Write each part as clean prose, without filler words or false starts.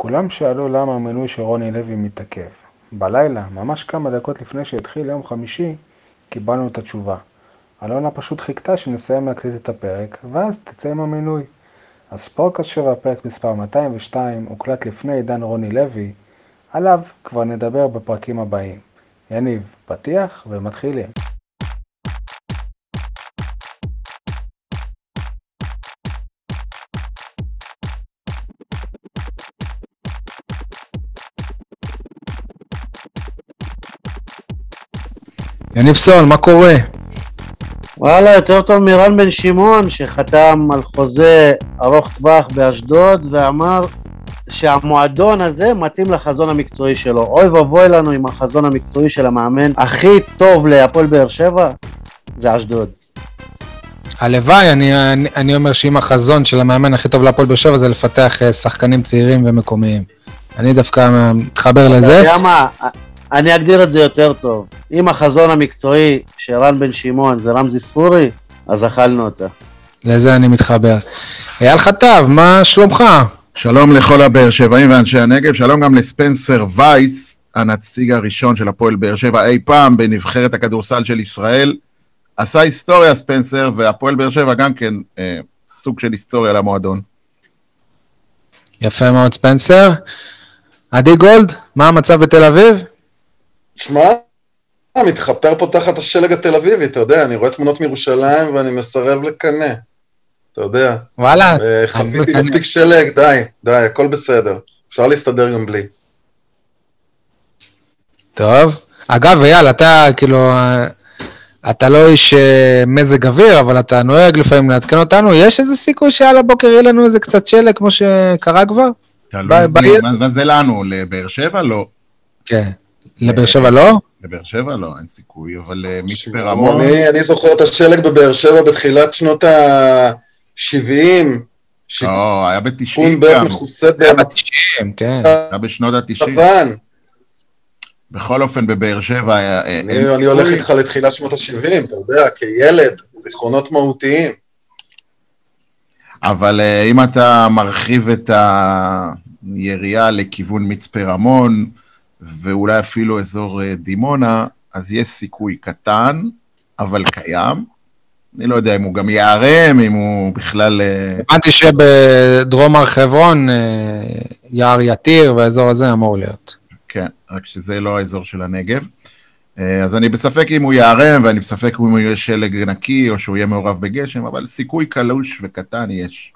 כולם שאלו למה המינוי של רוני לוי מתעכב. בלילה, ממש כמה דקות לפני שהתחיל יום חמישי, קיבלנו את התשובה. אלונה פשוט חיכתה שנסיים להקליט את הפרק, ואז תצא עם המינוי. אז פודקאסט 7, פרק מספר 202, הוקלט לפני עידן רוני לוי, עליו כבר נדבר בפרקים הבאים. יניב, פתיח ומתחילים. יניב סול, מה קורה? וואלה, יותר טוב מירן בן שמעון שחתם על חוזה ארוך טווח באשדוד ואמר שהמועדון הזה מתאים לחזון המקצועי שלו. אוי ואבוי לנו עם החזון המקצועי של המאמן הכי טוב להפועל באר שבע, זה אשדוד. הלוואי, אני אומר שאם החזון של המאמן הכי טוב להפועל באר שבע זה לפתח שחקנים צעירים ומקומיים. אני דווקא מתחבר לזה. אתה יודע מה? אני אגדיר את זה יותר טוב. אם החזון המקצועי של רן בן שמעון זה רמזי ספורי, אז אכלנו אותה. לזה אני מתחבר. אייל חטב, מה שלומך? שלום לכל הבאר שבעים ואנשי הנגב, שלום גם לספנסר וייס, הנציג הראשון של הפועל באר שבע אי פעם בנבחרת הכדורסל של ישראל. עשה היסטוריה ספנסר, והפועל באר שבע גם כן סוג של היסטוריה למועדון. יפה מאוד ספנסר. עדי גולד, מה המצב בתל אביב? שמע, מתחפר פה תחת השלג התל אביבי, אתה יודע, אני רואה תמונות מירושלים ואני מסרב לקנה, אתה יודע. וואלה. חוויתי מספיק שלג, די, הכל בסדר, אפשר להסתדר גם בלי. טוב, אגב אייל, אתה כאילו, אתה לא איש מזג אוויר, אבל אתה נוהג לפעמים לעדכן אותנו, יש איזה סיכוי שעל הבוקר יהיה לנו איזה קצת שלג כמו שקרה כבר? מה זה לנו? לבאר שבע? לא. כן. לבאר שבע לא? לבאר שבע לא, אין סיכוי, אבל מצפה רמון... אני זוכר את השלג בבאר שבע בתחילת שנות ה-70. היה ב-90 גם. היה ב-90, כן. היה בשנות ה-90. בכל אופן בבאר שבע... אני הולך איתך לתחילת שנות ה-70, אתה יודע, כילד, זיכרונות מהותיים. אבל אם אתה מרחיב את היריעה לכיוון מצפה רמון, ואולי אפילו אזור דימונה, אז יש סיכוי קטן, אבל קיים. אני לא יודע אם הוא גם יערם, אם הוא בכלל... הבנתי שבדרום הר חברון, יער יתיר, והאזור הזה אמור להיות. כן, רק שזה לא האזור של הנגב. אז אני בספק אם הוא יערם, ואני בספק אם הוא יהיה שלג נקי, או שהוא יהיה מעורב בגשם, אבל סיכוי קלוש וקטן יש.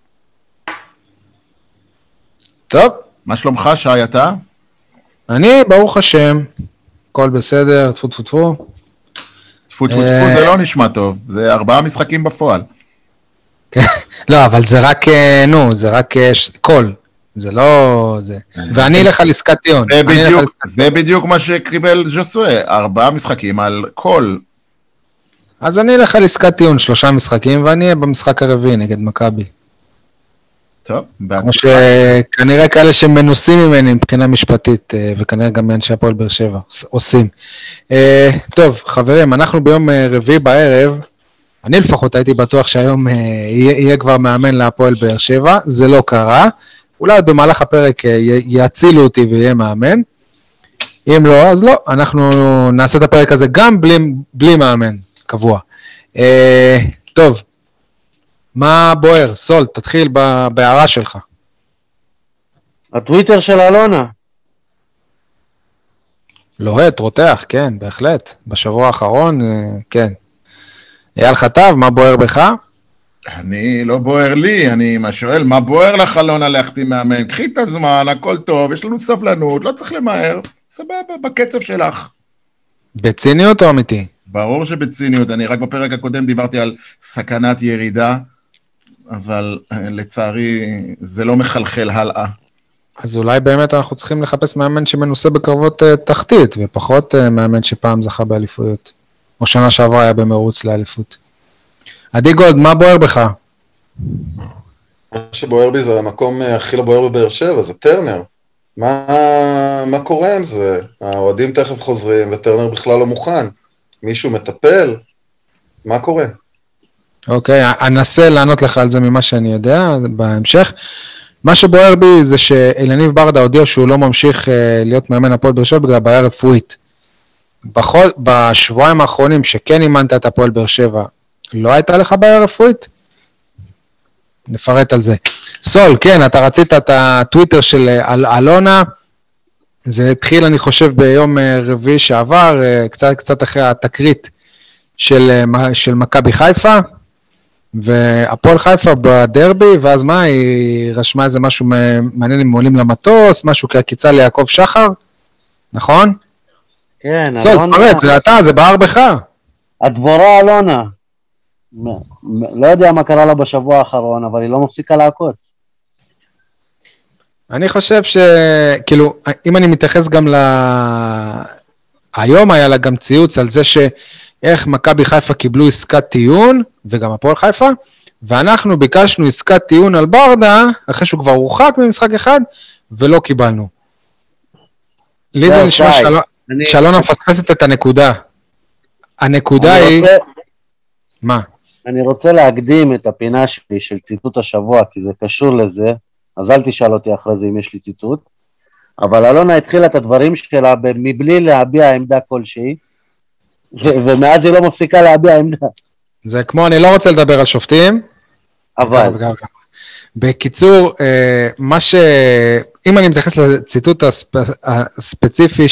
טוב. מה שלומך, שי, אתה? אני, ברוך השם, הכל בסדר, טפו טפו טפו. טפו טפו טפו, זה לא נשמע טוב, זה 4 משחקים בפועל. לא, אבל זה רק, זה רק קול, זה לא זה. ואני אלך על עסקת טיעון. זה בדיוק מה שקיבל ז'וסואה, 4 משחקים על קול. אז אני אלך על עסקת טיעון, 3 משחקים, ואני אהיה במשחק הרביעי נגד מכבי. טוב, כמו שכנראה כאלה שמנוסים ממני מבחינה משפטית, וכנראה גם מאנשי הפועל באר שבע עושים. טוב, חברים, אנחנו ביום רביעי בערב, אני לפחות הייתי בטוח שהיום יהיה כבר מאמן להפועל באר שבע, זה לא קרה, אולי עוד במהלך הפרק יצילו אותי ויהיה מאמן, אם לא, אז לא, אנחנו נעשה את הפרק הזה גם בלי מאמן, קבוע. טוב, מה בוער? סול, תתחיל בהערה שלך. הטוויטר של אלונה. לוהט, רותח, כן, בהחלט. בשבוע האחרון, כן. אייל חטב, מה בוער בך? אני לא בוער לי, אני שואל, מה בוער לך אלונה להחתים מאמן? קחי את הזמן, הכל טוב, יש לנו סבלנות, לא צריך למהר, סבבה, בקצב שלך. בציניות או אמיתי? ברור שבציניות, אני רק בפרק הקודם דיברתי על סכנת ירידה, אבל לצערי זה לא מחלחל הלאה. אז אולי באמת אנחנו צריכים לחפש מאמן שמנוסה בקרבות תחתית, ופחות מאמן שפעם זכה באליפויות. או שנה שעברה היה במרוץ לאליפות. עדי גולד, מה בוער בך? מה שבוער בי זה המקום הכי לא בוער בבאר שבע, זה טרנר. מה קורה עם זה? האוהדים תכף חוזרים, וטרנר בכלל לא מוכן. מישהו מטפל? מה קורה? אוקיי, אנסה לענות לך על זה ממה שאני יודע בהמשך. מה שבוער בי זה שאלניב ברדה הודיע שהוא לא ממשיך להיות מאמן הפועל באר שבע בגלל בעיה רפואית. בשבועיים האחרונים שכן אימנת את הפועל באר שבע, לא הייתה לך בעיה רפואית? נפרט על זה. סול, כן, אתה רצית את הטוויטר של אלונה, זה התחיל אני חושב ביום רביעי שעבר, קצת אחרי התקרית של מכבי חיפה, והפועל חיפה בדרבי, ואז מה, היא רשמה איזה משהו מעניין אם עולים למטוס, משהו כעקיצה ליעקב שחר, נכון? כן, סול, פרט, זה אתה, זה בער בך. הדבורה אלונה. לא יודע מה קרה לה בשבוע האחרון, אבל היא לא מפסיקה לעקוץ. אני חושב שכאילו, אם אני מתייחס גם היום היה לה גם ציוץ על זה שאיך מכבי חיפה קיבלו עסקת טיעון, וגם הפועל חיפה, ואנחנו ביקשנו עסקת טיעון על ברדה, אחרי שהוא כבר הורחק ממשחק אחד, ולא קיבלנו. לי זה נשמע שאלונה מפספסת את הנקודה. הנקודה היא... מה? אני רוצה להקדים את הפינה שלי של ציטוט השבוע, כי זה קשור לזה, אז אל תשאל אותי אחרי זה אם יש לי ציטוט, אבל אלונה התחילה את הדברים שלה מבלי להביע עמדה כלשהי, ומאז היא לא מפסיקה להביע עמדה. זה כמו, אני לא רוצה לדבר על שופטים, אבל... בקיצור, אם אני מתייחס לציטוט הספציפי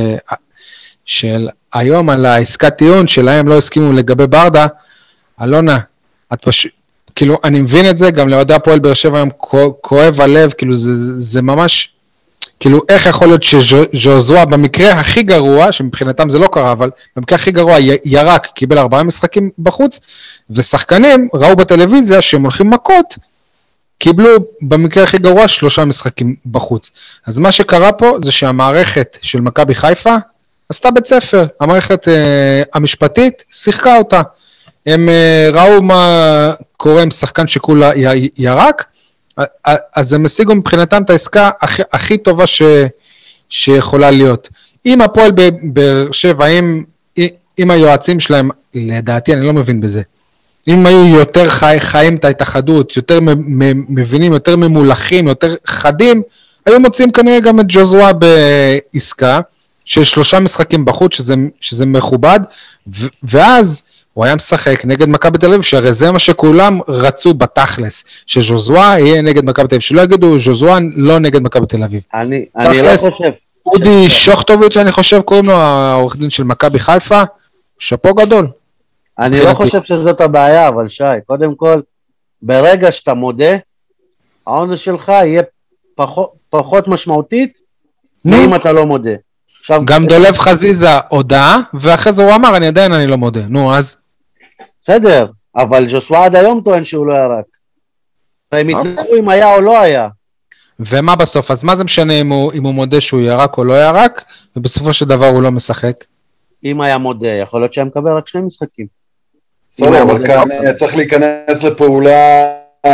של היום על העסקת טיעון, שלהם לא הסכימו לגבי ברדה, אלונה, כאילו, אני מבין את זה, גם לאוהדי הפועל באר שבע היום כואב הלב, כאילו, זה ממש, כאילו, איך יכול להיות שז'וזואה במקרה הכי גרוע, שמבחינתם זה לא קרה, אבל במקרה הכי גרוע, ירק, קיבל 4 משחקים בחוץ, ושחקנים ראו בטלוויזיה שהם הולכים מכות, קיבלו במקרה הכי גרוע 3 משחקים בחוץ. אז מה שקרה פה, זה שהמערכת של מכבי חיפה, עשתה בית ספר, המערכת המשפטית, שיחקה אותה. הם ראו מה קורה עם שחקן שכולה ירק, אז הם השיגו מבחינתם את העסקה הכי טובה שיכולה להיות. אם הפועל באר שבע, אם היועצים שלהם, לדעתי אני לא מבין בזה, אם היו יותר חיים את ההתאחדות, יותר מבינים, יותר ממולכים, יותר חדים, היו מוצאים כנראה גם את ז'וזואה בעסקה, של 3 משחקים בחוץ, שזה מכובד, ואז הוא היה משחק נגד מכבי תל אביב, שהרי זה מה שכולם רצו בתכלס, שז'וזואה יהיה נגד מכבי תל אביב, שלא יגידו ז'וזואה לא נגד מכבי תל אביב. אני לא חושב. אודי שוכטוביץ' אני חושב, קוראים לו העורך דין של מכבי חיפה, שפו גדול. אני לא חושב שזאת הבעיה, אבל שי, קודם כל, ברגע שאתה מודה, העונש שלך יהיה פחות משמעותית, אם אתה לא מודה. גם דולב חזיזה הודעה, ואחרי זה הוא אמר, אני לא מודה. נו, אז? בסדר, אבל ז'וסווה עד היום טוען שהוא לא ירק. הם התנגדו אם היה או לא היה. ומה בסוף? אז מה זה משנה אם הוא מודה שהוא ירק או לא ירק, ובסופו של דבר הוא לא משחק? אם היה מודה, יכול להיות שהם מקבל רק 2 משחקים. בסדר, אבל כאן צריך להיכנס לפעולה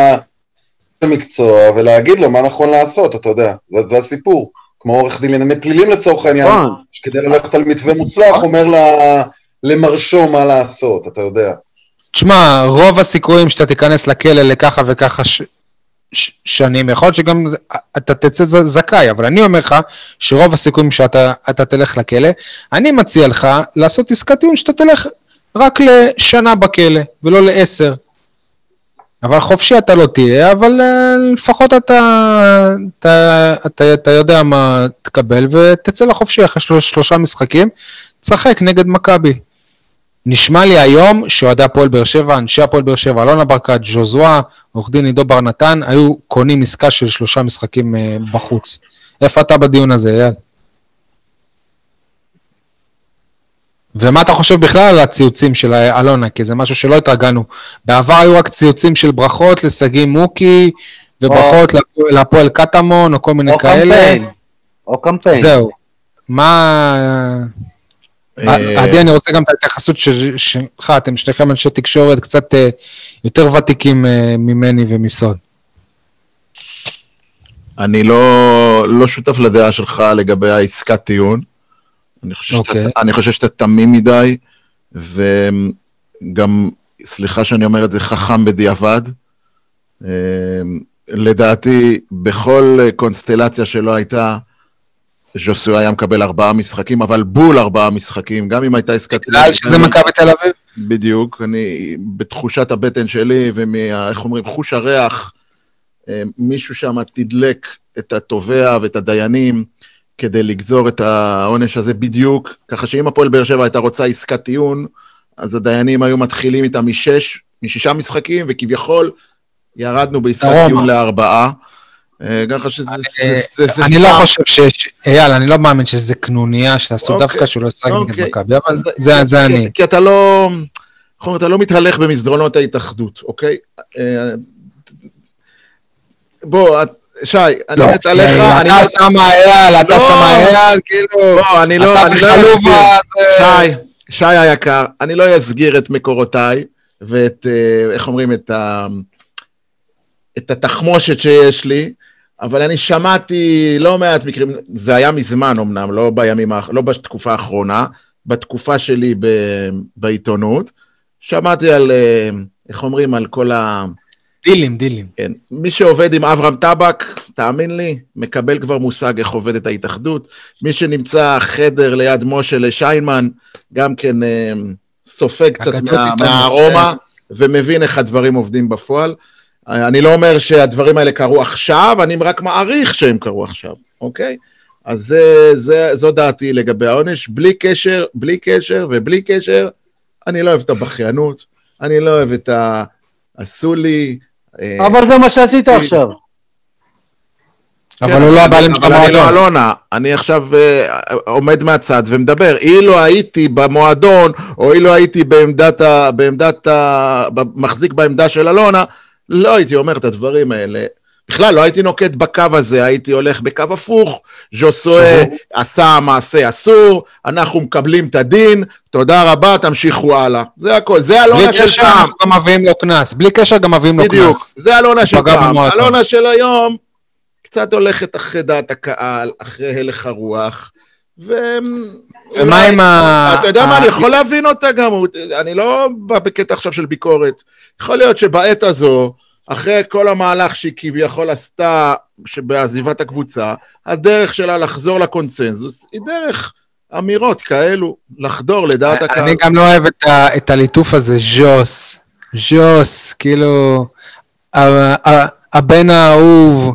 במקצוע, ולהגיד לו מה נכון לעשות, אתה יודע, זה הסיפור. כמו עורך דין לענייני פלילים לצורך העניין, שכדי ללכת על מתווה מוצלח, אומר למרשו מה לעשות, אתה יודע. תשמע, רוב הסיכויים שאתה תיכנס לכלא לככה וככה שנים, יכול להיות שגם אתה תצא זכאי, אבל אני אומר לך שרוב הסיכויים שאתה תלך לכלא, אני מציע לך לעשות עסקת טיעון שאתה תלך רק לשנה בכלא, ולא ל10. אבל חופשי אתה לא תהיה, אבל לפחות אתה יודע מה תקבל, ותצא לחופשי אחרי 3 משחקים, תשחק נגד מכבי. נשמע לי היום שאוהדי הפועל באר שבע, אנשי הפועל באר שבע, אלונה ברקת, ז'וזואה, עורך דין עידו בר נתן, היו קונים עסקה של 3 משחקים בחוץ. איפה אתה בדיון הזה, אייל? ומה אתה חושב בכלל על הציוצים של אלונה? כי זה משהו שלא התרגלנו. בעבר היו רק ציוצים של ברכות לסגי מוקי, וברכות להפועל קטמון, או כל מיני כאלה. או קמפיין. זהו. מה... עדי, אני רוצה גם את ההתייחסות שלך, אתם שניכם אנשי תקשורת קצת יותר ותיקים ממני ומסוד. אני לא שותף לדעה שלך לגבי העסקת טיעון. אני חושב שאתה תמים מדי, וגם, סליחה שאני אומר את זה, חכם בדיעבד. לדעתי, בכל קונסטלציה שלא הייתה, ז'וסוי היה מקבל 4 משחקים, אבל בול 4 משחקים, גם אם הייתה עסקת... בגלל שזה מכבי תל אביב? בדיוק, אני בתחושת הבטן שלי, איך אומרים, חוש הריח, מישהו שם תדלק את התובע ואת הדיינים, כדי לגזור את העונש הזה בדיוק, ככה שאם הפועל באר שבע הייתה רוצה עסקת טיעון, אז הדיינים היו מתחילים איתם מ6 משחקים, וכביכול ירדנו בעסקת טיעון ל4, ככה שזה... אני לא חושב אייל, אני לא מאמין שזה קנוניה, שעשו דווקא שהוא לא ישחק נגד מכבי, אבל זה אני. כי אתה לא מתהלך במסדרונות ההתאחדות, אוקיי? בוא, שי, אני מת עליך... אתה שם אייל, כאילו... לא, אני לא... שי היקר, אני לא אסגיר את מקורותיי, ואת, איך אומרים, את התחמושת שיש לי, אבל אני שמעתי לא מעט מקרים, זה היה מזמן אמנם, לא בתקופה האחרונה, בתקופה שלי בעיתונות, שמעתי על, איך אומרים, על כל דילים. כן. מי שעובד עם אברהם טבק, תאמין לי, מקבל כבר מושג איך עובדת ההתאחדות. מי שנמצא חדר ליד משה לשיינמן, גם כן סופג קצת מהארומה, ומבין איך הדברים עובדים בפועל. אני לא אומר שהדברים האלה קרו עכשיו, אני רק מעריך שהם קרו עכשיו, אוקיי? אז זו דעתי לגבי העונש. בלי קשר, אני לא אוהב את הבכיינות, אני לא אוהב את עשו לי... אבל זה מה שעשית עכשיו. אבל הוא לא הבעלים של המועדון. אני לא אלונה, אני עכשיו עומד מהצד ומדבר. אילו הייתי במועדון, או אילו הייתי מחזיק בעמדה של אלונה, לא הייתי אומר את הדברים האלה. בכלל, לא הייתי נוקט בקו הזה, הייתי הולך בקו הפוך, ז'וסוי עשה מעשה אסור, אנחנו מקבלים את הדין, תודה רבה, תמשיכו הלאה. זה הכל, זה אלונה של פעם. בלי קשר גם מביאים לו קנס. בדיוק, זה אלונה של פעם. אלונה של היום, קצת הולכת אחרי דעת הקהל, אחרי הלך הרוח, ומה עם אתה יודע מה, אני יכול להבין אותה גם, אני לא בא בקטע עכשיו של ביקורת, יכול להיות שבעת הזו, אחרי כל המהלך שהיא כביכול עשתה, שבעזיבת הקבוצה, הדרך שלה לחזור לקונצנזוס, היא דרך אמירות כאלו, לדעת הקהל. אני גם לא אוהב את הליטוף הזה, ז'וס, כאילו, הבן האהוב,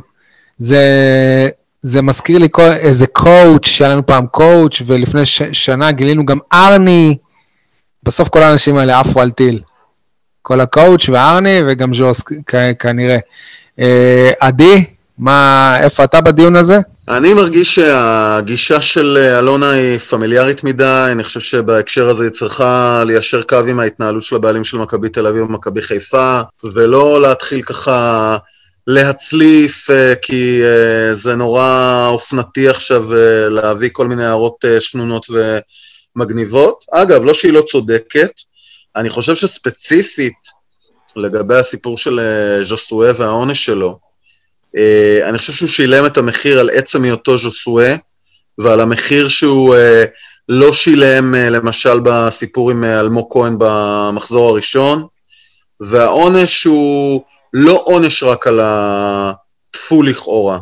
זה מזכיר לי איזה קואוץ', שהיה לנו פעם קואוץ', ולפני שנה גילינו גם ארני, בסוף כל האנשים האלה עפו על טיל. כל הקואוץ' וארני וגם ז'וס כנראה. עדי, איפה אתה בדיון הזה? אני מרגיש שהגישה של אלונה היא פמיליארית מדי, אני חושב שבהקשר הזה היא צריכה ליישר קו עם ההתנהלות של הבעלים של מכבי תל אביב ומכבי חיפה, ולא להתחיל ככה להצליף, כי זה נורא אופנתי עכשיו להביא כל מיני הערות שנונות ומגניבות. אגב, לא שהיא לא צודקת, אני חושב שספציפית לגבי הסיפור של ז'וסוי והעונש שלו, אני חושב שהוא שילם את המחיר על עצם היותו ז'וסוי, ועל המחיר שהוא לא שילם למשל בסיפור עם אלמוג כהן במחזור הראשון, והעונש הוא לא עונש רק על התפו לכאורה.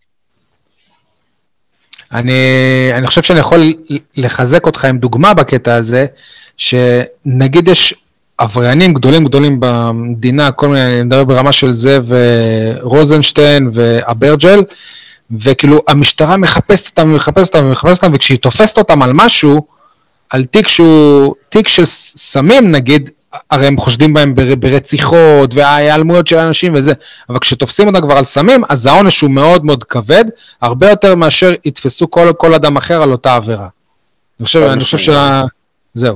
אני חושב שאני יכול לחזק אותך עם דוגמה בקטע הזה, שנגיד יש עבריינים גדולים במדינה, כל מיני, אני מדבר ברמה של זה, ורוזנשטיין ואברג'ל, וכאילו המשטרה מחפשת אותם, וכשהיא תופסת אותם על משהו, על תיק של סמים נגיד, הרי הם חושדים בהם ברציחות, וההיעלמויות של האנשים וזה, אבל כשתופסים אותם כבר על סמים, אז העונש הוא מאוד מאוד כבד, הרבה יותר מאשר יתפסו כל אדם אחר על אותה עבירה. אני חושב זהו.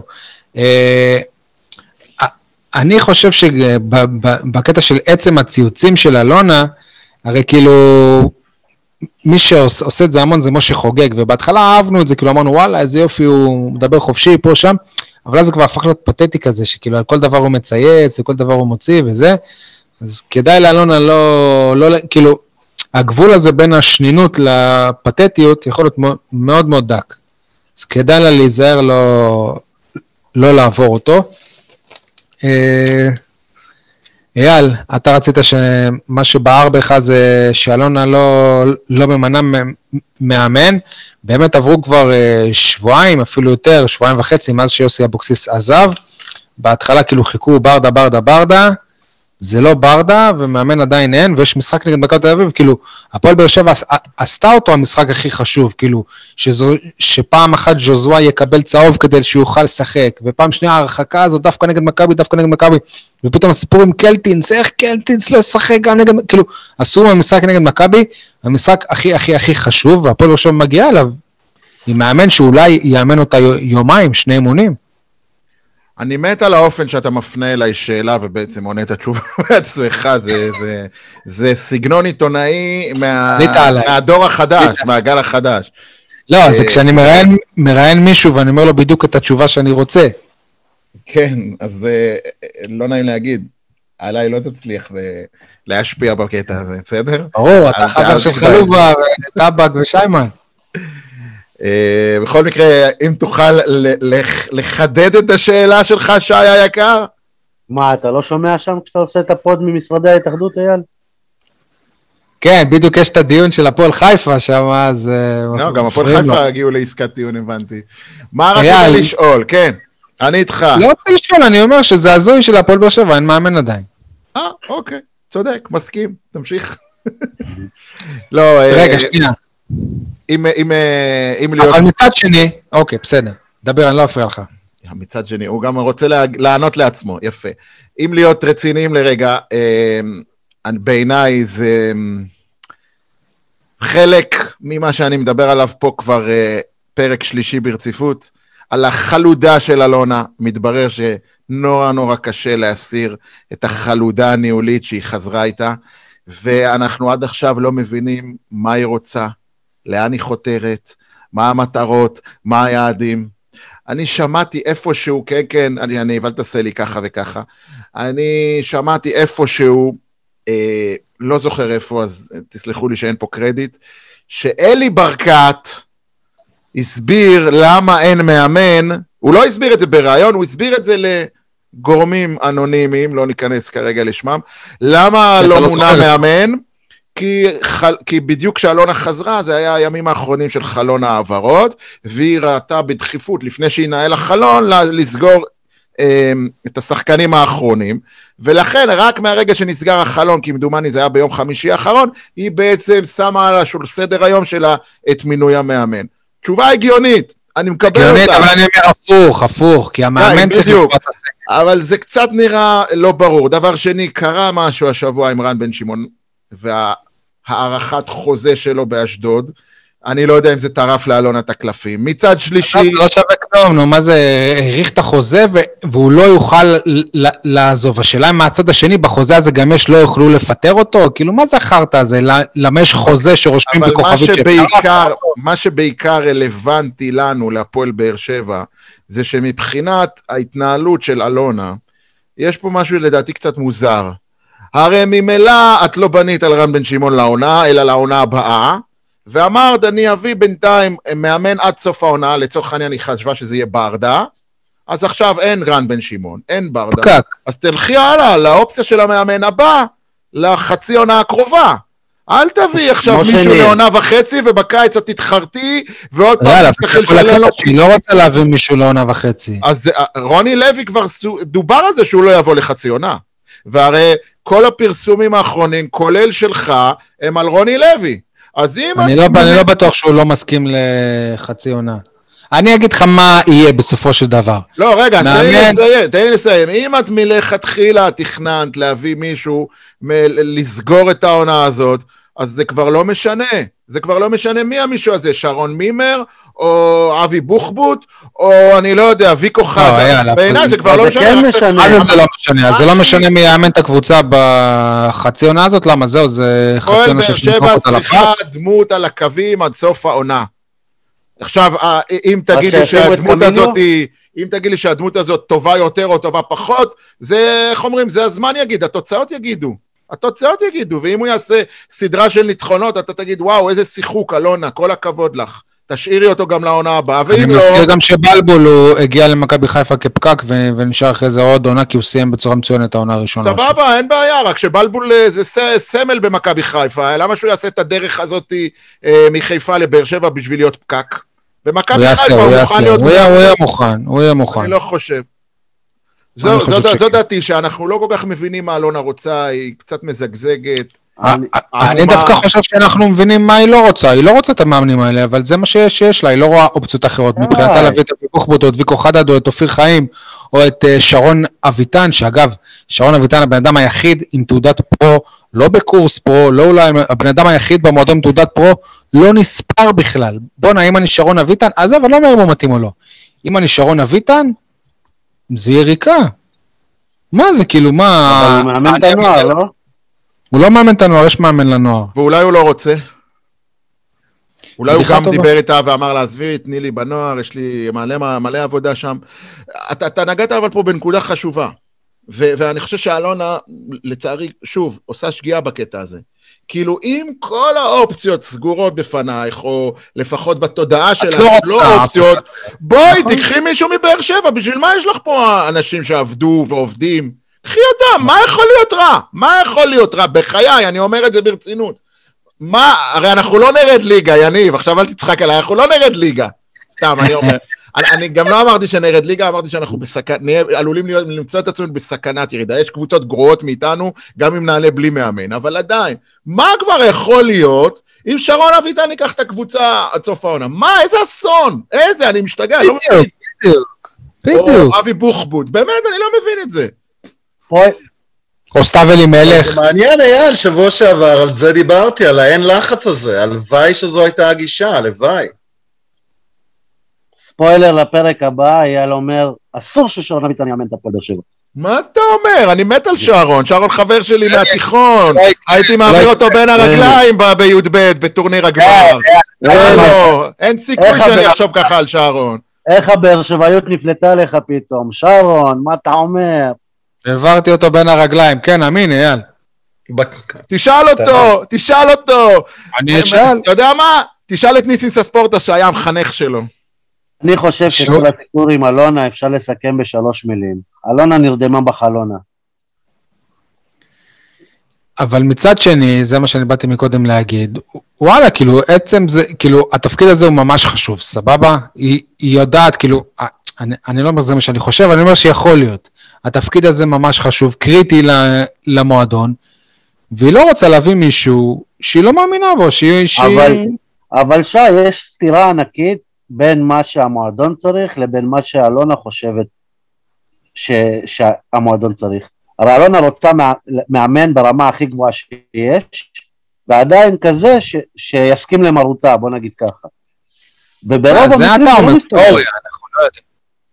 אני חושב שבקטע של עצם הציוצים של אלונה, הרי כאילו, מי שעושה את זה המון זה משה חוגג, ובהתחלה אהבנו את זה, כאילו אמרנו וואלה, איזה יופי, הוא מדבר חופשי פה שם, אבל אז זה כבר הפך להיות פתטי כזה, שכאילו על כל דבר הוא מצייץ, וכל דבר הוא מוציא וזה, אז כדאי לאלונה כאילו, הגבול הזה בין השנינות לפתטיות יכול להיות מאוד מאוד דק, אז כדאי לה להיזהר לא לעבור אותו. אייל, אתה רצית שמה שבער בך זה שאלונה לא ממנה מאמן, באמת עברו כבר שבועיים, אפילו יותר, שבועיים וחצי, מאז שיוסי אבוקסיס עזב, בהתחלה כאילו חיכו ברדה, זה לא ברדה, ומאמן עדיין אין, ויש משחק נגד מכבי תל אביב, כאילו, הפועל באר שבע עשתה אותו המשחק הכי חשוב, כאילו, שפעם אחת ז'וזווה יקבל צהוב כדי שיוכל לשחק, ופעם שנייה ההרחקה הזאת דווקא נגד מכבי, ופתאום הסיפור עם קלטינס, איך קלטינס לא ישחק גם נגד, כאילו, עשו מהמשחק נגד מכבי, המשחק הכי חשוב, והפועל באר שבע מגיע אליו, עם מאמן שאולי יאמן אותה יומיים, 2 אימונים. אני מת על האופן שאתה מפנה אליי שאלה ובעצם עונה את התשובה בעצמך, זה סגנון עיתונאי מהדור החדש, מהגל החדש. לא, זה כשאני מראיין מישהו ואני אומר לו בדיוק את התשובה שאני רוצה. כן, אז לא נעים להגיד, עליי לא תצליח להשפיע בקטע הזה, בסדר? ברור, אתה חבר של חלובה וטבק ושיימן. בכל מקרה, אם תוכל לחדד את השאלה שלך, שי היקר? מה, אתה לא שומע שם כשאתה עושה את הפוד ממשרדי ההתאחדות, אייל? כן, בדיוק יש את הדיון של הפועל חיפה שם, אז... לא, גם הפועל חיפה הגיעו לעסקת דיון, הבנתי. מה רצית לשאול? כן, אני איתך. לא רוצה לשאול, אני אומר שזה הזוי של הפועל באר שבע, אין מאמן עדיין. אוקיי, צודק, מסכים, תמשיך. רגע, שנייה. אבל מצד שני, אוקיי, בסדר, דבר, אני לא אפריע לך. מצד שני, הוא גם רוצה לענות לעצמו, יפה. אם להיות רציניים לרגע, בעיניי זה חלק ממה שאני מדבר עליו פה כבר פרק שלישי ברציפות, על החלודה של אלונה, מתברר שנורא קשה להסיר את החלודה הניהולית שהיא חזרה איתה, ואנחנו עד עכשיו לא מבינים מה היא רוצה, לאן היא חותרת, מה המטרות, מה היעדים. אני שמעתי איפשהו, כן, אני אל תעשה לי ככה וככה, אני שמעתי איפשהו, לא זוכר איפה, אז תסלחו לי שאין פה קרדיט, שאלי ברקת הסביר למה אין מאמן, הוא לא הסביר את זה ברעיון, הוא הסביר את זה לגורמים אנונימיים, לא ניכנס כרגע לשמם, למה לא מונה מאמן, כי בדיוק כשאלונה חזרה, זה היה הימים האחרונים של חלון העברות, והיא ראתה בדחיפות, לפני שהיא נעל החלון, לסגור את השחקנים האחרונים, ולכן רק מהרגע שנסגר החלון, כי מדומני זה היה ביום חמישי האחרון, היא בעצם שמה על סדר היום שלה את מינוי המאמן. תשובה הגיונית, אני מקבל אותה. הגיונית, אבל אני אומר הפוך, כי המאמן צריך לקרוא את הסגל. אבל זה קצת נראה לא ברור. דבר שני, קרה משהו השבוע עם רן בן שמעון, והערכת חוזה שלו באשדוד, אני לא יודע אם זה טרף לאלונה את הקלפים. מצד שלישי... זה לא שווה כלום, נו, מה זה, העריך את החוזה, והוא לא יוכל לעזוב. השאלה אם מהצד השני, בחוזה הזה גם יש לא יוכלו לפטר אותו, כאילו מה זה חרטא הזה? למה יש חוזה שרושמים בכוכבית אבל מה שבעיקר רלוונטי לנו, להפועל באר שבע, זה שמבחינת ההתנהלות של אלונה, יש פה משהו לדעתי קצת מוזר. הרי ממילא את לא בנית על רן בן שמעון לעונה, אלא לעונה הבאה, ואמרת, אני אביא בינתיים מאמן עד סוף העונה, לצורך העניין אני חשבה שזה יהיה ברדה, אז עכשיו אין רן בן שמעון, אין ברדה, אז תלכי הלאה לאופציה של המאמן הבא, לחצי עונה הקרובה, אל תביא עכשיו מישהו לעונה וחצי, ובקיץ את תתחרתי, ועוד פעם תתחיל שלם לו. היא לא רוצה להביא מישהו לעונה וחצי. אז רוני לוי כבר דובר על זה שהוא לא יבוא לחצי עונה, והרי כל הפרסומים האחרונים, כולל שלך, הם על רוני לוי. אני לא בטוח שהוא לא מסכים לחצי עונה. אני אגיד לך מה יהיה בסופו של דבר. לא, רגע, תן לי לסיים. אם את מלכתחילה תכננת להביא מישהו, לסגור את העונה הזאת, אז זה כבר לא משנה. זה כבר לא משנה מי המישהו הזה, שרון מימר, או אבי בוחבוט, או אני לא יודע, ויקו חדה. בעיניי זה כבר לא משנה. אז זה לא משנה. אז זה לא משנה מי יאמן את הקבוצה בחצי עונה הזאת, למה זהו, זה חצי עונה ששנקוק אותה לפרט. כל באר שבע צריכה דמות על הקווים עד סוף העונה. עכשיו, אם תגיד לי שהדמות הזאת טובה יותר או טובה פחות, זה, איך אומרים, זה הזמן יגיד, התוצאות יגידו, ואם הוא יעשה סדרה של ניצחונות, אתה תגיד, וואו, איזה שיחוק, אלונה, כל הכבוד לך. תשאירי אותו גם לעונה הבאה, אני ואם לא... מזכיר גם שבלבול הוא הגיע למכבי חיפה כפקק, ונשאר אחרי זה עוד עונה, כי הוא סיים בצורה מצוינת העונה הראשונה. סבבה, אין בעיה, רק שבלבול זה סמל במכבי חיפה, למה שהוא יעשה את הדרך הזאת מחיפה לבאר שבע בשביל להיות פקק? במכבי חיפה הוא מוכן להיות... הוא יהיה מוכן. אני לא חושב. זו דעתי, שאנחנו לא כל כך מבינים מה אלונה רוצה, היא קצת מזגזגת. אני דווקא חושב שאנחנו מבינים מה היא לא רוצה, היא לא רוצה את המאמנים האלה, אבל זה מה שיש לה, היא לא רואה אופציות אחרות, מבחינתה להביא את הוויכוח או את ויקו חדד, או את אופיר חיים, או את שרון אביטן, שאגב, שרון אביטן הבן אדם היחיד עם תעודת פרו, לא בקורס פרו, לא אולי, הבן אדם היחיד במועדון עם תעודת פרו, לא נספר בכלל. בוא אם אני שרון אביטן, אז אבל לא אומר אם הוא מתאים או לא. אם אני שרון אביטן, זה יריקה. מה זה, כאילו, מה... אבל הוא מאמן את הנוער, לא? הוא לא מאמן את הנוער, יש מאמן לנוער. ואולי הוא לא רוצה. אולי הוא גם דיבר איתה ואמר לה, עזבי, תני לי בנוער, יש לי מלא עבודה שם. אתה נגעת אבל פה בנקודה חשובה. ואני חושב שאלונה, לצערי, שוב, עושה שגיאה בקטע הזה. כאילו, אם כל האופציות סגורות בפנייך, או לפחות בתודעה שלה, לא אופציות, בואי, תקחי מישהו מבאר שבע, בשביל מה יש לך פה אנשים שעבדו ועובדים? קחי אותם, מה יכול להיות רע? מה יכול להיות רע? בחיי, אני אומר את זה ברצינות. מה, הרי אנחנו לא נרד ליגה, יניב, עכשיו אל תצחק עליי, אנחנו לא נרד ליגה. סתם, אני אומר. אני גם לא אמרתי שנרד ליגה, אמרתי שאנחנו עלולים למצוא את עצמנו בסכנת ירידה. יש קבוצות גרועות מאיתנו, גם אם נעלה בלי מאמן, אבל עדיין, מה כבר יכול להיות אם שרון אביטן ייקח את הקבוצה עד סוף העונה? מה, איזה אסון? איזה, אני משתגע, לא מבין. בדיוק. או אבי בוחבוט, באמת, אני לא מבין את זה. או סתיו אלימלך. זה מעניין, אייל, שבוע שעבר, על זה דיברתי, על האין לחץ הזה, הלוואי שזו הייתה הגישה, הלוואי. ספוילר לפרק הבא, אייל אומר, אסור ששרון אביטן יאמן את הפועל באר שבע. מה אתה אומר? אני מת על שרון, שרון חבר שלי מהתיכון, הייתי מעביר אותו בין הרגליים בי"ב, בטורניר הגמר. אין סיכוי שאני אחשוב ככה על שרון. איך הבאר שבעיות נפלטה לך פתאום? שרון, מה אתה אומר? העברתי אותו בין הרגליים, כן, אמין, אייל. תשאל אותו. אני אשאל. אתה יודע מה? תשאל את ניסים ספורטה שהיה המחנך שלו. אני חושב שכל הסיפור עם אלונה אפשר לסכם ב3 מילים. אלונה נרדמה בחלונה. אבל מצד שני, זה מה שאני באתי מקודם להגיד, וואלה, כאילו, עצם זה, כאילו, התפקיד הזה הוא ממש חשוב, סבבה? היא יודעת, כאילו, אני לא אומר זה מה שאני חושב, אני אומר שיכול להיות. התפקיד הזה ממש חשוב, קריטי למועדון, והיא לא רוצה להביא מישהו שהיא לא מאמינה בו, אבל שי, יש סתירה ענקית בין מה שהמועדון צריך לבין מה שאלונה חושבת שהמועדון צריך. הרי אלונה רוצה מאמן ברמה הכי גבוהה שיש, ועדיין כזה שיסכים למרותה, בוא נגיד ככה. זה אתה אומר, תיאוריה, אנחנו לא יודעים.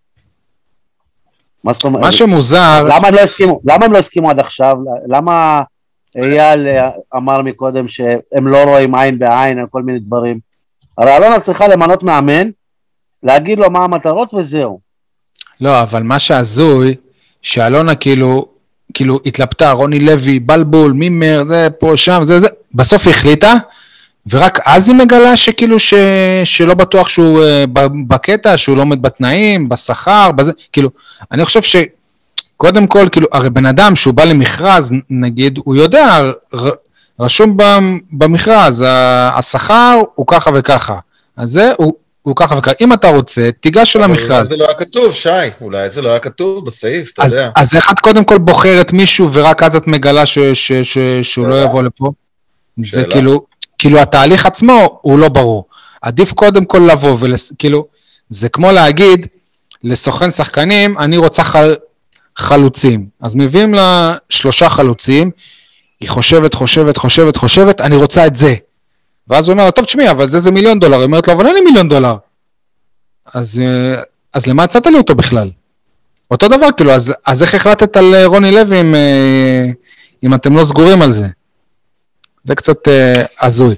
מה שמוזר... למה הם לא הסכימו עד עכשיו? למה אייל אמר מקודם שהם לא רואים עין בעין על כל מיני דברים? הרי אלונה צריכה למנות מאמן, להגיד לו מה המטרות וזהו. לא, אבל מה שעזוי, שאלונה כאילו התלבטה, רוני לוי, בלבול, מימר, זה פה, שם, זה, בסוף החליטה, ורק אז היא מגלה שכאילו שלא בטוח שהוא בקטע, שהוא לא עומד בתנאים, בשכר, בזה, כאילו, אני חושב שקודם כל, כאילו, הרי בן אדם שהוא בא למכרז, נגיד, הוא יודע, רשום במכרז, השכר הוא ככה וככה, אז זה הוא ככה וככה, אם אתה רוצה, תיגש של המכרז. אולי זה לא היה כתוב, שי, אולי זה לא היה כתוב בסעיף, אתה יודע. אז איך את קודם כל בוחרת מישהו, ורק אז את מגלה שהוא לא יבוא לפה? זה כאילו התהליך עצמו הוא לא ברור. עדיף קודם כל לבוא, וכאילו, זה כמו להגיד, לסוכן שחקנים, אני רוצה חלוצים. אז מביאים לה 3 חלוצים, היא חושבת, אני רוצה את זה. ואז הוא אומר, טוב, תשמעי, אבל זה $1,000,000. היא אומרת לו, אבל אין לי $1,000,000. אז למה הצעת לי אותו בכלל? אותו דבר, כאילו, אז איך החלטת על רוני לוי אם אתם לא סגורים על זה? זה קצת עזוי.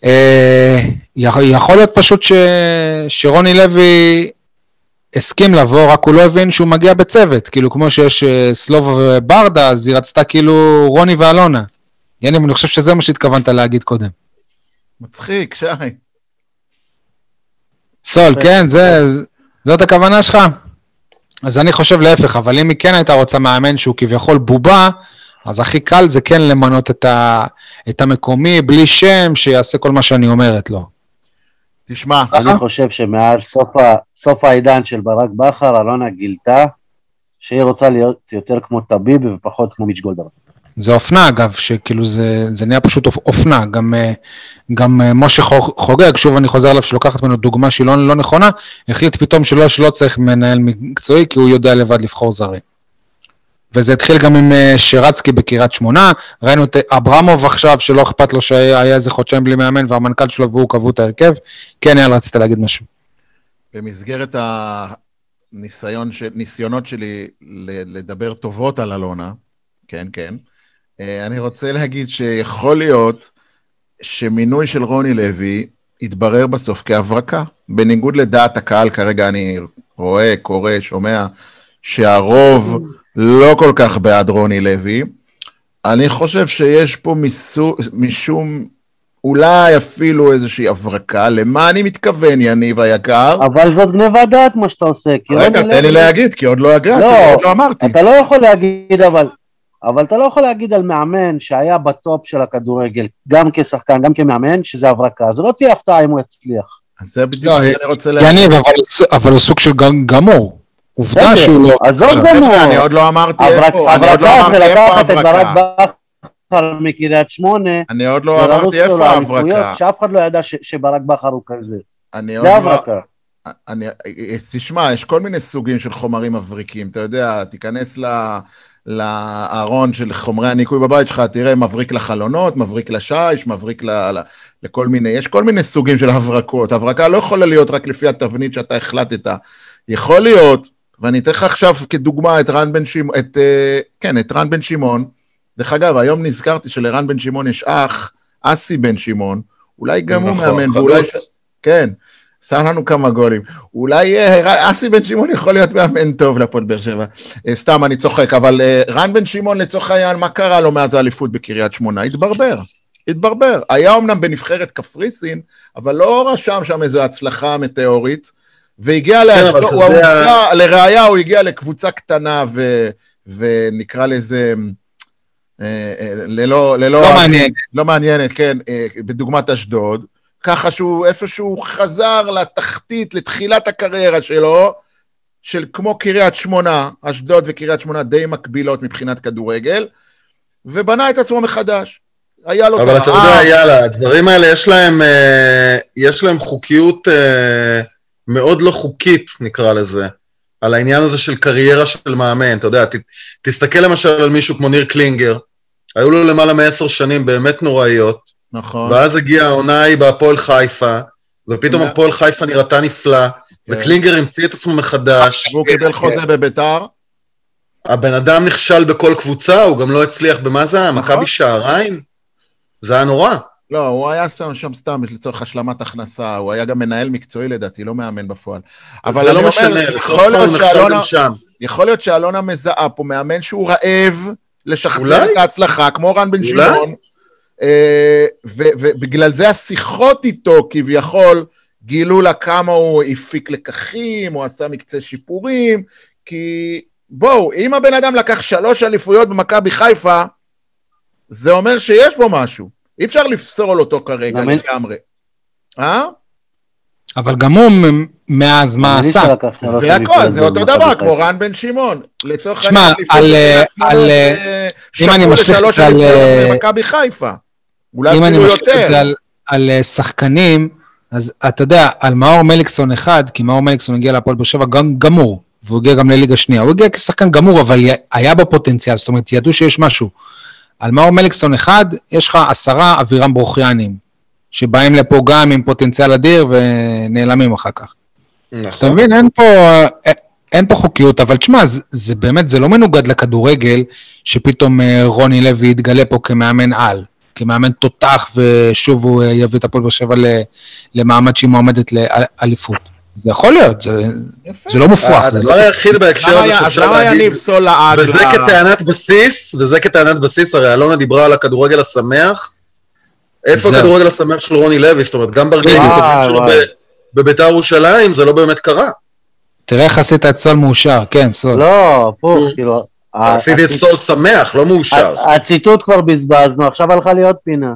יכול להיות פשוט שרוני לוי הסכים לבוא, רק הוא לא הבין שהוא מגיע בצוות, כאילו כמו שיש סלוב ברדה, אז היא רצתה כאילו רוני ואלונה. יניב, אני חושב שזה מה שהתכוונת להגיד קודם. מצחיק, שי. סול, כן, זאת הכוונה שלך? אז אני חושב להפך, אבל אם היא כן הייתה רוצה מאמן שהוא כביכול בובה, אז הכי קל זה כן למנות את המקומי, בלי שם, שיעשה כל מה שאני אומרת לו. תשמע. אני חושב שמעל סוף העידן של ברק בכר, אלונה גילתה, שהיא רוצה להיות יותר כמו טביב ופחות כמו מיץ' גולדברג. זה אופנה אגב, שכאילו זה נהיה פשוט אופנה, גם משה חוגג, שוב אני חוזר עליו שלוקחת ממנו דוגמה שהיא לא נכונה, החליט פתאום שלא צריך מנהל מקצועי, כי הוא יודע לבד לבחור זרים. וזה התחיל גם עם שרצקי בקריית שמונה, ראינו את אברמוב עכשיו, שלא אכפת לו שהיה איזה חודשיים בלי מאמן, והמנכ"ל שלו והוא קבעו את ההרכב. כן, יאללה, רצית להגיד משהו. במסגרת הניסיונות שלי לדבר טובות על אלונה, כן, כן, אני רוצה להגיד שיכול להיות שמינוי של רוני לוי יתברר בסוף כהברקה. בניגוד לדעת הקהל, כרגע אני רואה, קורא, שומע, שהרוב לא כל כך בעד רוני לוי. אני חושב שיש פה משום, אולי אפילו איזושהי הברקה, למה אני מתכוון, יניב היקר? אבל זאת גניבת דעת מה שאתה עושה. רגע, תן לי להגיד, כי עוד לא הגעתי, עוד לא אמרתי. אתה לא יכול להגיד, אבל אתה לא יכול להגיד על מאמן שהיה בטופ של הכדורגל, גם כשחקן, גם כמאמן, שזה הברקה. זה לא תהיה הפתעה אם הוא יצליח. אז זה בדיוק שאני רוצה להגיד. יניב, אבל הוא סוג של גמור. עובדה שהוא לא... אז זאת גמור. אני עוד לא אמרתי איפה. הברקה זה לקחת את ברק בכר מקריית שמונה. אני עוד לא אמרתי איפה ההברקה. שאף אחד לא ידע שברק בכר הוא כזה. זה הברקה. תשמע, יש כל מיני סוגים של חומרים מבריקים. אתה יודע, תיכנס לארון של חומרי הניקוי בבית שלך, תראה, מבריק לחלונות, מבריק לשיש, מבריק לכל מיני, יש כל מיני סוגים של הברקות. הברקה לא יכולה להיות רק לפי התבנית שאתה החלטת. יכול להיות, ואני אתן לך עכשיו כדוגמה את רן בן שמעון, דרך אגב, היום נזכרתי שלרן בן שמעון יש אח, אסי בן שמעון, אולי גם הוא מאמן, ואולי, כן, שם לנו כמה גולים, אולי אסי בן שמעון יכול להיות מאמן טוב לפועל באר שבע, סתם אני צוחק, אבל רן בן שמעון לצורך העניין, מה קרה לו מאז האליפות בקריית שמונה? התברבר, היה אמנם בנבחרת קפריסין, אבל לא רשם שם איזו הצלחה מטאורית, והגיע לראיה, הוא הגיע לקבוצה קטנה, ונקרא לזה, לא מעניינת, כן, בדוגמת אשדוד, ככה שהוא איפשהו חזר לתחתית, לתחילת הקריירה שלו, של כמו קריית שמונה, אשדוד וקריית שמונה די מקבילות מבחינת כדורגל, ובנה את עצמו מחדש. אבל אתה יודע, יאללה, הדברים האלה יש להם חוקיות מאוד לא חוקית, נקרא לזה, על העניין הזה של קריירה של מאמן. אתה יודע, תסתכל למשל על מישהו כמו ניר קלינגר, היו לו למעלה מ10 שנים באמת נוראיות, נכון. ואז הגיע העונאי בהפועל חיפה, ופתאום הפועל חיפה נראתה נפלא, וקלינגר המציא את עצמו מחדש. והוא קיבל חוזה בביתר. הבן אדם נכשל בכל קבוצה, הוא גם לא הצליח במה זה היה, מכבי שעריים, זה היה נורא. לא, הוא היה שם סתם לצורך השלמת הכנסה, הוא היה גם מנהל מקצועי לדעתי, לא מאמן בפועל. זה לא משנה, יכול להיות שאלונה מזהה פה מאמן שהוא רעב לשחזר את ההצלחה, כמו רן בן שמעון, ובגלל זה השיחות איתו כביכול גילו לה כמה הוא הפיק לקחים, הוא עשה מקצה שיפורים, כי בואו, אם הבן אדם לקח 3 אליפויות במכבי חיפה, זה אומר שיש בו משהו. אי אפשר לפסול אותו כרגע לגמרי. אבל גם הוא מאז מה עשה. זה הכל, זה אותו דבר, כמו רן בן שמעון. לצורך שמה, אם אני משליך את זה במכבי חיפה. אם אני משליך את זה על שחקנים, אז אתה יודע, על מאור מליקסון אחד, כי מאור מליקסון הגיע להפועל באר שבע גמור, והוא הגיע גם לליגה שנייה. הוא הגיע כשחקן גמור, אבל היה בו פוטנציאל, זאת אומרת, ידעו שיש משהו. על מאור מליקסון אחד, יש לך 10 אבירם ברוכיאנים, שבאים לפה גם עם פוטנציאל אדיר, ונעלמים אחר כך. אתה מבין, אין פה חוקיות, אבל תשמע, זה באמת, זה לא מנוגד לכדורגל, שפתאום רוני לוי יתגלה פה כמאמן על, כמאמן תותח, ושוב הוא יביא את הפועל באר שבע למעמד שהיא מועמדת לאליפות. זה יכול להיות, זה לא מופרך. הדבר היחיד בהקשר הזה שאפשר להגיד, וזה כטענת בסיס, הרי אלונה דיברה על הכדורגל השמח, איפה הכדורגל השמח של רוני לוי? זאת אומרת, גם ברגעים טובים שלו בביתר ירושלים זה לא באמת קרה. תראה איך עשית את סול מאושר, כן, סול. לא, פוך, כאילו... עשיתי את סול שמח, לא מאושר. הציטוט כבר בזבזנו, עכשיו הלכה להיות פינה.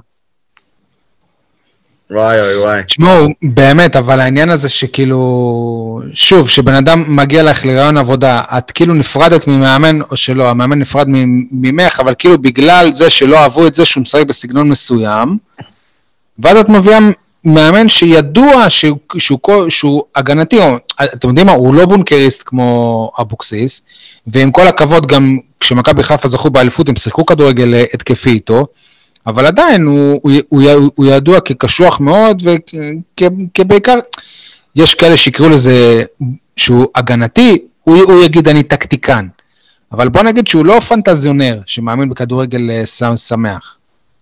וואי. תשמעו, באמת, אבל העניין הזה שכאילו, שוב, שבן אדם מגיע לך לרעיון עבודה, את כאילו נפרדת ממאמן או שלא, המאמן נפרד ממך, אבל כאילו בגלל זה שלא אהבו את זה שהוא משחק בסגנון מסוים, ואז את מביאה מאמן שידוע שהוא הגנתי, או, אתם יודעים מה, הוא לא בונקריסט כמו אבוקסיס, ועם כל הכבוד גם כשמכבי חיפה זכו באליפות, הם שיחקו כדורגל התקפי איתו, אבל עדיין הוא ידוע כקשוח מאוד, וכבעיקר, יש כאלה שיקראו לזה שהוא הגנתי, הוא יגיד אני טקטיקן, אבל בוא נגיד שהוא לא פנטזיונר, שמאמין בכדורגל שמח.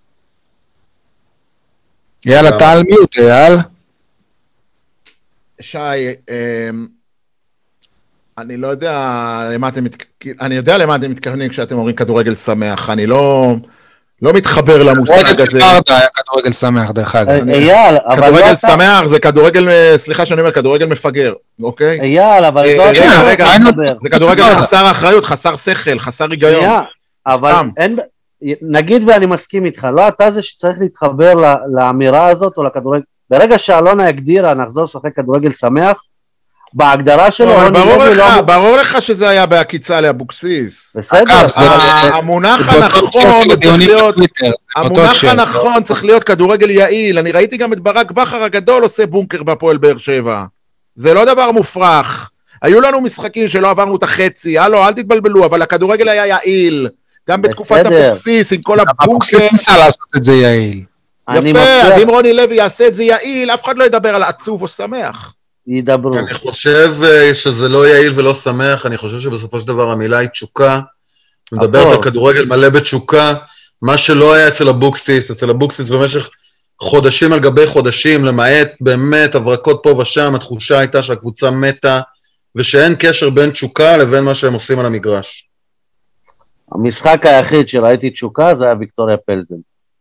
יאללה, אתה על מיוט, יאללה. שי, אני לא יודע למה אתם אני יודע למה אתם מתכוונים כשאתם אומרים כדורגל שמח, אני לא מתחבר למושג הזה. היה כדורגל שמח, דרך אגב. אייל, אבל כדורגל שמח זה כדורגל, סליחה שאני אומר, כדורגל מפגר, אוקיי? אייל, אבל רגע, זה כדורגל חסר אחריות, חסר שכל, חסר היגיון. אבל נגיד ואני מסכים איתך, לא אתה זה שצריך להתחבר לאמירה הזאת או לכדורגל, ברגע שאלונה הגדירה, נחזור לשחק כדורגל שמח, בהגדרה שלו, ברור לך שזה היה בהקיצה לאבוקסיס. בסדר. המונח הנכון צריך להיות כדורגל יעיל. אני ראיתי גם את ברק בכר הגדול עושה בונקר בהפועל באר שבע. זה לא דבר מופרך. היו לנו משחקים שלא עברנו את החצי, אל תתבלבלו, אבל הכדורגל היה יעיל. גם בתקופת אבוקסיס, עם כל הבונקר. אבוקסיס ניסה לעשות את זה יעיל. יפה, אז אם רוני לוי יעשה את זה יעיל, אף אחד לא ידבר על עצוב או שמח. ידברו. אני חושב שזה לא יעיל ולא שמח, אני חושב שבסופו של דבר המילה היא תשוקה, מדברת על כדורגל מלא בתשוקה, מה שלא היה אצל אבוקסיס במשך חודשים על גבי חודשים, למעט באמת הברקות פה ושם, התחושה הייתה שהקבוצה מתה, ושאין קשר בין תשוקה לבין מה שהם עושים על המגרש. המשחק היחיד שראיתי תשוקה זה היה ויקטוריה פלזן.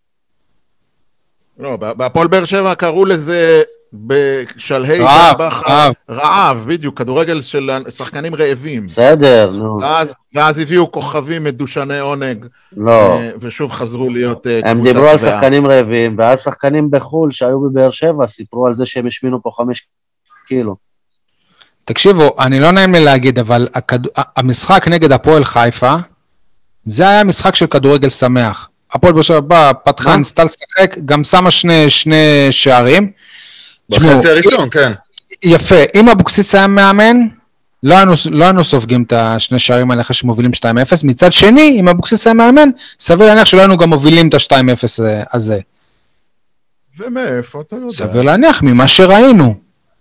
לא, בהפועל באר שבע קראו לזה בשלהי רעב, בדיוק, כדורגל של שחקנים רעבים. בסדר, נו. ואז הביאו כוכבים מדושני עונג, ושוב חזרו להיות קבוצה שבעה. הם דיברו על שחקנים רעבים, ואז שחקנים בחול שהיו בבאר שבע, סיפרו על זה שהם השמינו פה 5 קילו. תקשיבו, אני לא נעים לי להגיד, אבל המשחק נגד הפועל חיפה, זה היה משחק של כדורגל שמח. הפועל באר שבע פתחה, ניסתה לשחק, גם שמה שני שערים. בחצי הראשון, כן. יפה, אם אבוקסיס היה מאמן, לא היינו סופגים את השני שערים האלה אחרי שמובילים 2-0, מצד שני, אם אבוקסיס היה מאמן, סביר להניח שלא היינו גם מובילים את ה-2-0 הזה. ומאיפה אתה יודע? סביר להניח ממה שראינו.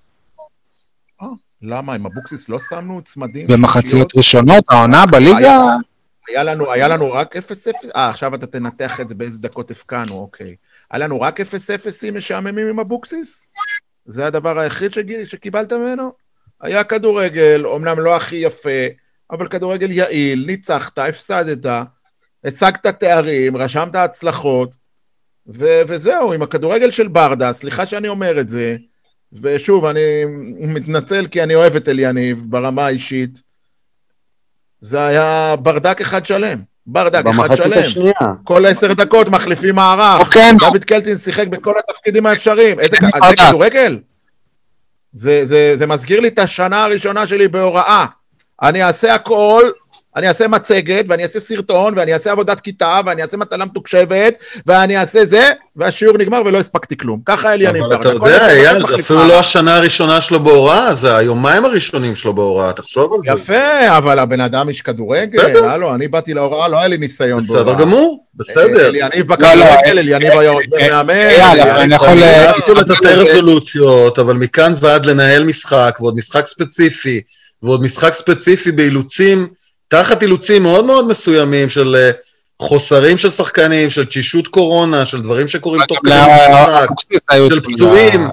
למה? עם אבוקסיס לא שמנו צמדים? במחציות ראשונות, העונה בליגה... היה לנו רק 0-0, עכשיו אתה תנתח את זה באיזה דקות הפקענו, אוקיי. היה לנו רק 0-0 משעממים עם אבוקסיס? זה הדבר היחיד שקיבלת ממנו? היה כדורגל, אומנם לא הכי יפה, אבל כדורגל יעיל, ניצחת, הפסדת, השגת תארים, רשמת הצלחות, וזהו, עם הכדורגל של ברדה, סליחה שאני אומר את זה, ושוב, אני מתנצל כי אני אוהב את אליניב ברמה האישית, זה היה ברדק אחד שלם, ברדק אחד שלם. כל 10 דקות מחליפים מערך. דוד קלטין שיחק בכל התפקידים האפשריים. זה כדורגל? זה מזכיר לי את השנה הראשונה שלי בהוראה. אני אעשה הכל, אני אעשה מצגת, ואני אעשה סרטון, ואני אעשה עבודת כיתה, ואני אעשה מטלה מתוקשבת, ואני אעשה זה, והשיעור נגמר ולא הספקתי כלום. ככה אליניב ברדק. אבל אתה יודע, אייל, זה אפילו לא השנה הראשונה שלו בהוראה, זה היומיים הראשונים שלו בהוראה, תחשוב על זה. יפה, אבל הבן אדם איש כדורגל, הלו, אני באתי להוראה, לא היה לי ניסיון בהוראה. בסדר גמור, בסדר. אליניב בכדורגל, אליניב היה עוזר מאמן. אני יכול לתת רזולוציות, אבל מכאן ועד לנהל משחק, ועוד משחק ספציפי, ועוד משחק ספציפי באילוצים, תחת אילוצים מאוד מאוד מסוימים של חוסרים של שחקנים, של תשישות קורונה, של דברים שקורים תוך כדי משחק, של פצועים.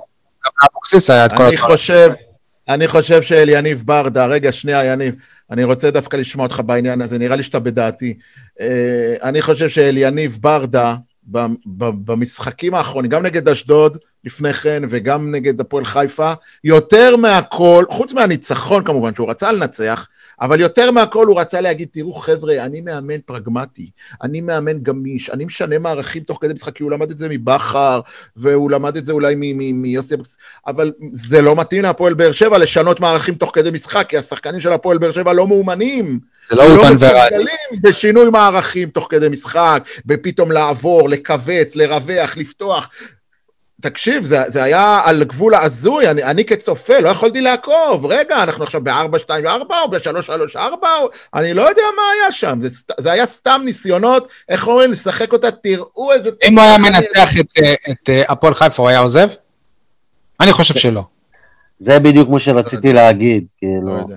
אני חושב שאליניב ברדה, רגע שנייה יניב, אני רוצה דווקא לשמוע אותך בעניין הזה, נראה לי שאתה בדעתי. אני חושב שאליניב ברדה, במשחקים האחרונים, גם נגד אשדוד לפני כן, וגם נגד הפועל חיפה, יותר מהכל, חוץ מהניצחון כמובן, שהוא רצה לנצח, אבל יותר מהכל הוא רצה להגיד, תראו חבר'ה, אני מאמן פרגמטי, אני מאמן גמיש, אני משנה מערכים תוך כדי משחק, כי הוא למד את זה מבחר, והוא למד את זה אולי מיוסי אבוקסיס, אבל זה לא מתאים להפועל באר שבע לשנות מערכים תוך כדי משחק, כי השחקנים של הפועל באר שבע לא מאומנים, זה לא אולפן ורד. בשינוי מערכים תוך כדי משחק, בפתאום לעבור, לקבץ, לרווח, לפתוח, תקשיב, זה היה על גבול העזוי, אני כצופה לא יכולתי לעקוב, רגע, אנחנו עכשיו ב-4-2-4 או ב-3-3-4, אני לא יודע מה היה שם, זה היה סתם ניסיונות, איך אומרים, לשחק אותה, תראו איזה... אם הוא היה מנצח את הפועל חיפה, הוא היה עוזב? אני חושב שלא. זה בדיוק מה שרציתי להגיד, כאילו... לא יודע.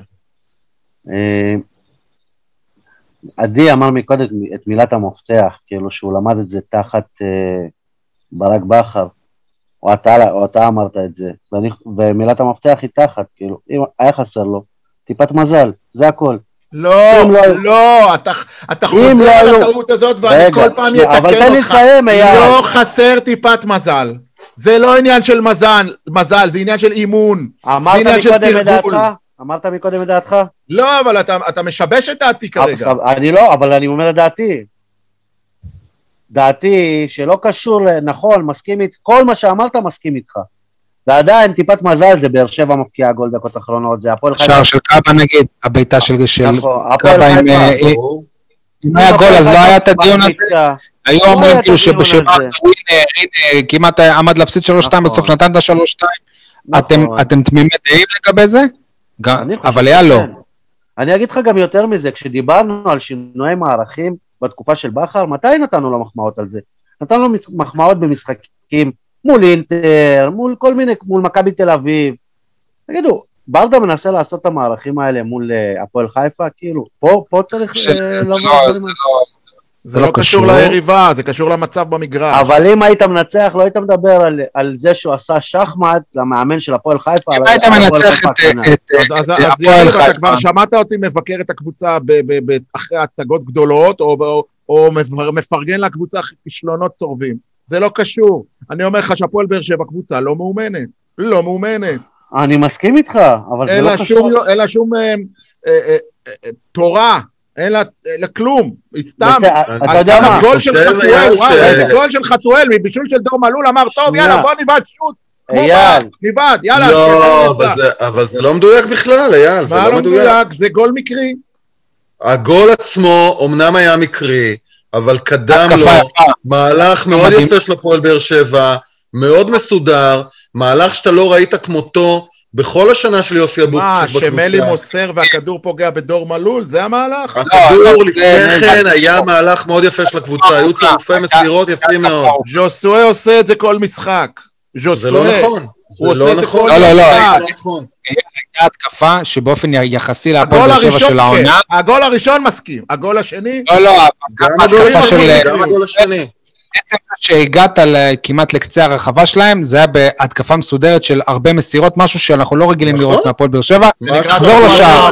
עדי אמר מקודם את מילת המפתח, כאילו שהוא למד את זה תחת ברק בכר, או אתה אמרת את זה, ומילת המפתח היא תחת, כאילו, אם היה חסר לו, טיפת מזל, זה הכל. לא, אתה חוזר על הטעות הזאת, ואני כל פעם יתקן אותך, לא חסר טיפת מזל, זה לא עניין של מזל, זה עניין של אימון, זה עניין של תרגול. אמרת מקודם את דעתך? לא, אבל אתה משבש את דעתי כרגע. אני לא, אבל אני אומר את דעתי. דעתי שלא קשור, נכון, מסכים איתך, כל מה שאמרת מסכים איתך. ועדיין טיפת מזל זה באר שבע מפקיעה גול דקות אחרונות, זה הפועל חיפה. שער של קאבה נגיד, הביתה של קאבה עם... אם היה גול אז לא היה את הדיון הזה. היו אומרים כאילו שבשבא כמעט עמד להפסיד 3-2, בסוף נתן את 3-2. אתם תמימי דעים לגבי זה? אבל היה לא. אני אגיד לך גם יותר מזה, כשדיברנו על שינויי מערכים בתקופה של בכר, מתי נתנו לו מחמאות על זה? נתנו לו מחמאות במשחקים מול אינטר, מול כל מיני, מול מכבי תל אביב. תגידו, ברדה מנסה לעשות את המערכים האלה מול הפועל חיפה, כאילו, פה צריך... זה לא קשור ליריבה, זה קשור למצב במגרש. אבל אם היית מנצח, לא היית מדבר על זה שהוא עשה שחמט למאמן של הפועל חיפה. אם היית מנצח את הפועל חיפה. אתה כבר שמעת אותי מבקר את הקבוצה אחרי הצגות גדולות, או מפרגן לקבוצה אחרי כישלונות צורבים. זה לא קשור. אני אומר לך שהפועל באר שבע קבוצה לא מאומנת. לא מאומנת. אני מסכים איתך, אבל זה לא קשור. אין לה שום תורה. אין לה כלום, היא סתם. אתה יודע מה? הגול של חתואל, מבישול של דור מלול, אמר, טוב, יאללה, בוא ניבד שוט. ניבד, יאללה. לא, אבל זה לא מדויק בכלל, אייל, זה לא מדויק. זה גול מקרי. הגול עצמו אומנם היה מקרי, אבל קדם לו מהלך מאוד יפה של הפועל באר שבע, מאוד מסודר, מהלך שאתה לא ראית כמותו, בכל השנה של יוסי אבוקסיס בקבוצה. שמלי מוסר והכדור פוגע בדור מלול, זה המהלך? הכדור לפני כן היה מהלך מאוד יפה של הקבוצה, היו צירופי מסירות יפים מאוד. ז'וסואה עושה את זה כל משחק. זה לא נכון. הוא עושה את זה כל משחק. הייתה התקפה שבאופן יחסי להפועל באר שבע של העונה. הגול הראשון מסכים, הגול השני? לא, גם הגול השני. בעצם שהגעת כמעט לקצה הרחבה שלהם, זה היה בהתקפה מסודרת של הרבה מסירות, משהו שאנחנו לא רגילים לראות מהפועל באר שבע, נחזור לשער.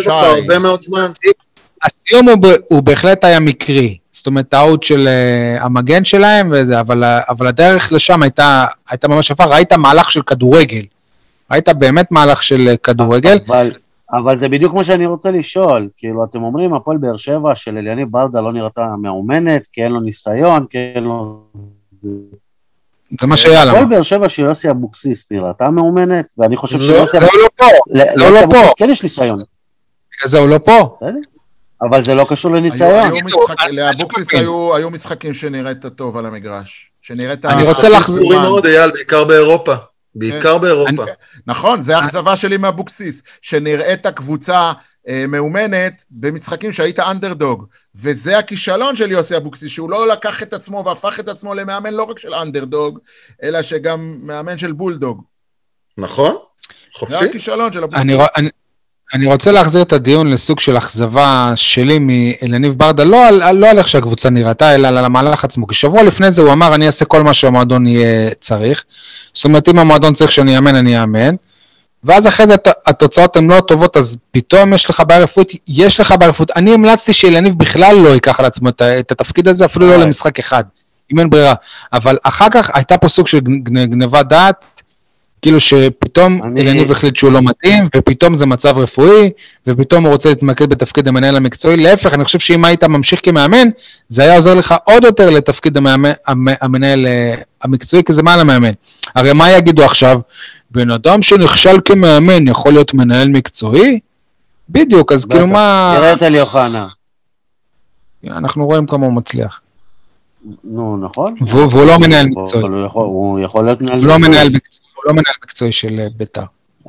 הסיום הוא בהחלט היה מקרי, זאת אומרת, טעות של המגן שלהם, אבל הדרך לשם הייתה ממש יפה, ראית מהלך של כדורגל, ראית באמת מהלך של כדורגל. אבל זה בדיוק מה שאני רוצה לשאול, כאילו אתם אומרים, הפועל באר שבע של אליניב ברדה לא נראתה מאומנת, כי אין לו ניסיון, כי אין לו... זה מה שהיה למה. הפועל באר שבע של יוסי אבוקסיס נראתה מאומנת, ואני חושב זה לא פה, זה לא פה. כן יש ניסיון. בגלל זה הוא לא פה. אבל זה לא קשור לניסיון. לאבוקסיס היו משחקים שנראית טוב על המגרש. אני רוצה לחזור מאוד, אייל, בעיקר באירופה. בעיקר באירופה. נכון, זה האכזבה שלי מהבוקסיס, שנראית הקבוצה מאומנת במשחקים שהיית אנדרדוג, וזה הכישלון של יוסי אבוקסיס, שהוא לא לקח את עצמו והפך את עצמו למאמן לא רק של אנדרדוג, אלא שגם מאמן של בולדוג. נכון, חופשי. זה הכישלון של אבוקסיס. אני רוצה להחזיר את הדיון לסוג של אכזבה שלי מאליניב ברדה, לא על איך שהקבוצה נראתה, אלא על המהלך עצמו, כי שבוע לפני זה הוא אמר, אני אעשה כל מה שהמועדון יהיה צריך, זאת אומרת, אם המועדון צריך שאני אאמן, אני אאמן, ואז אחרי זה התוצאות הן לא טובות, אז פתאום יש לך בעיה רפואית, אני המלצתי שאליניב בכלל לא ייקח על עצמו את התפקיד הזה, אפילו לא למשחק אחד, אם אין ברירה. אבל אחר כך הייתה פה סוג של גנבת דעת, כאילו שפתאום אליניב החליט שהוא לא מתאים, ופתאום זה מצב רפואי, ופתאום הוא רוצה להתמקד בתפקיד המנהל המקצועי. להפך, אני חושב שאם היית ממשיך כמאמן, זה היה עוזר לך עוד יותר לתפקיד המנהל המקצועי, כי זה מעל המאמן. הרי מה יגידו עכשיו? בן אדם שנכשל כמאמן יכול להיות מנהל מקצועי? בדיוק, אז כאילו מה... תראה את אליוחנה. אנחנו רואים כמה הוא מצליח. נו, נכון. והוא לא מנהל מקצועי. הוא יכול להיות מנהל מקצועי. הוא לא מנהל מקצועי של בית"ר.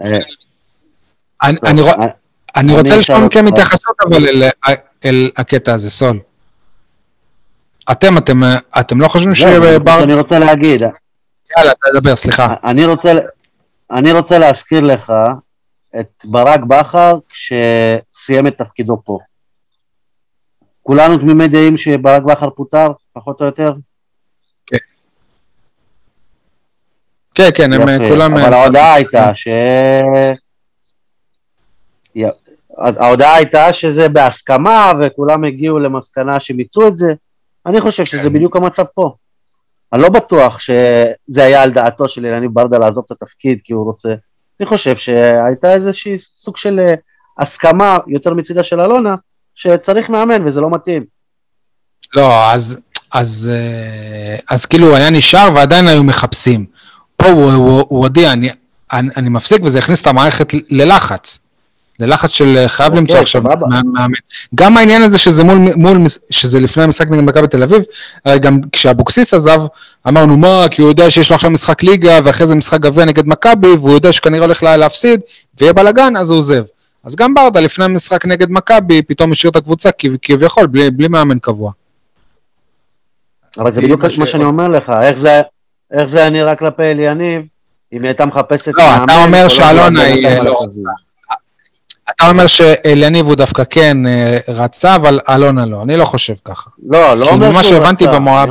אני רוצה לשמוע מכם התייחסות אבל אל הקטע הזה, סול. אתם לא חושבים אני רוצה להגיד. יאללה, תדבר, סליחה. אני רוצה להזכיר לך את ברק בכר כשסיים את תפקידו פה. כולנו תמימי דעים שברק בכר פוטר, פחות או יותר? כן. כן, הם כולם... אבל ההודעה הייתה אז ההודעה הייתה שזה בהסכמה, וכולם הגיעו למסקנה שמיצו את זה. אני חושב שזה בדיוק המצב פה. אני לא בטוח שזה היה על דעתו של אליניב ברדה לעזוב את התפקיד, כי הוא רוצה... אני חושב שהייתה איזושהי סוג של הסכמה יותר מצידה של אלונה, שצריך מאמן וזה לא מתאים. לא, אז כאילו הוא היה נשאר ועדיין היו מחפשים. פה הוא הודיע, אני מפסיק וזה הכניס את המערכת ללחץ. ללחץ של חייב למצוא עכשיו מאמן. גם העניין הזה שזה לפני המשחק נגד מכבי בתל אביב, גם כשאבוקסיס עזב, אמרנו מה, כי הוא יודע שיש לו עכשיו משחק ליגה, ואחרי זה משחק גביע נגד מכבי, והוא יודע שכנראה הולך להפסיד, ויהיה בלגן, אז הוא עוזב. אז גם ברדה לפני המשחק נגד מכבי, פתאום השאיר את הקבוצה כביכול, בלי מאמן קבוע. אבל זה בדיוק מה שאני אומר לך, איך זה נראה כלפי אליניב, אם היא הייתה מחפשת מאמן... לא, אתה אומר שאלונה היא לא רצה. אתה אומר שאליניב הוא דווקא כן רצה, אבל אלונה לא, אני לא חושב ככה. לא אומר שהוא רצה. זה מה שהבנתי במועד.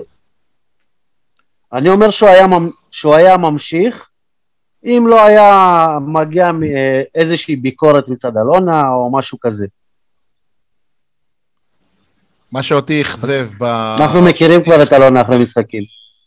אני אומר שהוא היה ממשיך, אם לא היה מגיע איזושהי ביקורת מצד אלונה או משהו כזה. מה שאותי יחזב אנחנו מכירים כבר את אלונה אחרי משחקים.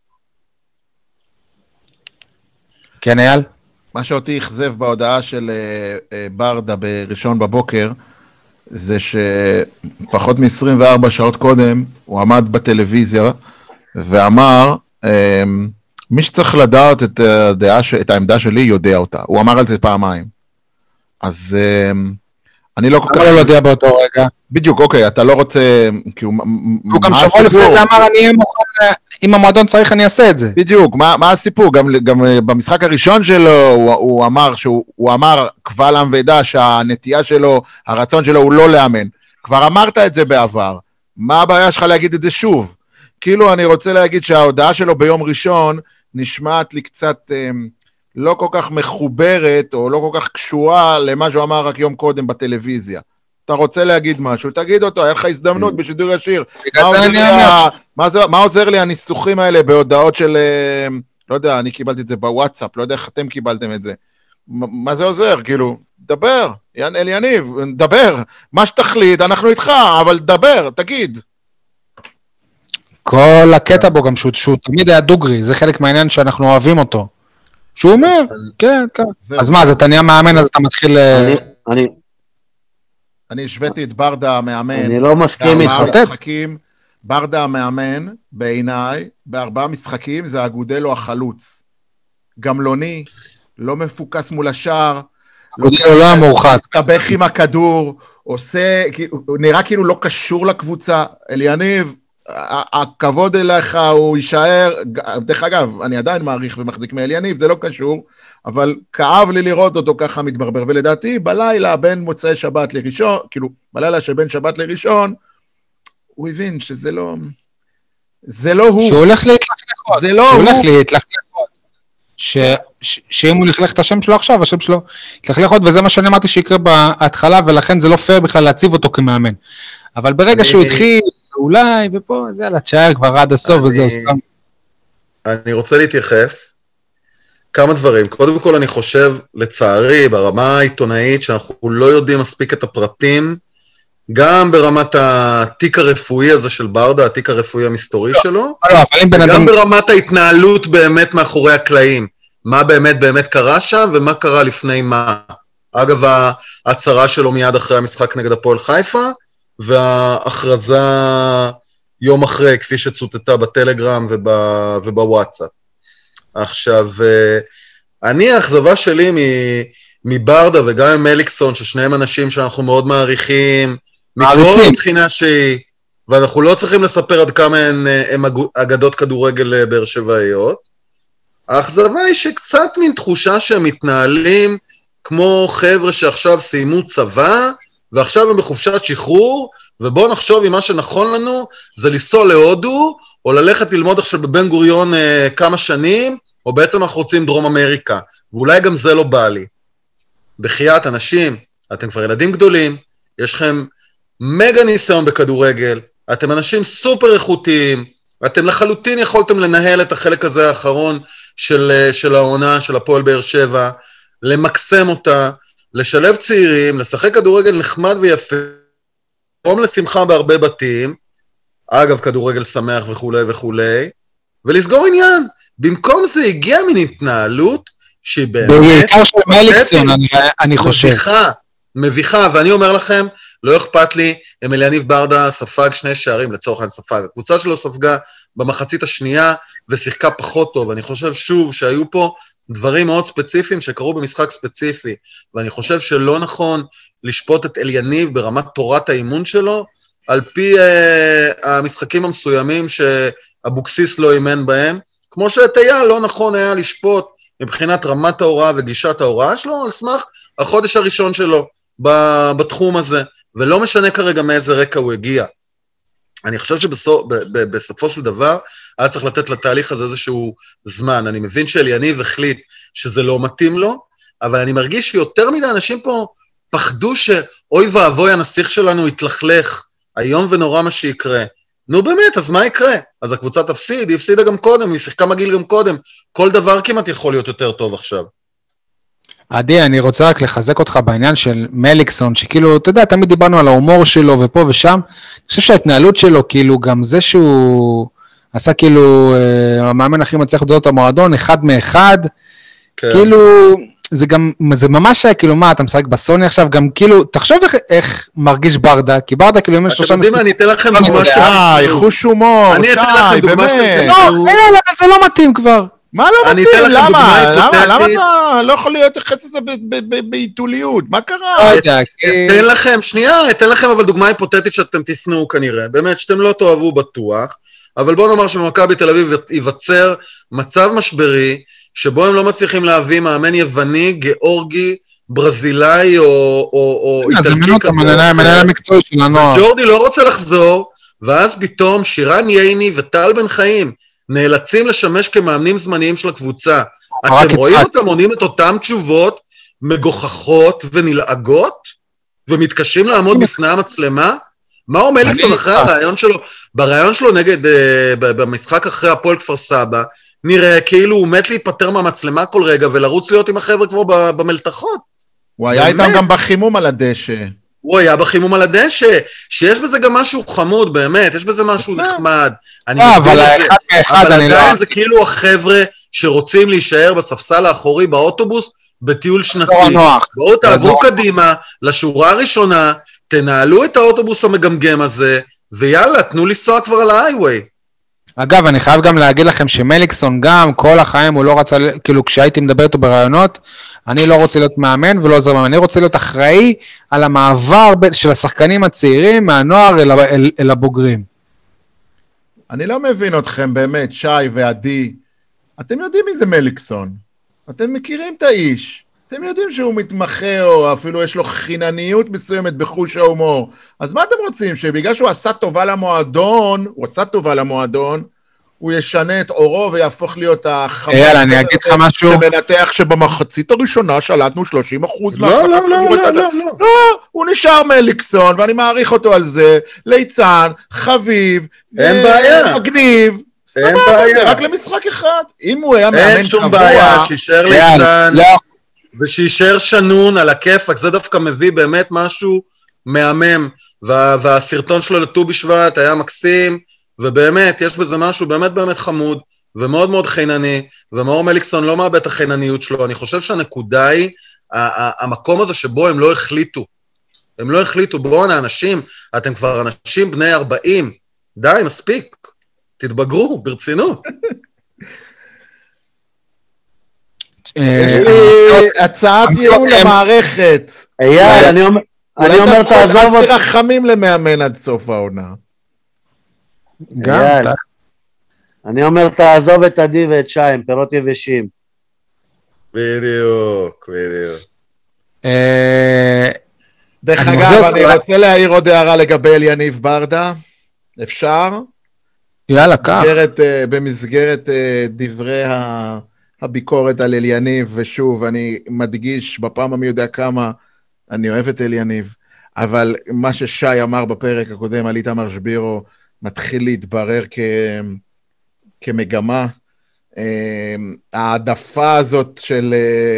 כן, אייל? מה שאותי יחזב בהודעה של ברדה בראשון בבוקר, זה שפחות מ-24 שעות קודם, הוא עמד בטלוויזיה ואמר, מי שצריך לדעת את העמדה שלי יודע אותה. הוא אמר על זה פעמיים. אז אני לא כל כך... אבל לא יודע באותו רגע. בדיוק, אוקיי, אתה לא רוצה... הוא גם שבוע לפני זה אמר, אני אהיה מוכן, אם המועדון צריך, אני אעשה את זה. בדיוק, מה הסיפור? גם במשחק הראשון שלו, הוא אמר, שהוא אמר קבל עם ועדה שהנטייה שלו, הרצון שלו הוא לא לאמן. כבר אמרת את זה בעבר. מה הבעיה שלך להגיד את זה שוב? כאילו אני רוצה להגיד שההודעה שלו ביום ראשון נשמעת לי קצת לא כל כך מחוברת, או לא כל כך קשורה למה שהוא אמר רק יום קודם בטלוויזיה. אתה רוצה להגיד משהו, תגיד אותו, היה לך הזדמנות בשידור ישיר. מה עוזר לי הניסוחים האלה בהודעות של, לא יודע, אני קיבלתי את זה בוואטסאפ, לא יודע איך אתם קיבלתם את זה. מה זה עוזר? כאילו, דבר, אליניב, דבר. מה שתחליט, אנחנו איתך, אבל דבר, תגיד. כל הקטע בו גם שהוא תמיד היה דוגרי, זה חלק מהעניין שאנחנו אוהבים אותו. שהוא אומר, כן, כן. אז מה, אז אתה נהיה מאמן, אז אתה מתחיל... אני השוויתי את ברדה המאמן. אני לא מסכים איתך. ברדה המאמן, בעיניי, ב4 משחקים, זה אגודלו החלוץ. גמלוני, לא מפוקס מול השאר. אגודלו לא המורחק. תבח עם הכדור, נראה כאילו לא קשור לקבוצה. אליניב, הכבוד אליך הוא יישאר, דרך אגב, אני עדיין מעריך ומחזיק מאליניב, זה לא קשור, אבל כאב לי לראות אותו ככה מתברבר, ולדעתי בלילה בין מוצאי שבת לראשון, כאילו בלילה שבין שבת לראשון, הוא הבין שזה לא, זה לא הוא. שהוא הולך להתלכלכות. זה לא הוא. שהוא הולך להתלכלכות. שאם הוא לכלך את השם שלו עכשיו, השם שלו יתלכלכות, וזה מה שאני אמרתי שיקרה בהתחלה, ולכן זה לא פייר בכלל להציב אותו כמאמן. אבל ברגע שהוא התחיל, אולי, ופה, זה יאללה, תשאר כבר עד הסוף, וזהו סתם. אני רוצה להתייחס. כמה דברים. קודם כל אני חושב, לצערי, ברמה העיתונאית, שאנחנו לא יודעים מספיק את הפרטים, גם ברמת התיק הרפואי הזה של ברדה, התיק הרפואי המסתורי שלו, וגם ברמת ההתנהלות באמת מאחורי הקלעים. מה באמת קרה שם, ומה קרה לפני מה. אגב, ההצהרה שלו מיד אחרי המשחק נגד הפועל חיפה, וההכרזה יום אחרי, כפי שצוטטה בטלגרם ובוואטסאפ. עכשיו, האכזבה שלי מברדה וגם עם מליקסון, ששניהם אנשים שאנחנו מאוד מעריכים, מכל מבחינה שהיא, ואנחנו לא צריכים לספר עד כמה הם אגדות כדורגל באר שבעיות, האכזבה היא שקצת מין תחושה שהם מתנהלים כמו חבר'ה שעכשיו סיימו צבא, ועכשיו הם בחופשת שחרור, ובואו נחשוב אם מה שנכון לנו זה לנסוע להודו, או ללכת ללמוד עכשיו בבן גוריון כמה שנים, או בעצם אנחנו רוצים דרום אמריקה, ואולי גם זה לא בא לי. בחייאת אנשים, אתם כבר ילדים גדולים, יש לכם מגה ניסיון בכדורגל, אתם אנשים סופר איכותיים, אתם לחלוטין יכולתם לנהל את החלק הזה האחרון של העונה, של הפועל באר שבע, למקסם אותה, לשלב צעירים, לשחק כדורגל נחמד ויפה, לגרום לשמחה בהרבה בתים, אגב כדורגל שמח וכולי וכולי, ולסגור עניין. במקום זה הגיע מן התנהלות שהיא באמת בעיקר של מליקסון, אני חושב. מביכה, ואני אומר לכם, לא אכפת לי, אליניב ברדה ספג 2 שערים, לצורך העניין ספג. הקבוצה שלו ספגה במחצית השנייה, ושיחקה פחות טוב. אני חושב שוב שהיו פה דברים מאוד ספציפיים שקרו במשחק ספציפי, ואני חושב שלא נכון לשפוט את אליניב ברמת תורת האימון שלו, על פי המשחקים המסוימים שאבוקסיס לא אימן בהם, כמו שאת לא נכון היה לשפוט מבחינת רמת ההוראה וגישת ההוראה שלו, על סמך החודש הראשון שלו בתחום הזה, ולא משנה כרגע מאיזה רקע הוא הגיע. אני חושב שבסופו של דבר, היה צריך לתת לתהליך הזה איזשהו זמן. אני מבין שאליניב החליט שזה לא מתאים לו, אבל אני מרגיש שיותר מדי אנשים פה פחדו שאוי ואבוי הנסיך שלנו יתלכלך, היום ונורא מה שיקרה. נו באמת, אז מה יקרה? אז הקבוצה תפסיד, היא הפסידה גם קודם, היא שיחקה מגיל גם קודם, כל דבר כמעט יכול להיות יותר טוב עכשיו. עדי, אני רוצה רק לחזק אותך בעניין של מליקסון, שכאילו, אתה יודע, תמיד דיברנו על ההומור שלו ופה ושם, אני חושב שההתנהלות שלו, כאילו, גם זה שהוא עשה כאילו, המאמן הכי מצליח לדעות המועדון, 1 מאחד, כן. כאילו, זה ממש היה, כאילו, מה, אתה משחק בסוני עכשיו, גם כאילו, תחשוב איך מרגיש ברדה, כי ברדה כאילו, אם יש 3 מספיק... אני אתן לכם דוגמה שאתם תסנו. חוש הומור, אני אתן לכם דוגמה שאתם תסנו. לא, זה לא מתאים כבר. מה לא מתאים? למה אתה לא יכול להתייחס לזה בעיתוליות? מה קרה? אתן לכם אבל דוגמה היפותטית שאתם תסנו כנראה, באמת שאתם לא תאהבו בטוח, אבל בואו נאמר שבמכבי תל אביב ייווצר מצב משברי, שבו הם לא מצליחים להביא מאמן יווני, גיאורגי, ברזילאי או איטלקי כזה. מנהל המקצועי של הנוער. וג'ורדי לא רוצה לחזור, ואז פתאום שירן ייני וטל בן חיים נאלצים לשמש כמאמנים זמניים של הקבוצה. אתם רואים אותם עונים את אותם תשובות מגוחכות ונלעגות, ומתקשים לעמוד בפני המצלמה? מה אומר מליקסון אחרי הרעיון שלו? ברעיון שלו נגד, במשחק אחרי הפועל כפר סבא, נראה כאילו הוא מת להיפטר מהמצלמה כל רגע, ולרוץ להיות עם החבר'ה כבר במלתחות. הוא היה איתם גם בחימום על הדשא. הוא היה בחימום על הדשא, שיש בזה גם משהו חמוד, באמת, יש בזה משהו נחמד. אבל עדיין זה כאילו החבר'ה שרוצים להישאר בספסל האחורי באוטובוס, בטיול שנתי. בואו תעברו קדימה, לשורה הראשונה, תנהלו את האוטובוס המגמגם הזה, ויאללה, תנו לנסוע כבר על ההייווי. אגב, אני חייב גם להגיד לכם שמליקסון גם, כל החיים הוא לא רצה, כאילו כשהייתי מדבר איתו ברעיונות, אני לא רוצה להיות מאמן ולא עוזר מאמן, אני רוצה להיות אחראי על המעבר של השחקנים הצעירים מהנוער אל הבוגרים. אני לא מבין אתכם באמת, שי ועדי, אתם יודעים מי זה מליקסון, אתם מכירים את האיש, אתם יודעים שהוא מתמחה או אפילו יש לו חינניות מסוימת בחוש ההומור, אז מה אתם רוצים? שבגלל שהוא עשה טובה למועדון, הוא ישנה את אורו ויהפוך להיות החמאס. יאללה, אני אגיד לך משהו. שמנתח שבמחצית הראשונה שלטנו 30%. לא. לא, הוא נשאר מליקסון, ואני מעריך אותו על זה, ליצן, חביב, אין בעיה. מגניב. אין בעיה. רק למשחק אחד. אם הוא היה מאמן קבוע... אין שום בעיה, שישאר ליצן. ושישאר שנון על הכיפק, זה דווקא מביא באמת משהו מהמם, והסרטון שלו לט"ו בשבט היה מקסים, ובאמת, יש בזה משהו באמת באמת חמוד, ומאוד מאוד חינני, ומאור מליקסון לא מאבד את החינניות שלו, אני חושב שהנקודה היא, המקום הזה שבו הם לא החליטו, בואו אנשים, אתם כבר אנשים בני 40, די, מספיק, תתבגרו, ברצינות. יש לי הצעת ייעול למערכת. אייל, אני אומר תעזוב אותי. אסתי רחמים למאמן עד סוף העונה. גם, אני אומר תעזוב את עדי ואת שי, הם פירות יבשים. בדיוק. דרך אגב, אני רוצה להעיר עוד הערה לגבי אליניב ברדה. אפשר? יאללה, כך. במסגרת דברי הביקורת על אליניב, ושוב, אני מדגיש בפעם המי יודע כמה אני אוהב את אליניב, אבל מה ששי אמר בפרק הקודם על איתמר שבירו, מתחיל להתברר כמגמה. העדפה הזאת של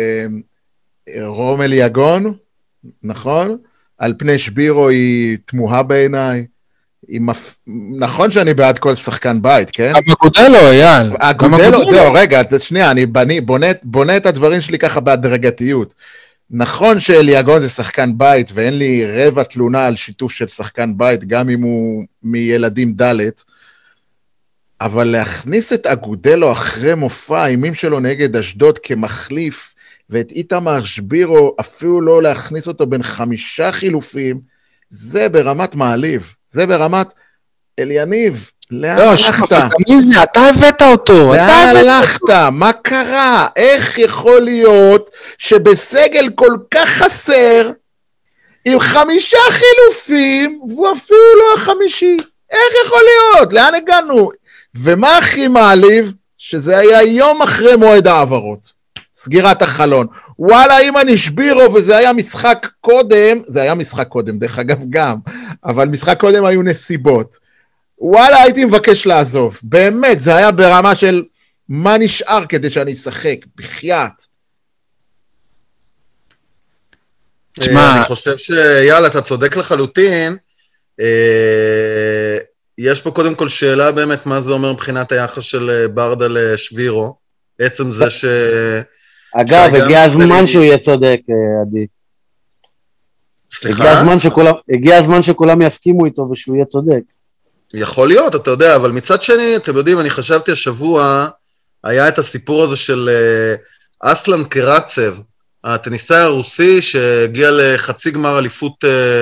רומל יגון, נכון? על פני שבירו היא תמוהה בעיניי. נכון שאני בעד כל שחקן בית, כן? אגודלו, אייל. אגודלו, זהו, רגע, שנייה, אני בונה את הדברים שלי ככה בהדרגתיות. נכון שאליגון זה שחקן בית, ואין לי רבע תלונה על שיתוף של שחקן בית, גם אם הוא מילדים ד', אבל להכניס את אגודלו אחרי מופע האימים שלו נגד אשדוד כמחליף, ואת איתמר שבירו אפילו לא להכניס אותו בין 5 חילופים, זה ברמת מעליב, זה ברמת אליניב, לאן הלכת? מי זה? אתה הבאת אותו. לאן הלכת? מה קרה? איך יכול להיות שבסגל כל כך חסר, עם 5 חילופים, והוא אפילו לא החמישי? איך יכול להיות? לאן הגענו? ומה הכי מעליב? שזה היה יום אחרי מועד העברות. סגירת החלון. וואלה, אם אני שבירו, וזה היה משחק קודם, זה היה משחק קודם, דרך אגב גם, אבל משחק קודם היו נסיבות. וואלה, הייתי מבקש לעזוב. באמת, זה היה ברמה של מה נשאר כדי שאני אשחק, בחייאת. אני חושב שיאללה, אתה צודק לחלוטין. יש פה קודם כל שאלה באמת, מה זה אומר מבחינת היחס של ברדה לשבירו, עצם זה ש... אגב, הגיע הזמן שהוא יהיה צודק, עדי. סליחה? הגיע הזמן שכולם יסכימו איתו ושהוא יהיה צודק. יכול להיות, אתה יודע, אבל מצד שני, אתם יודעים, אני חשבתי השבוע, היה את הסיפור הזה של אסלן קרצב, הטניסאי הרוסי שהגיע לחצי גמר אליפות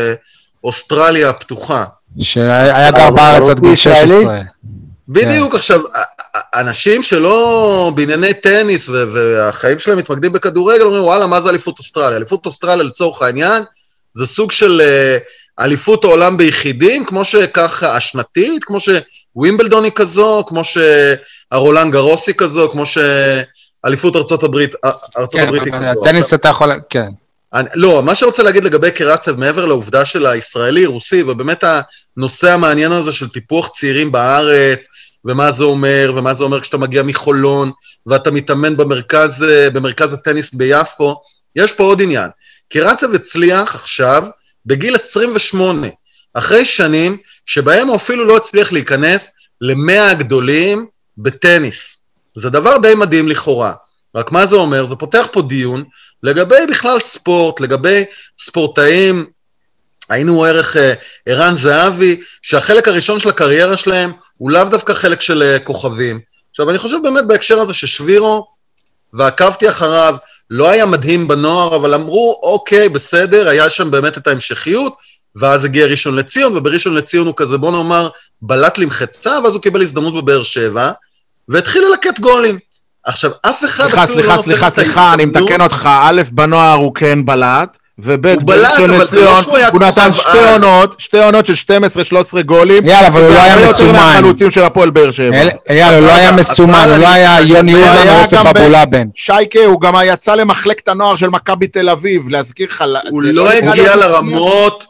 אוסטרליה הפתוחה. שהיה גר בארץ עד גיל 16. בדיוק, עכשיו, אנשים שלא בענייני טניס והחיים שלהם מתמקדים בכדורגל, אומרים, וואלה, מה זה אליפות אוסטרליה? אליפות אוסטרליה לצורך העניין, זה סוג של אליפות העולם ביחידים, כמו שככה השנתית, כמו שווימבלדוני כזו, כמו שהרולנד גרוסי כזו, כמו שאליפות ארצות הברית היא כזו. טניס אתה יכול, כן. לא, מה שרוצה להגיד לגבי קרצב, מעבר לעובדה של הישראלי, רוסי, ובאמת הנושא המעניין הזה של טיפוח צעירים בארץ, ומה זה אומר כשאתה מגיע מחולון, ואתה מתאמן במרכז הטניס ביפו, יש פה עוד עניין. קרצב הצליח עכשיו, בגיל 28, אחרי שנים, שבהם הוא אפילו לא הצליח להיכנס ל100 הגדולים בטניס. זה דבר די מדהים לכאורה. רק מה זה אומר? זה פותח פה דיון לגבי בכלל ספורט, לגבי ספורטאים, היינו ערך ערן זהבי, שהחלק הראשון של הקריירה שלהם הוא לאו דווקא חלק של כוכבים. עכשיו, אני חושב באמת בהקשר הזה ששבירו, ועקבתי אחריו, לא היה מדהים בנוער, אבל אמרו, אוקיי, בסדר, היה שם באמת את ההמשכיות, ואז הגיע ראשון לציון, ובראשון לציון הוא כזה, בוא נאמר, בלט למחצה, ואז הוא קיבל הזדמנות בבאר שבע, והתחיל ללקט גולים. עכשיו, אף אחד אפילו לא נותן את ההזדמנות. סליחה, אני מתקן אותך, א' בנוער הוא כן בלט, וב' בראשון לציון הוא נתן שתי עונות של 12-13 גולים. יאללה, אבל הוא לא היה מסומן. מהחלוצים של הפועל באר שבע. יאללה, הוא לא היה מסומן, הוא לא היה יוני אוזן או יוסף אבולאבן. שייקה, הוא גם יצא למחלקת הנוער של מכבי תל אביב, להזכיר לך. הוא לא הגיע לרמות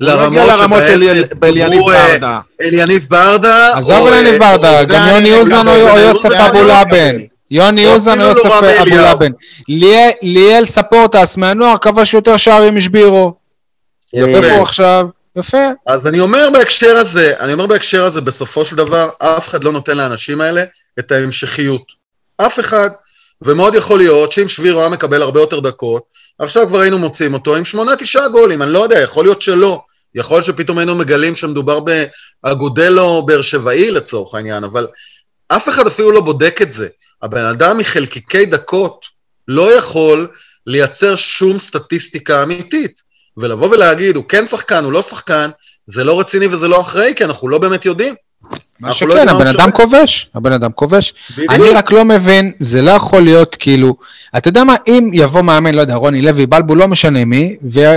שבהם אליניב ברדה. עזוב אליניב ברדה, גם יוני אוזן או יוסף אבולאבן. יוני אוזן או יוסף אבולאבן. ליאל ספורטס מהנוער כבש יותר שערים משבירו. יפה פה עכשיו. יפה. אז אני אומר בהקשר הזה, בסופו של דבר, אף אחד לא נותן לאנשים האלה את ההמשכיות. אף אחד. ומאוד יכול להיות שאם שבירו היה מקבל הרבה יותר דקות, עכשיו כבר היינו מוצאים אותו עם 8-9 גולים, אני לא יודע, יכול להיות שלא. יכול להיות שפתאום היינו מגלים שמדובר באגודלו באר שבעי לצורך העניין, אבל אף אחד אפילו לא בודק את זה. הבן אדם מחלקיקי דקות לא יכול לייצר שום סטטיסטיקה אמיתית, ולבוא ולהגיד, הוא כן שחקן, הוא לא שחקן, זה לא רציני וזה לא אחראי, כי אנחנו לא באמת יודעים. מה שכן, הבן אדם כובש. אני רק לא מבין, זה לא יכול להיות כאילו, אתה יודע מה, אם יבוא מאמן, לא יודע, רוני לוי, בלבו, לא משנה מי,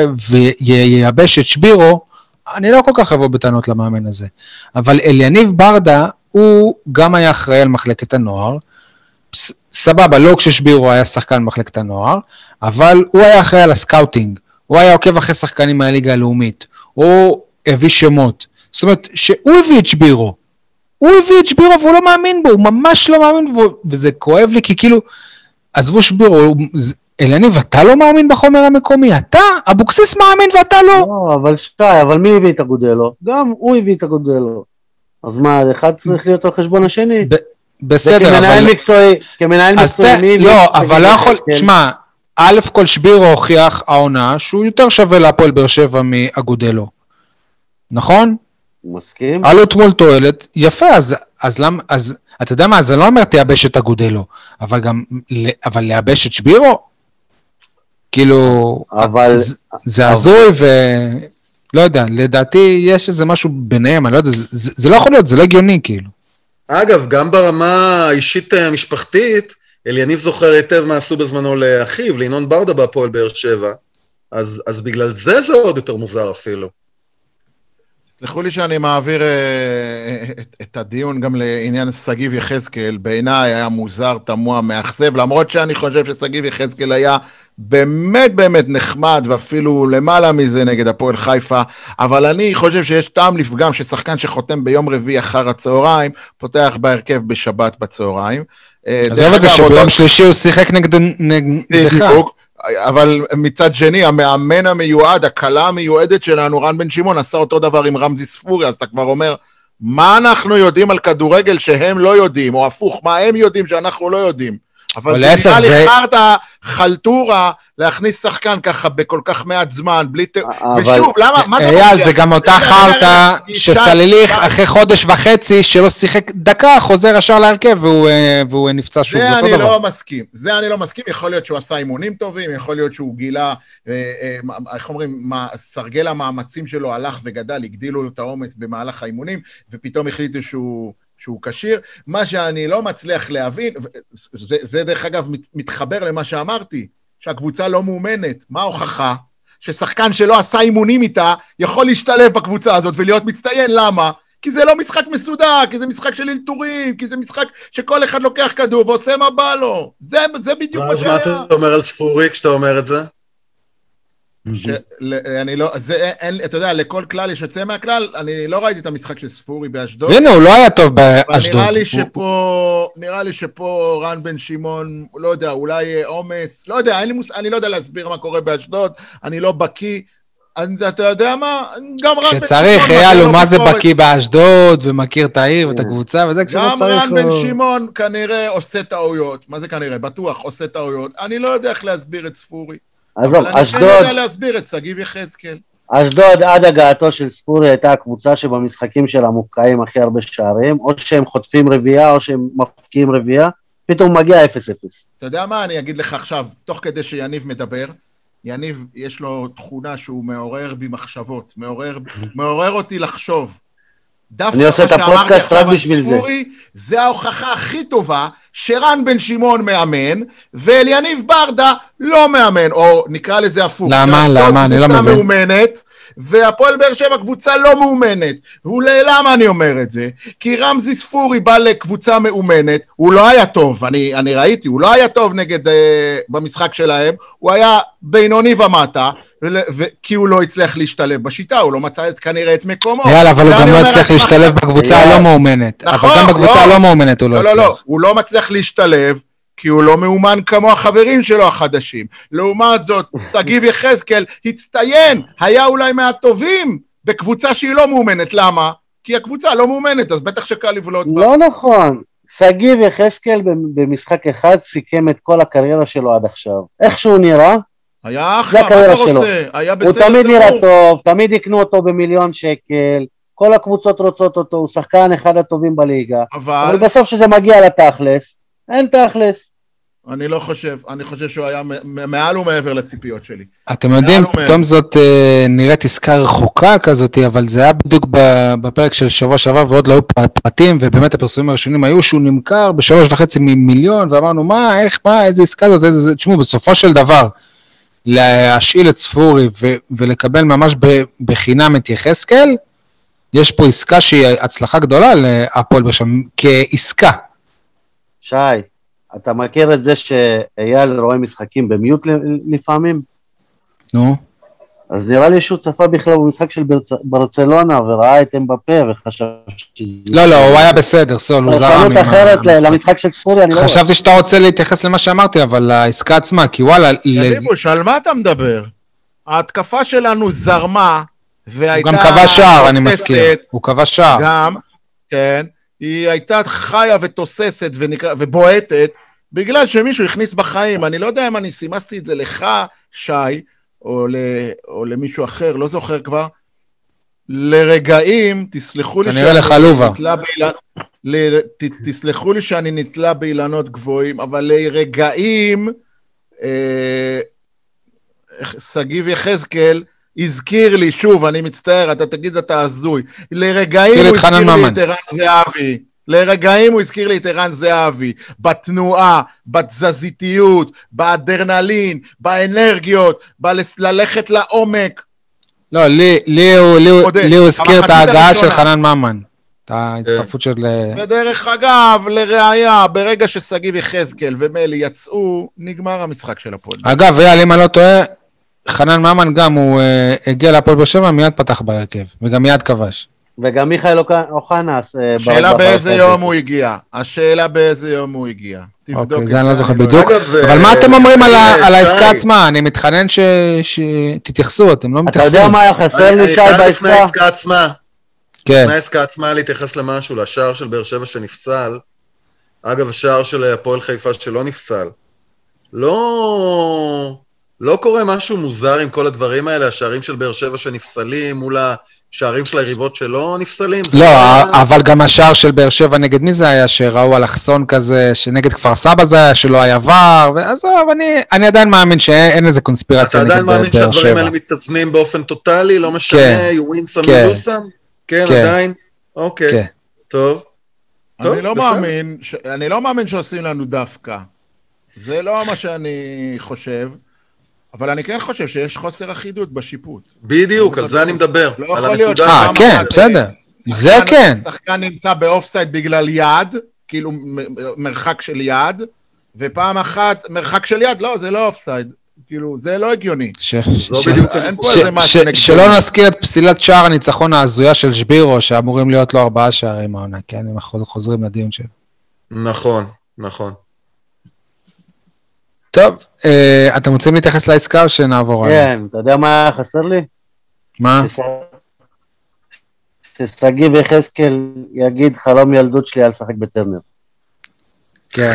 וייבש את שבירו, אני לא כל כך אבוא בטענות למאמן הזה. אבל אליניב ברדה, הוא גם היה אחראי על מחלקת הנוער, סבבה, לא כששבירו היה שחקן במחלקת הנוער, אבל הוא היה אחראי על הסקאוטינג, הוא היה עוקב אחרי שחקנים מהליגה הלאומית, הוא הביא שמות, זאת אומרת שהוא הביא את שבירו, והוא לא מאמין בו, הוא ממש לא מאמין בו, וזה כואב לי כי כאילו, עזבו שבירו, אליניב, אתה לא מאמין בחומר המקומי, אתה, אבוקסיס מאמין ואתה לא. לא, אבל שי, אבל מי הביא את אגודלו? גם הוא הביא את אגודלו. אז מה, אחד צריך להיות על חשבון השני? בסדר, כמנהל מקצועי, לא, אבל לא יכול, תשמע, א' כל שבירו הוכיח העונה, שהוא יותר שווה להפועל באר שבע מאגודלו, נכון? מסכים. עלות מול תועלת, יפה, אז למה, אז אתה יודע מה, אז אני לא אומר תייבש את אגודלו, אבל לייבש את שבירו? כאילו, זה הזוי לא יודע, לדעתי יש איזה משהו ביניהם, אני לא יודע, זה לא יכול להיות, זה לא הגיוני כאילו. אגב, גם ברמה האישית המשפחתית, אליניב זוכר היטב מה עשו בזמנו לאחיו, לינון ברדה בהפועל באר שבע, אז בגלל זה עוד יותר מוזר אפילו. סלחו לי שאני מעביר את הדיון גם לעניין סגיב יחזקאל, בעיניי היה מוזר, תמוה, מאכזב, למרות שאני חושב שסגיב יחזקאל היה באמת באמת נחמד, ואפילו למעלה מזה נגד הפועל חיפה, אבל אני חושב שיש טעם לפגם ששחקן שחותם ביום רביעי אחר הצהריים, פותח בהרכב בשבת בצהריים. עזוב את זה שביום שלישי הוא שיחק נגדך. אבל מצד שני, המאמן המיועד, הקלה המיועדת שלנו, רן בן שמעון, עשה אותו דבר עם רמזי ספורי, אז אתה כבר אומר, מה אנחנו יודעים על כדורגל שהם לא יודעים, או הפוך, מה הם יודעים שאנחנו לא יודעים. אבל זה נראה לי חרטה חלטורה להכניס שחקן ככה בכל כך מעט זמן, בלי ושוב, למה? מה זה אייל, זה גם אותה חרטה שסליליך אחרי חודש וחצי שלא שיחק דקה, חוזר ישר להרכב והוא נפצע שוב. זה אני לא מסכים, יכול להיות שהוא עשה אימונים טובים, יכול להיות שהוא גילה, איך אומרים, סרגל המאמצים שלו הלך וגדל, הגדילו לו את העומס במהלך האימונים, ופתאום החליטו שהוא קשיר. מה שאני לא מצליח להבין, זה דרך אגב מתחבר למה שאמרתי, שהקבוצה לא מאומנת. מה ההוכחה? ששחקן שלא עשה אימונים איתה, יכול להשתלב בקבוצה הזאת ולהיות מצטיין. למה? כי זה לא משחק מסודר, כי זה משחק של אלתורים, כי זה משחק שכל אחד לוקח כדור ועושה מה בא לו. זה בדיוק מה שהיה. אז מה אתה אומר על ספורי כשאתה אומר את זה? אני לא, אתה יודע, לכל כלל יש יוצא מהכלל, אני לא ראיתי את המשחק של ספורי באשדוד. הנה, הוא לא היה טוב באשדוד. נראה לי שפה רן בן שמעון, לא יודע, אולי עומס, לא יודע, אני לא יודע להסביר מה קורה באשדוד, אני לא בקיא, אתה יודע מה? גם רן בן שמעון... שצריך, אייל, מה זה בקיא באשדוד, ומכיר את העיר ואת הקבוצה, וזה כשלא צריך... גם רן בן שמעון כנראה עושה טעויות, מה זה כנראה? בטוח עושה טעויות, אני לא יודע איך להסביר את ספורי. עזוב, אשדוד... אני יודע להסביר את סגיב יחזקאל. אשדוד עד הגעתו של ספורי הייתה הקבוצה שבמשחקים שלה מופקעים הכי הרבה שערים, או שהם חוטפים רביעה או שהם מפקיעים רביעה, פתאום מגיע 0-0. אתה יודע מה, אני אגיד לך עכשיו, תוך כדי שיניב מדבר, יניב יש לו תכונה שהוא מעורר בי מחשבות, מעורר אותי לחשוב. אני עושה את הפודקאסט רק בשביל זה. זה ההוכחה הכי טובה שרן בן שמעון מאמן, ואליניב ברדה לא מאמן, או נקרא לזה הפוך. למה? אני לא מבין. מאומנת, והפועל באר שבע קבוצה לא מאומנת. למה אני אומר את זה? כי רמזי ספורי בא לקבוצה מאומנת, הוא לא היה טוב, אני ראיתי, הוא לא היה טוב נגד, במשחק שלהם, הוא היה בינוני ומטה, כי הוא לא הצליח להשתלב בשיטה, הוא לא מצא כנראה את מקומו. יאללה, אבל הוא גם לא הצליח להשתלב בקבוצה הלא מאומנת. אבל גם בקבוצה הלא מאומנת הוא לא הצליח. לא, הוא לא מצליח להשתלב, כי הוא לא מאומן כמו החברים שלו החדשים. לעומת זאת, סגיב יחזקאל הצטיין, היה אולי מהטובים בקבוצה שהיא לא מאומנת, למה? כי הקבוצה לא מאומנת, אז בטח שקל לבלוט בה. לא נכון, שגיב יחזקאל במשחק אחד סיכם את כל הקריירה שלו עד עכשיו. איך שהוא נראה, היה אחלה, מה אתה רוצה? היה בסדר. הוא תמיד נראה טוב, תמיד יקנו אותו ב1,000,000 שקל, כל הקבוצות רוצות אותו, הוא שחקן אחד הטובים בליגה, אבל בסוף שזה מגיע לתכלס, אין תכלס. אני לא חושב, אני חושב שהוא היה מעל ומעבר לציפיות שלי. אתם יודעים, פתאום זאת נראית עסקה רחוקה כזאת, אבל זה היה בדיוק בפרק של שבוע שעבר, ועוד לא היו פרטים, ובאמת הפרסומים הראשונים היו שהוא נמכר ב3.5 מיליון, ואמרנו, מה, איך, מה, איזה עסקה זאת, תשמעו, בסופו של דבר, להשאיל את ספורי ולקבל ממש בחינם את יחזקאל, יש פה עסקה שהיא הצלחה גדולה להפועל באר שבע, כעסקה. שי, אתה מכיר את זה שאייל רואה משחקים במיוט לפעמים? נו. אז נראה לי שהוא צפה בכלל במשחק של ברצלונה, וראה את אמבפה וחשב לא, הוא היה בסדר, סול, הוא זרם. פרשנות אחרת למשחק של ספורי, אני לא רואה. חשבתי שאתה רוצה להתייחס למה שאמרתי, אבל לעסקה עצמה, כי וואלה... ידיבוש, על מה אתה מדבר? ההתקפה שלנו זרמה, והייתה... הוא גם קבע שער, אני מזכיר. הוא קבע שער. גם, כן. היא הייתה חיה ותוססת ובועטת, בגלל שמישהו הכניס בחיים. אני לא יודע אם אני סימסתי את זה לך, שי, או למישהו אחר, לא זוכר כבר. לרגעים, תסלחו לי כנראה לך לובה. תסלחו לי שאני נתלה באילנות גבוהים, אבל לרגעים, שגיב יחזקאל, הזכיר לי, שוב, אני מצטער, אתה תגיד, אתה הזוי. לרגעים הוא הזכיר לי את ערן זהבי. לרגעים הוא הזכיר לי את ערן זהבי. בתנועה, בתזזיתיות, באדרנלין, באנרגיות, ללכת לעומק. לא, לי הוא הזכיר את ההגעה של חנן ממן. את ההצטרפות של... בדרך אגב, לראיה, ברגע ששגיב יחזקאל ומלי יצאו, נגמר המשחק של הפועל. אגב, אם אני לא טועה, חנן ממן גם, הוא הגיע להפועל באר שבע, מיד פתח בהרכב, וגם מיד כבש. וגם מיכאל אוחנה. השאלה באיזה יום הוא הגיע. השאלה באיזה יום הוא הגיע. אוקיי, זה אני לא זוכר בדיוק. אבל מה אתם אומרים על העסקה עצמה? אני מתחנן שתתייחסו, אתם לא מתייחסים. אתה יודע מה היה חסר לי כאן בעסקה עצמה? כן. לפני העסקה עצמה להתייחס למשהו, לשער של באר שבע שנפסל. אגב, השער של הפועל חיפה שלא נפסל. לא קורה משהו מוזר עם כל הדברים האלה, השערים של באר שבע שנפסלים מול השערים של היריבות שלא נפסלים. לא, אבל גם השער של באר שבע נגד מי זה היה, שראו אלכסון כזה, שנגד כפר סבא זה היה, שלא היה ור, ועזוב, אני עדיין מאמין שאין איזה קונספירציה נגד באר שבע. אתה עדיין מאמין שהדברים האלה מתאזנים באופן טוטלי, לא משנה, you win some, you lose some? כן, עדיין? אוקיי, טוב. אני לא מאמין שעושים לנו דווקא. זה לא מה שאני חושב. אבל אני כן חושב שיש חוסר אחידות בשיפוט. בדיוק, על זה אני מדבר. על הנקודה. כן, בסדר. זה כן. שחקן נמצא באופסייד בגלל יד, כאילו מרחק של יד, ופעם אחת מרחק של יד, לא, זה לא אופסייד. כאילו, זה לא הגיוני. שלא נזכיר את פסילת שער הניצחון ההזויה של שבירו, שאמורים להיות לו 4 שערים העונה, כן? אם אנחנו חוזרים לדיון שלו. נכון. טוב, אתם רוצים להתייחס לעסקה או שנעבור עליה? כן, אתה יודע מה היה חסר לי? מה? ששגיב יחזקאל יגיד חלום ילדות שלי על לשחק בטרנר. כן,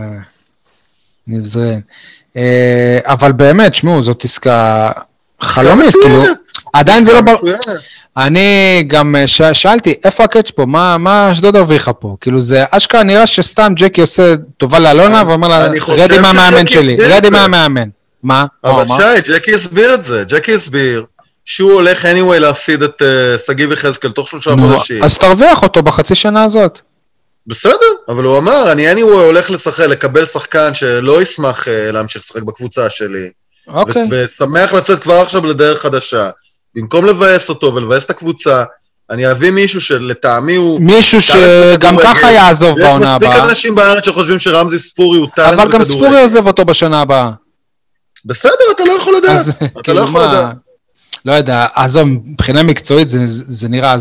נבזרן. אבל באמת, שמעו, זאת עסקה חלומית, כאילו, עדיין זה לא ברור. אני גם שאלתי, איפה הקאץ' פה? מה אשדוד הרוויחה פה? כאילו זה אשכרה נראה שסתם ג'קי עושה טובה לאלונה, ואומר לה, רדי מהמאמן שלי, רדי מהמאמן. מה? אבל שי, ג'קי הסביר את זה, ג'קי הסביר שהוא הולך anyway להפסיד את שגיב יחזקאל תוך 3 חודשים. אז תרוויח אותו בחצי שנה הזאת. בסדר, אבל הוא אמר, אני anyway הולך לשחק, לקבל שחקן שלא ישמח להמשיך לשחק בקבוצה שלי. ושמח לצאת כבר עכשיו לדרך חדשה. במקום לבאס אותו ולבאס את הקבוצה, אני אביא מישהו שלטעמי הוא... מישהו שגם ככה יעזוב בעונה הבאה. יש מספיק אנשים בארץ שחושבים שרמזי ספורי הוא טלנט בכדורגל. אבל גם ספורי עוזב אותו בשנה הבאה. בסדר, אתה לא יכול לדעת. אתה לא יכול לדעת. לא יודע, עזוב, מבחינה מקצועית זה נראה הזוי.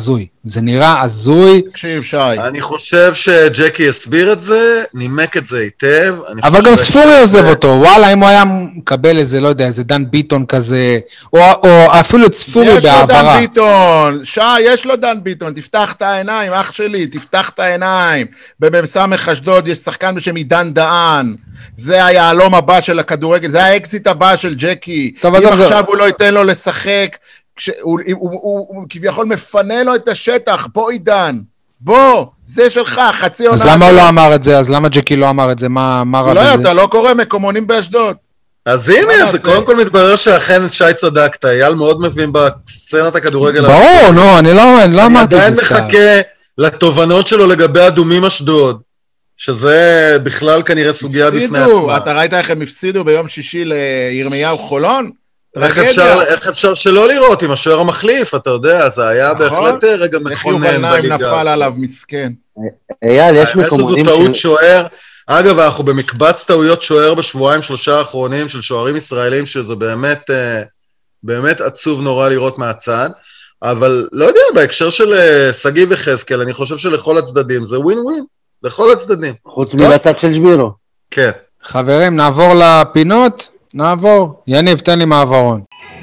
זה נראה הזוי. תקשיב, שי. אני חושב שג'קי הסביר את זה, נימק את זה היטב. אבל גם ספורי עוזב אותו, וואלה, אם הוא היה מקבל איזה, לא יודע, איזה דן ביטון כזה, או אפילו את ספורי בעברה. יש לו דן ביטון, שי, יש לו דן ביטון, תפתח את העיניים, אח שלי, תפתח את העיניים. במסמך אשדוד יש שחקן בשם עידן דהן, זה היעלום הבא של הכדורגל, זה האקזיט הבא של ג'קי. אם עכשיו הוא לא ייתן לו לשחק, הוא כביכול מפנה לו את השטח, בוא עידן, בוא, זה שלך, חצי עונה. אז למה הוא לא אמר את זה? אז למה ג'קי לא אמר את זה? מה רע בזה? לא, אתה לא קורא מקומונים באשדוד. אז הנה, זה קודם כל מתברר שאכן שי צדקת, אייל מאוד מבין בסצנת הכדורגל. ברור, נו, אני לא אמרתי את זה סתם. אני עדיין מחכה לתובנות שלו לגבי אדומים אשדוד, שזה בכלל כנראה סוגיה בפני עצמה. אתה ראית איך הם הפסידו ביום שישי לירמיהו חולון? איך אפשר שלא לראות עם השוער המחליף, אתה יודע, זה היה בהחלט רגע מכונן בליגה. נפל עליו, מסכן. אייל, יש מקומונים... זו טעות שוער, אגב, אנחנו במקבץ טעויות שוער בשבועיים שלושה האחרונים של שוערים ישראלים, שזה באמת עצוב נורא לראות מהצד, אבל לא יודע, בהקשר של סגי וחזקאל, אני חושב שלכל הצדדים זה ווין ווין, לכל הצדדים. חוץ מלצד של שבירו. כן. חברים, נעבור לפינות? נעבור. יניב, תן לי מעברון.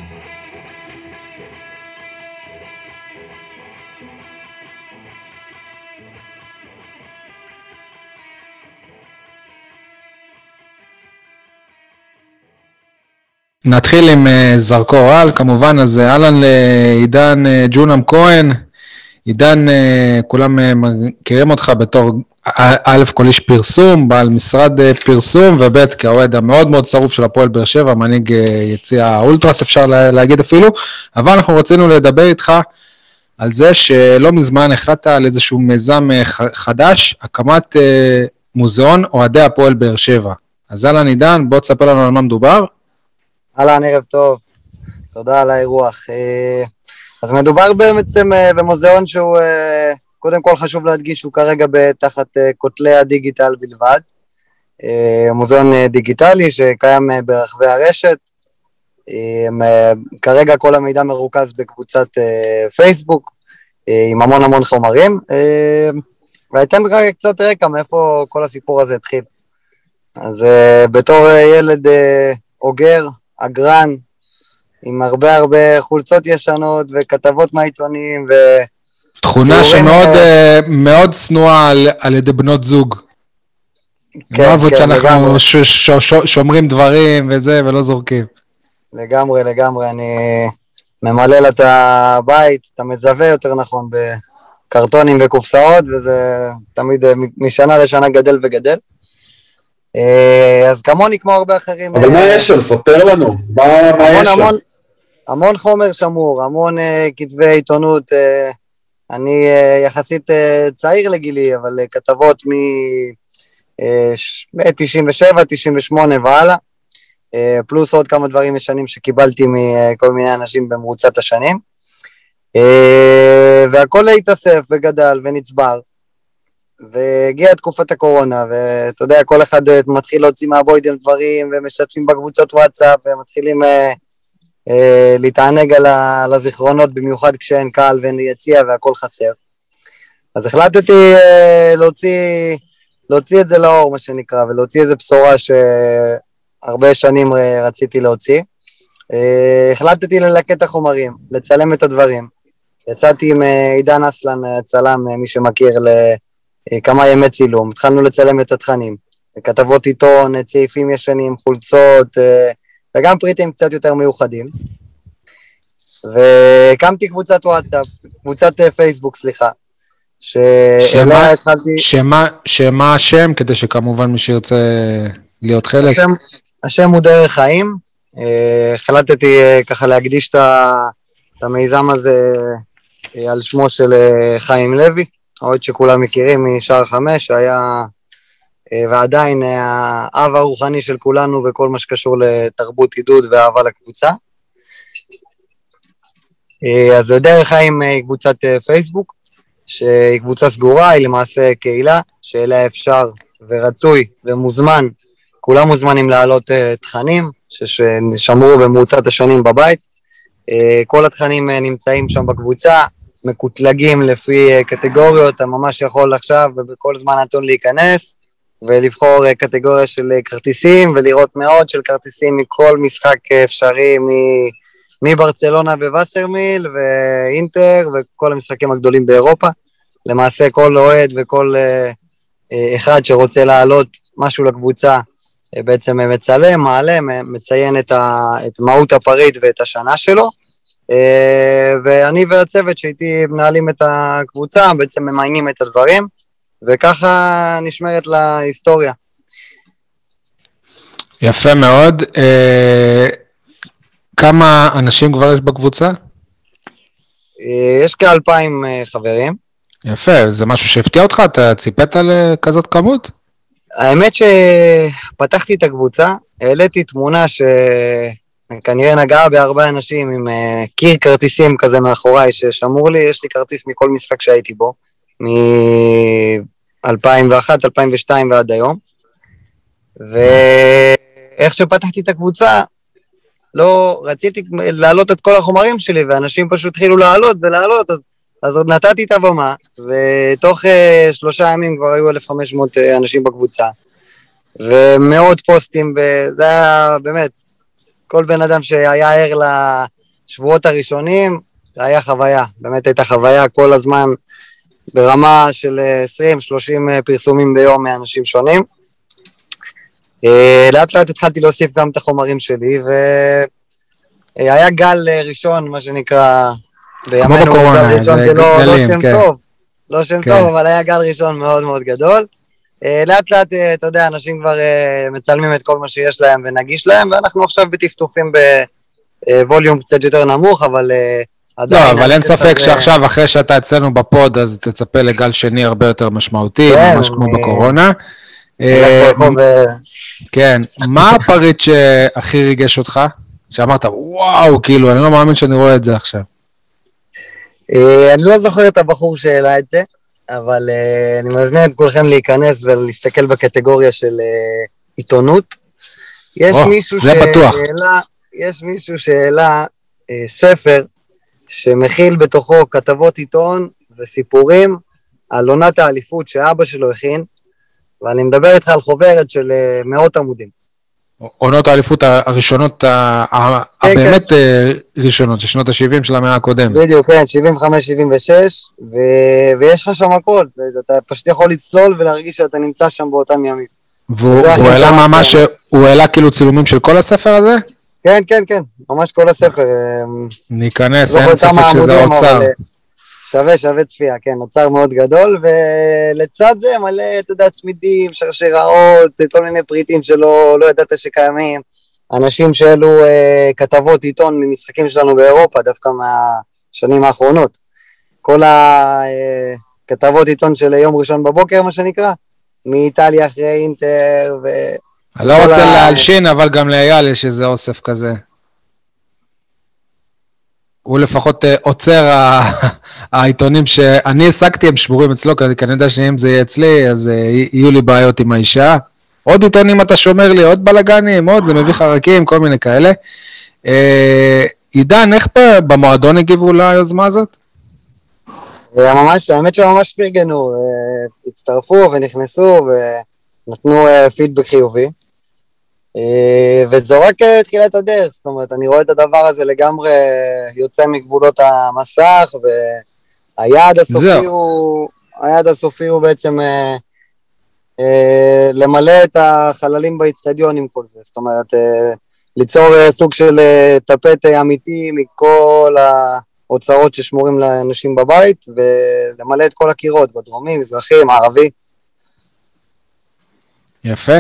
נתחיל עם זרקור על, כמובן, אז אהלן לעידן ג'ונם כהן. עידן, כולם מכירים אותך בתור א' כל איש פרסום, בעל משרד פרסום, וב' כאוהד המאוד מאוד צרוף של הפועל באר שבע, מנהיג יציע האולטרס אפשר להגיד אפילו, אבל אנחנו רצינו לדבר איתך על זה שלא מזמן החלטת על איזשהו מיזם חדש, הקמת מוזיאון אוהדי הפועל באר שבע. אז אהלן עידן, בוא תספר לנו על מה מדובר. אהלן, ערב טוב, תודה על האירוח. אז מדובר בעצם במוזיאון שהוא, קודם כל חשוב להדגיש, שהוא כרגע תחת כותלי הדיגיטל בלבד. מוזיאון דיגיטלי שקיים ברחבי הרשת. כרגע כל המידע מרוכז בקבוצת פייסבוק, עם המון חומרים. ואתן רק קצת רקע מאיפה כל הסיפור הזה התחיל. אז בתור ילד אוגר, אגרן, עם הרבה חולצות ישנות וכתבות מהעיתונים תכונה שמאוד מאוד צנועה על ידי בנות זוג. כן, לא עבוד שאנחנו שומרים דברים וזה ולא זורקים. לגמרי, אני ממלא לה את הבית, אתה מזווה יותר נכון בקרטונים וקופסאות, וזה תמיד משנה לשנה גדל וגדל. אז כמוני כמו הרבה אחרים. אבל מה יש שם? ספר לנו, מה יש שם? המון חומר שמור, המון כתבי עיתונות, אני יחסית צעיר לגילי, אבל כתבות מ-97, 98 והלאה, פלוס עוד כמה דברים ישנים שקיבלתי מכל מיני אנשים במרוצת השנים, והכל התאסף וגדל ונצבר, והגיעה תקופת הקורונה, ואתה יודע, כל אחד מתחיל להוציא מהבוידם דברים, ומשתפים בקבוצות וואטסאפ, ומתחילים להתענג על הזיכרונות, במיוחד כשאין קהל ואין יציע והכל חסר. אז החלטתי להוציא את זה לאור, מה שנקרא, ולהוציא איזו בשורה שהרבה שנים רציתי להוציא. החלטתי ללקט את החומרים, לצלם את הדברים. יצאתי עם עידן אסלן, צלם, מי שמכיר, לכמה ימי צילום. התחלנו לצלם את התכנים, כתבות עיתון, צעיפים ישנים, חולצות, וגם פריטים קצת יותר מיוחדים. והקמתי קבוצת וואטסאפ, קבוצת פייסבוק, סליחה. שמה השם, כדי שכמובן מי שירצה להיות חלק? השם הוא דרך חיים. החלטתי ככה להקדיש את המיזם הזה על שמו של חיים לוי, עוד שכולם מכירים משער 5, שהיה ועדיין האב הרוחני של כולנו בכל מה שקשור לתרבות עידוד ואהבה לקבוצה. אז דרך חיים היא קבוצת פייסבוק, שהיא קבוצה סגורה, היא למעשה קהילה, שאליה אפשר ורצוי ומוזמן, כולם מוזמנים להעלות תכנים, ששמרו במרוצת השנים בבית. כל התכנים נמצאים שם בקבוצה, מקוטלגים לפי קטגוריות, אתה ממש יכול עכשיו ובכל זמן נתון להיכנס, ולבחור קטגוריה של כרטיסים, ולראות מאות של כרטיסים מכל משחק אפשרי, מברצלונה בווסרמיל, ואינטר, וכל המשחקים הגדולים באירופה. למעשה כל אוהד וכל אחד שרוצה לעלות משהו לקבוצה, בעצם מצלם, מעלה, מציין את מהות הפריט ואת השנה שלו, ואני והצוות שאיתי מנהלים את הקבוצה, בעצם ממיינים את הדברים, וככה נשמרת להיסטוריה. יפה מאוד. כמה אנשים כבר יש בקבוצה? יש כ-2,000 חברים. יפה, זה משהו שהפתיע אותך? אתה ציפית לכזאת כמות? האמת שפתחתי את הקבוצה, העליתי תמונה שכנראה נגעה בהרבה אנשים עם קיר כרטיסים כזה מאחוריי ששמור לי, יש לי כרטיס מכל משחק שהייתי בו, מ-2001, 2002 ועד היום, ואיך שפתחתי את הקבוצה, לא רציתי להעלות את כל החומרים שלי, ואנשים פשוט התחילו לעלות ולעלות, אז עוד נתתי את הבמה, ותוך 3 ימים כבר היו 1,500 אנשים בקבוצה, ומאות פוסטים, וזה היה באמת, כל בן אדם שהיה ער לשבועות הראשונים, זה היה חוויה, באמת הייתה חוויה כל הזמן, ברמה של 20-30 פרסומים ביום מאנשים שונים. לאט לאט התחלתי להוסיף גם את החומרים שלי, והיה גל ראשון, מה שנקרא, כמו בקורונה, זה לא שם טוב, לא שם טוב, אבל היה גל ראשון מאוד מאוד גדול. לאט לאט, אתה יודע, אנשים כבר מצלמים את כל מה שיש להם ונגיש להם, ואנחנו עכשיו בטפטופים בווליום קצת יותר נמוך, אבל לא, אבל אין ספק שעכשיו, אחרי שאתה אצלנו בפוד, אז תצפה לגל שני הרבה יותר משמעותי, ממש כמו בקורונה. כן, מה הפריט שהכי ריגש אותך? שאמרת, וואו, כאילו, אני לא מאמין שאני רואה את זה עכשיו. אני לא זוכר את הבחור שהעלה את זה, אבל אני מזמין את כולכם להיכנס ולהסתכל בקטגוריה של עיתונות. יש מישהו שהעלה ספר שמכיל בתוכו כתבות עיתון וסיפורים על עונת האליפות שאבא שלו הכין, ואני מדבר איתך על חוברת של מאות עמודים. עונות האליפות הראשונות, הבאמת ראשונות, של שנות ה-70 של המאה הקודמת. בדיוק, כן, 75-76, ויש לך שם הכל, ואתה פשוט יכול לצלול ולהרגיש שאתה נמצא שם באותם ימים. והוא העלה ממש, הוא העלה כאילו צילומים של כל הספר הזה? כן, כן, כן, ממש כל הספר. ניכנס, אין ספק שזה האוצר. שווה צפייה, כן, אוצר מאוד גדול, ולצד זה מלא, אתה יודע, צמידים, שרשראות, כל מיני פריטים שלא ידעת שקיימים, אנשים שאלו כתבות עיתון ממשחקים שלנו באירופה, דווקא מהשנים האחרונות. כל הכתבות עיתון של יום ראשון בבוקר, מה שנקרא, מאיטליה אחרי אינטר, אני לא רוצה להלשין, אבל גם לאייל יש איזה אוסף כזה. הוא לפחות עוצר העיתונים שאני עסקתי, הם שבורים אצלו, כי אני יודע שאם זה יהיה אצלי, אז יהיו לי בעיות עם האישה. עוד עיתונים אתה שומר לי, עוד בלגנים, עוד, זה מביא חרקים, כל מיני כאלה. עידן, איך במועדון הגיבו ליוזמה הזאת? ממש, האמת שממש פרגנו, הצטרפו ונכנסו ונתנו פידבק חיובי. וזו רק תחילת הדרך, זאת אומרת, אני רואה את הדבר הזה לגמרי יוצא מגבולות המסך, והיעד הסופי הוא בעצם למלא את החללים באצטדיון עם כל זה, זאת אומרת, ליצור סוג של טפט אמיתי מכל ההוצאות ששמורים לאנשים בבית, ולמלא את כל הקירות, בדרומי, מזרחי, מערבי. יפה,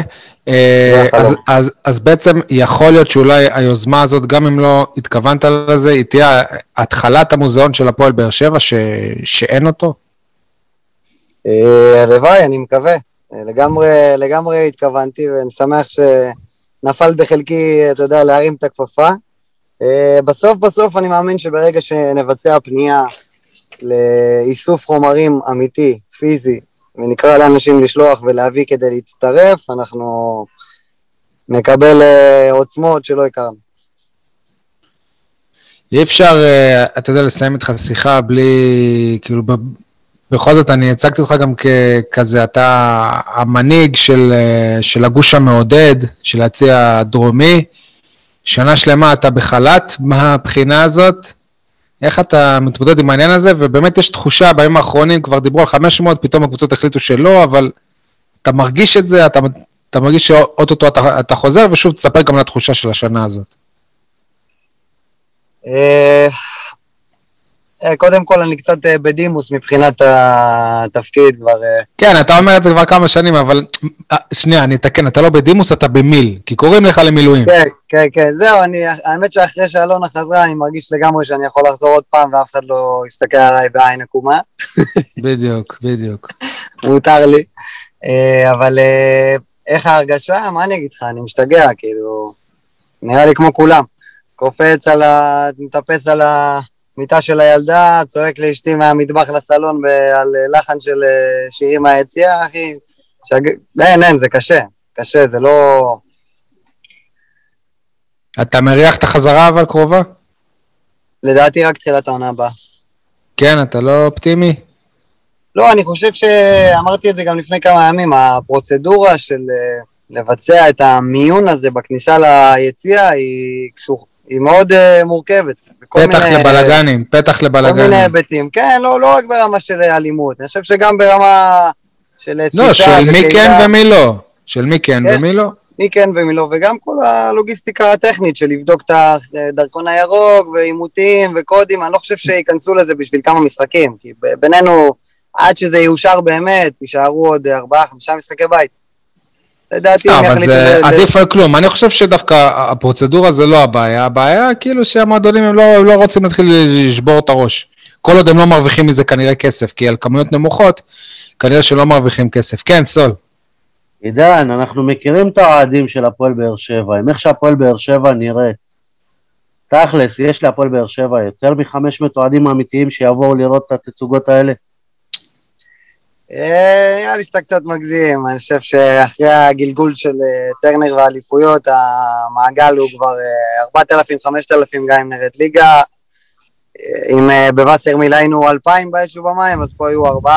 אז בעצם יכול להיות שאולי היוזמה הזאת, גם אם לא התכוונת לזה, היא תהיה התחלת המוזיאון של הפועל באר שבע שאין אותו? הלוואי, אני מקווה, לגמרי התכוונתי, ואני שמח שנפל בחלקי, אתה יודע, להרים את הכפפה. בסוף אני מאמין שברגע שנבצע פנייה לאיסוף חומרים אמיתי, פיזי, ונקרא לאנשים לשלוח ולהביא כדי להצטרף, אנחנו נקבל עוצמות שלא הכרנו. אי אפשר, אתה יודע, לסיים איתך שיחה בלי, כאילו, בכל זאת אני הצגתי אותך גם ככזה, אתה המנהיג של הגוש המעודד, של היציא הדרומי, שנה שלמה אתה בחל"ת מהבחינה הזאת, איך אתה מתמודד עם העניין הזה, ובאמת יש תחושה, בימים האחרונים כבר דיברו על 500, פתאום הקבוצות החליטו שלא, אבל אתה מרגיש את זה, אתה מרגיש שאוטוטו אתה חוזר, ושוב תספר גם לתחושה של השנה הזאת. קודם כל אני קצת בדימוס מבחינת התפקיד כבר. כן, אתה אומר את זה כבר כמה שנים, אבל שנייה, אני אתקן, אתה לא בדימוס, אתה במיל, כי קוראים לך למילואים. כן, זהו, האמת שאחרי שאלונה חזרה, אני מרגיש לגמרי שאני יכול לחזור עוד פעם, ואף אחד לא יסתכל עליי בעין עקומה. בדיוק. מותר לי. אבל איך ההרגשה? מה אני אגיד לך? אני משתגע, כאילו, נראה לי כמו כולם. קופץ מטפס על המיטה של הילדה, צועק לאשתי מהמטבח לסלון על לחן של שירים מהיציאה, אחי. אין, זה קשה, זה לא... אתה מריח את החזרה אבל קרובה? לדעתי רק תחילת העונה הבאה. כן, אתה לא אופטימי? לא, אני חושב שאמרתי את זה גם לפני כמה ימים, הפרוצדורה של לבצע את המיון הזה בכניסה ליציאה היא מאוד מורכבת. פתח לבלגנים. כל מיני היבטים, כן, לא רק ברמה של אלימות, אני חושב שגם ברמה של תפיסה. לא, של מי כן ומי לא. של מי כן ומי לא. מי כן ומי לא, וגם כל הלוגיסטיקה הטכנית של לבדוק את הדרכון הירוק ואימותים וקודים, אני לא חושב שיכנסו לזה בשביל כמה משחקים, כי בינינו, עד שזה יאושר באמת, יישארו עוד 4-5 משחקי בית. לדעתי הם יחליטו... אבל זה עדיף על כלום, אני חושב שדווקא הפרוצדורה זה לא הבעיה, הבעיה כאילו שהמועדונים הם לא רוצים להתחיל לשבור את הראש. כל עוד הם לא מרוויחים מזה כנראה כסף, כי על כמויות נמוכות, כנראה שלא מרוויחים כסף. כן, סול. עידן, אנחנו מכירים את האוהדים של הפועל באר שבע, עם איך שהפועל באר שבע נראית. תכלס, יש להפועל באר שבע יותר מ-500 אוהדים אמיתיים שיבואו לראות את התצוגות האלה? נראה לי שאתה קצת מגזים, אני חושב שאחרי הגלגול של טרנר והאליפויות, המעגל הוא כבר 4,000-5,000 גם אם נרד ליגה, אם בווסר מילה היינו 2,000 באיזשהו במים, אז פה היו 4-5.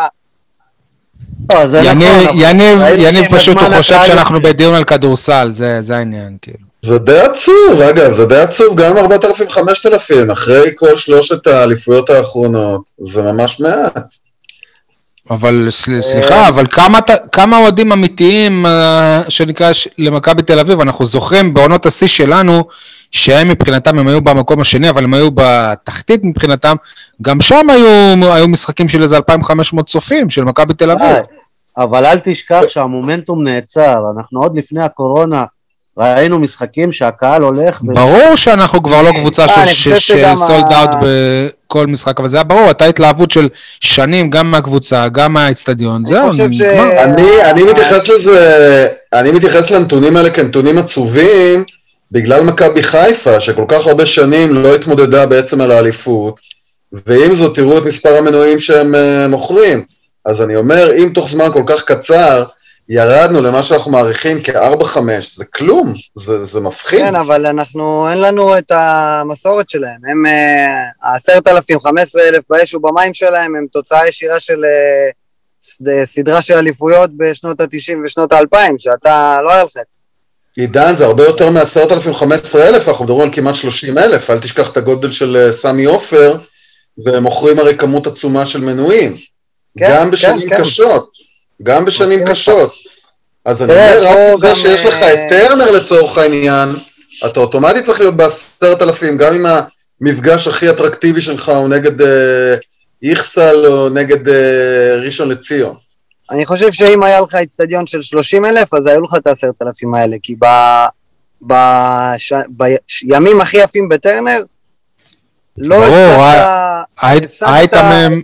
יניב פשוט הוא חושב שאנחנו בדיון על כדורסל, זה העניין כאילו. זה די עצוב, אגב, זה די עצוב, גם 4,000-5,000, אחרי כל 3 האליפויות האחרונות, זה ממש מעט. אבל סליחה, אבל כמה אוהדים אמיתיים שנקרא למכבי תל אביב, אנחנו זוכרים בעונות השיא שלנו, שהם מבחינתם הם היו במקום השני, אבל הם היו בתחתית מבחינתם, גם שם היו משחקים של איזה 2,500 צופים של מכבי תל אביב. אבל אל תשכח שהמומנטום נעצר, אנחנו עוד לפני הקורונה, ראינו משחקים שהקהל הולך... ברור שאנחנו כבר לא קבוצה של סולד אאוט בכל משחק, אבל זה היה ברור, הייתה התלהבות של שנים, גם מהקבוצה, גם מהאצטדיון, זהו. אני מתייחס לנתונים האלה כנתונים עצובים, בגלל מכבי חיפה, שכל כך הרבה שנים לא התמודדה בעצם על האליפות, ועם זאת תראו את מספר המנויים שהם מוכרים. אז אני אומר, אם תוך זמן כל כך קצר, ירדנו למה שאנחנו מעריכים כ-4-5, זה כלום, זה מפחיד. כן, אבל אין לנו את המסורת שלהם, הם 10,000, 15,000 באש ובמים שלהם, הם תוצאה ישירה של סדרה של אליפויות בשנות ה-90 ושנות ה-2000, שאתה לא היה לך את זה. עידן, זה הרבה יותר מ10,000, 15,000, אנחנו מדברים על כמעט 30,000, אל תשכח את הגודל של סמי עופר, והם מוכרים הרי כמות עצומה של מנויים, גם בשנים קשות. גם בשנים קשות. אז אני אומר, רק זה שיש לך את טרנר לצורך העניין, אתה אוטומטית צריך להיות ב10,000, גם אם המפגש הכי אטרקטיבי שלך הוא נגד איכסל או נגד ראשון לציון. אני חושב שאם היה לך אצטדיון של 30,000, אז היו לך את 10,000 האלה, כי בימים הכי יפים בטרנר, לא הפסדת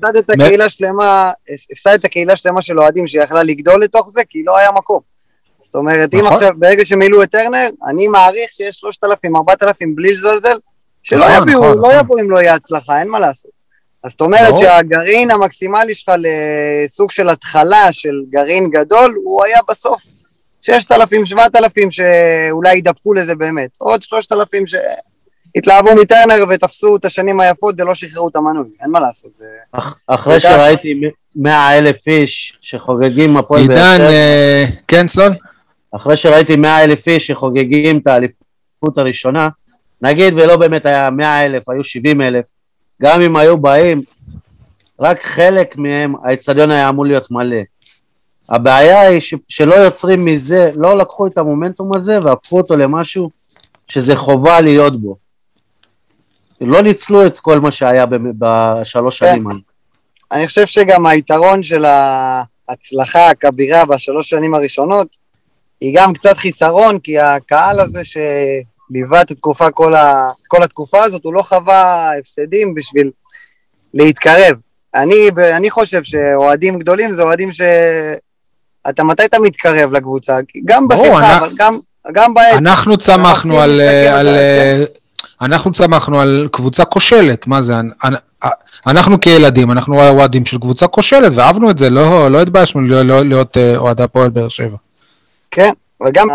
קהילה שלמה של אוהדים שיכלה לגדול לתוך זה, כי לא היה מקום. זאת אומרת, אם עכשיו, ברגע שמילאו את טרנר, אני מעריך שיש 3,000, 4,000 בלי לזלזל, שלא יביאו, לא יבואו אם לא יהיה הצלחה, אין מה לעשות. אז זאת אומרת שהגרעין המקסימלי שלך לסוג של התחלה של גרעין גדול, הוא היה בסוף 6,000, 7,000 שאולי ידפקו לזה באמת. עוד 3,000 התלהבו מטרנר ותפסו את השנים היפות ולא שחררו את המנוי, אין מה לעשות. אחרי שראיתי 100,000 איש שחוגגים הפועל באר שבע. עידן, כן סול? אחרי שראיתי 100,000 איש שחוגגים את האליפות הראשונה, נגיד ולא באמת היה 100,000, היו 70,000, גם אם היו באים, רק חלק מהם, האצטדיון היה אמור להיות מלא. הבעיה היא שלא יוצרים מזה, לא לקחו את המומנטום הזה והפכו אותו למשהו שזה חובה להיות בו. לא ניצלו את כל מה שהיה בשלוש שנים האלה. אני חושב שגם היתרון של ההצלחה הכבירה בשלוש שנים הראשונות, היא גם קצת חיסרון, כי הקהל הזה שליווה את התקופה, כל התקופה הזאת, הוא לא חווה הפסדים בשביל להתקרב. אני חושב שאוהדים גדולים זה אוהדים אתה מתי אתה מתקרב לקבוצה? גם בשמחה, אבל גם בעצם. אנחנו צמחנו על קבוצה כושלת, מה זה? אנחנו כילדים, אנחנו אוהדים של קבוצה כושלת, ואהבנו את זה, לא התביישנו להיות אוהדי הפועל באר שבע. כן, וגם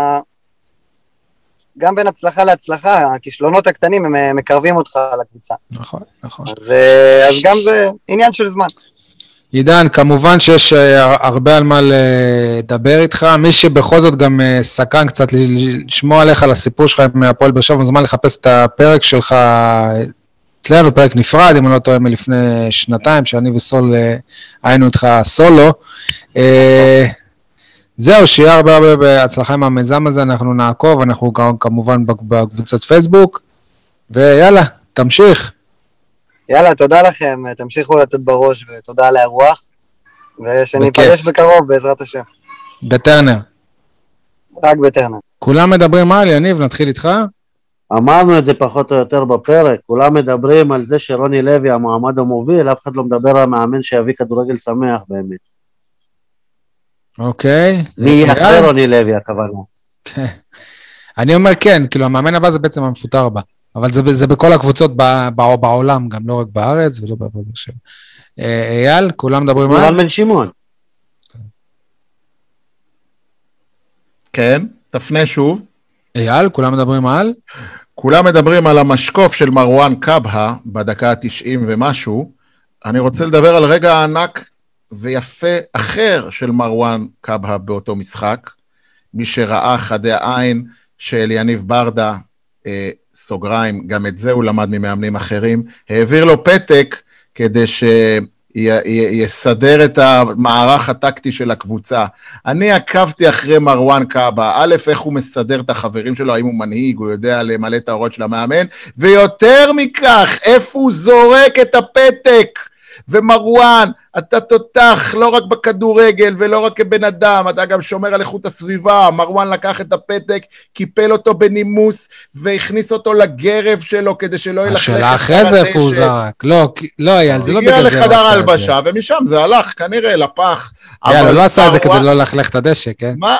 בין הצלחה להצלחה, הכישלונות הקטנים הם מקרבים אותך לקבוצה. נכון, נכון. אז גם זה עניין של זמן. עידן, כמובן שיש הרבה על מה לדבר איתך, מי שבכל זאת גם סקרן קצת לשמוע עליך על הסיפור שלך מהפועל באר שבע, מוזמן לחפש את הפרק שלך אצלנו, פרק נפרד, אם אני לא טועה מלפני שנתיים, שאני וסול היינו איתך סולו. זהו, שיהיה הרבה בהצלחה עם המיזם הזה, אנחנו נעקוב, אנחנו כמובן בקבוצת פייסבוק, ויאללה, תמשיך. יאללה, תודה לכם, תמשיכו לתת בראש, ותודה על האירוח, ושניפגש בקרוב בעזרת השם. בטרנר. רק בטרנר. כולם מדברים על, יניב, נתחיל איתך? אמרנו את זה פחות או יותר בפרק, כולם מדברים על זה שרוני לוי המועמד המוביל, אף אחד לא מדבר על מאמן שיביא כדורגל שמח באמת. אוקיי. מי אחרי רוני לוי הכוונה? אני אומר כן, כאילו המאמן הבא זה בעצם המפוטר הבא. אבל זה בכל הקבוצות בעולם, גם לא רק בארץ ולא בהפועל באר שבע. אייל, כולם מדברים על? מירן בן שמעון. כן, תפנה שוב. אייל, כולם מדברים על? כולם מדברים על המשקוף של מרואן קבהה בדקה ה-90 ומשהו. אני רוצה לדבר על רגע ענק ויפה אחר של מרואן קבהה באותו משחק. מי שראה חדי העין של יניב ברדה, סוגריים, גם את זה הוא למד ממאמנים אחרים, העביר לו פתק כדי שיסדר את המערך הטקטי של הקבוצה. אני עקבתי אחרי מרואן קבהה, א', איך הוא מסדר את החברים שלו, האם הוא מנהיג, הוא יודע למלא את האורות של המאמן, ויותר מכך, איפה הוא זורק את הפתק, ומרואן, אתה תותח לא רק בכדורגל ולא רק כבן אדם, אתה גם שומר על איכות הסביבה. מרואן לקח את הפתק, קיפל אותו בנימוס, והכניס אותו לגרב שלו, כדי שלא ילכלך. השאלה אחרי זה איפה הוא זרק. לא, אייל, זה לא בגלל זה. הגיע לחדר הלבשה, ומשם זה הלך, כנראה, לפח. יאללה, לא עשה את זה כדי לא ללכלך את הדשא, כן? מה?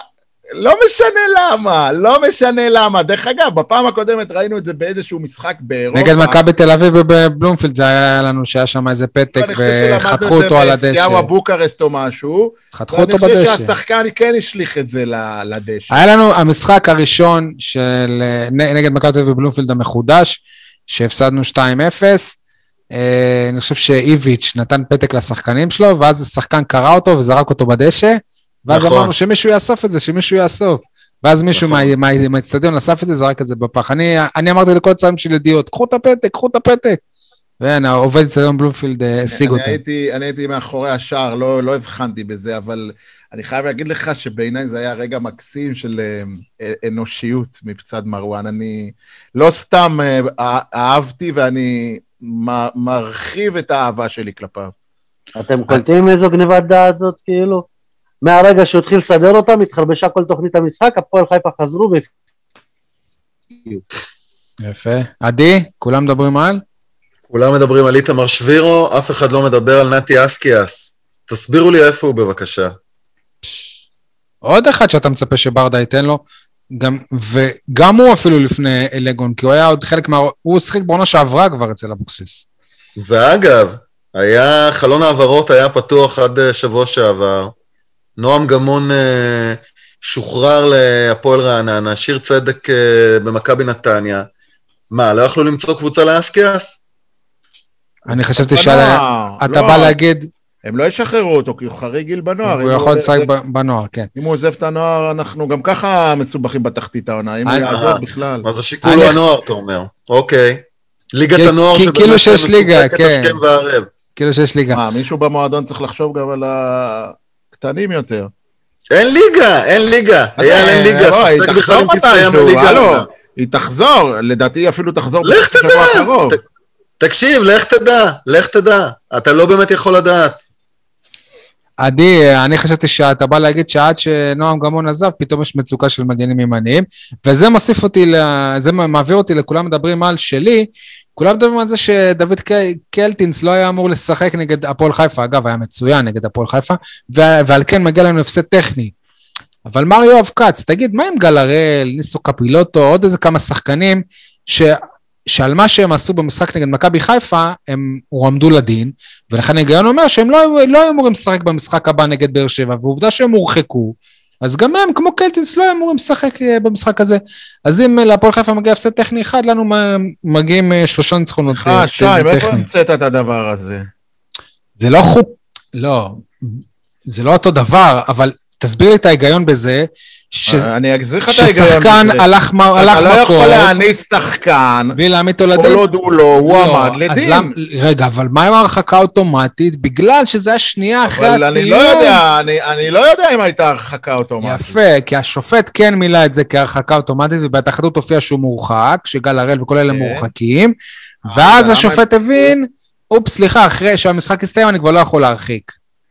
לא משנה למה. דרך אגב, בפעם הקודמת ראינו את זה באיזשהו משחק באירופה. נגד מכבי תל אביב ובבלומפילד, זה היה לנו שהיה שם איזה פתק וחתכו אותו על הדשא. סטיאמה בוקרסט או משהו. חתכו אותו בדשא. ואני חושב שהשחקן כן השליך את זה לדשא. היה לנו המשחק הראשון נגד מכבי תל אביב ובבלומפילד המחודש, שהפסדנו 2-0. אני חושב שאיביץ' נתן פתק לשחקנים שלו, ואז השחקן קרא אותו וזרק אותו בדשא. ואז אמרנו שמישהו יאסוף את זה, ואז מישהו מהאצטדיון אסף את זה, זרק את זה בפח. אני אמרתי לכל צערים שלי לדיעות, קחו את הפתק, והנה, עובד אצטדיון בלומפילד השיג אותו. אני הייתי מאחורי השער, לא הבחנתי בזה, אבל אני חייב להגיד לך שבעיניי זה היה רגע מקסים של אנושיות מצד מרואן. אני לא סתם אהבתי, ואני מרחיב את האהבה שלי כלפיו. אתם קולטים איזו גניבת דעת זאת, כאילו? מהרגע שהוא התחיל לסדר אותם, התחרבשה כל תוכנית המשחק, הפועל חיפה חזרו יפה. עדי, כולם מדברים על? כולם מדברים על איתמר שבירו, אף אחד לא מדבר על נתי אסקיאס. תסבירו לי איפה הוא בבקשה. עוד אחד שאתה מצפה שברדה ייתן לו, וגם הוא אפילו לפני אלגון, כי הוא היה עוד חלק הוא שחק בעונה שעברה כבר אצל אבוקסיס. ואגב, חלון העברות היה פתוח עד שבוע שעבר, נועם גמון שוחרר להפועל רעננה, שיר צדק במכבי נתניה, מה, לא יכלו למצוא קבוצה לאסקיאס? אני חשבתי שאתה בא להגיד... הם לא ישחררו אותו, כי הוא חריג גיל בנוער. הוא יכול לשחק בנוער, כן. אם הוא עוזב את הנוער, אנחנו גם ככה מסובכים בתחתית העונה, אם הוא יעזוב בכלל. אז השיקול הוא הנוער, אתה אומר. אוקיי. ליגת הנוער כאילו שיש ליגה, כן. השכם והערב. כאילו שיש ליגה. מישהו במועדון צריך לחשוב גם על הקטנים יותר. אין ליגה. אין ליגה. היא תחזור מתישהו, היא תחזור, לדעתי אפילו תחזור בשבוע הקרוב. תקשיב, לך תדע. אתה לא באמת יכול לדעת. עדי, אני חשבתי שאתה בא להגיד שעד שנועם גמון עזב, פתאום יש מצוקה של מגנים ימניים, וזה מוסיף אותי, זה מעביר אותי לכולם מדברים על שלי, כולם מדברים על זה שדוד קלטינס לא היה אמור לשחק נגד הפועל חיפה, אגב, היה מצוין נגד הפועל חיפה, ועל כן מגיע לנו הפסד טכני. אבל מר יואב קץ, תגיד, מה עם גל הראל, ניסו קפילוטו, עוד איזה כמה שחקנים, שעל מה שהם עשו במשחק נגד מכבי חיפה, הם הועמדו לדין, ולכן ההיגיון אומר שהם לא היו אמורים לשחק במשחק הבא נגד באר שבע, ועובדה שהם הורחקו, אז גם הם, כמו קלטינס, לא היו אמורים לשחק במשחק הזה. אז אם להפועל חיפה מגיע הפסד טכני אחד, לנו מגיעים 3 ניצחונות טכניים. שי, מאיפה המצאת את הדבר הזה? זה לא זה לא אותו דבר, אבל תסביר לי את ההיגיון בזה, ששחקן הלך מכות, אתה לא יכול להניס שחקן, ולהעמיד אותו לדין, כל עוד הוא לא, הוא עמד לדין. רגע, אבל מה עם הרחקה אוטומטית? בגלל שזה השנייה אחרי הסיום. אני לא יודע אם הייתה הרחקה אוטומטית. יפה, כי השופט כן מילא את זה כהרחקה אוטומטית, ובהתאחדות הופיע שהוא מורחק, שגל הראל וכל אלה מורחקים, ואז השופט הבין, סליחה, אחרי שהמשחק הסתיים אני כבר לא יכול להרחיק.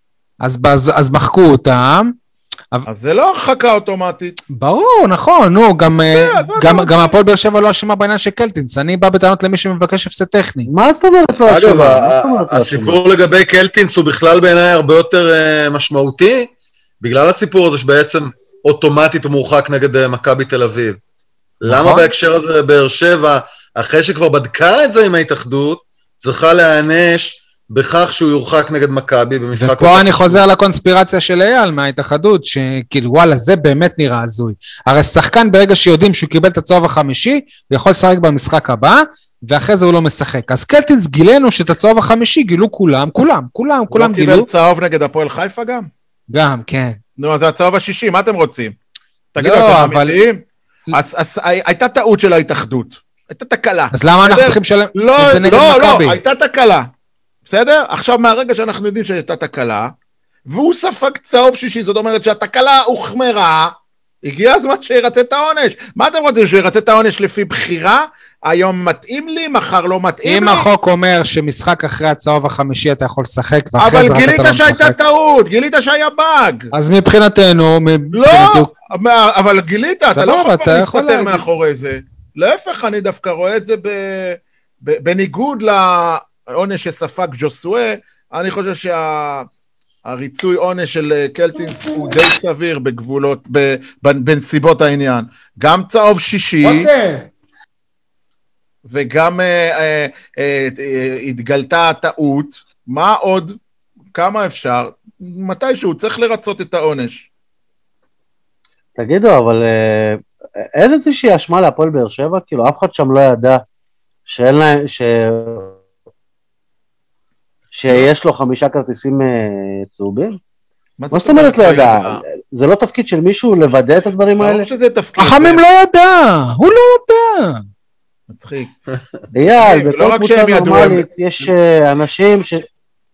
אז מחקו אותם. אז זה לא הרחקה אוטומטית. ברור, נכון, נו, גם הפועל באר שבע לא אשמה בעניין של קלטינס, אני בא בטענות למי שמבקש הפסד טכני. מה זאת אומרת לא אשמה? אגב, הסיפור לגבי קלטינס הוא בכלל בעיניי הרבה יותר משמעותי, בגלל הסיפור הזה שבעצם אוטומטית הוא מורחק נגד מכבי תל אביב. למה בהקשר הזה באר שבע, אחרי שכבר בדקה את זה עם ההתאחדות, צריכה להיענש בכך שהוא יורחק נגד מכבי במשחק... ופה אני חוזר לקונספירציה של אייל מההתאחדות, שכאילו וואלה זה באמת נראה הזוי. הרי שחקן ברגע שיודעים שהוא קיבל את הצהוב החמישי, הוא יכול לשחק במשחק הבא, ואחרי זה הוא לא משחק. אז קלטינס גילנו שאת הצהוב החמישי גילו כולם גילו. הוא קיבל צהוב נגד הפועל חיפה גם? גם, כן. נו, אז זה הצהוב השישי, מה אתם רוצים? תגידו, אתם אמיתיים? אז הייתה טעות של ההתאחדות. הייתה תקלה. אז למה אנחנו צריכים לשלם את זה נגד מכבי? לא, הייתה תקלה. בסדר? עכשיו מהרגע שאנחנו יודעים שהייתה תקלה, והוא ספג צהוב שישי, זאת אומרת שהתקלה הוחמרה, הגיע הזמן שירצה את העונש. מה אתם רוצים, שירצה את העונש לפי בחירה? היום מתאים לי, מחר לא מתאים לי? אם החוק אומר שמשחק אחרי הצהוב החמישי אתה יכול לשחק, אבל גילית שהייתה טעות, גילית שהיה באג. אז מבחינתנו... לא, אבל גילית, אתה לא יכול להסתתר מאחורי זה. להפך, אני דווקא רואה את זה בניגוד העונש שספג ג'וסואה, אני חושב שהריצוי עונש של קלטינס הוא די סביר בגבולות, בנסיבות העניין. גם צהוב שישי, וגם התגלתה הטעות, מה עוד, כמה אפשר, מתישהו צריך לרצות את העונש. תגידו, אבל אין איזושהי אשמה להפועל באר שבע? כאילו אף אחד שם לא ידע שאין להם, שיש לו 5 כרטיסים צהובים? מה זאת אומרת לא ידע? זה לא תפקיד של מישהו לוודא את הדברים האלה? החמים לא ידע, הוא לא ידע. מצחיק. אייל, בכל קבוצה נורמלית יש אנשים ש...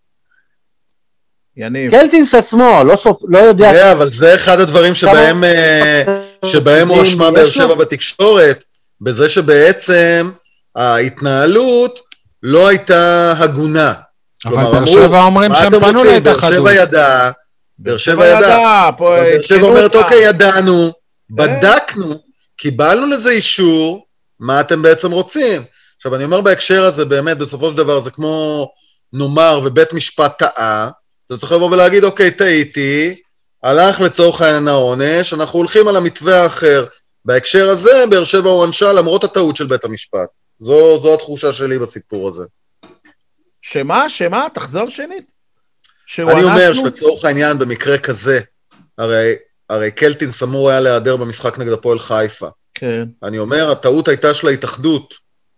קלטינס עצמו, לא יודע... אבל זה אחד הדברים שבהם הוא אשמה באר שבע בתקשורת, בזה שבעצם ההתנהלות לא הייתה הגונה. אבל באר שבע אומרים שהם פנו להתאחדות. באר שבע ידע. באר שבע אומרת, אוקיי, ידענו, בדקנו, קיבלנו לזה אישור, מה אתם בעצם רוצים? עכשיו, אני אומר בהקשר הזה, באמת, בסופו של דבר, זה כמו נאמר ובית משפט טעה, אתה צריך לבוא ולהגיד, אוקיי, טעיתי, הלך לצורך העניין העונש, אנחנו הולכים על המתווה האחר. בהקשר הזה, באר שבע הוא ענשה למרות הטעות של בית המשפט. זו התחושה שלי בסיפור הזה. שמה? תחזור שנית. אני אומר שלצורך העניין במקרה כזה, הרי קלטינס אמור היה להיעדר במשחק נגד הפועל חיפה. כן. אני אומר, הטעות הייתה של ההתאחדות.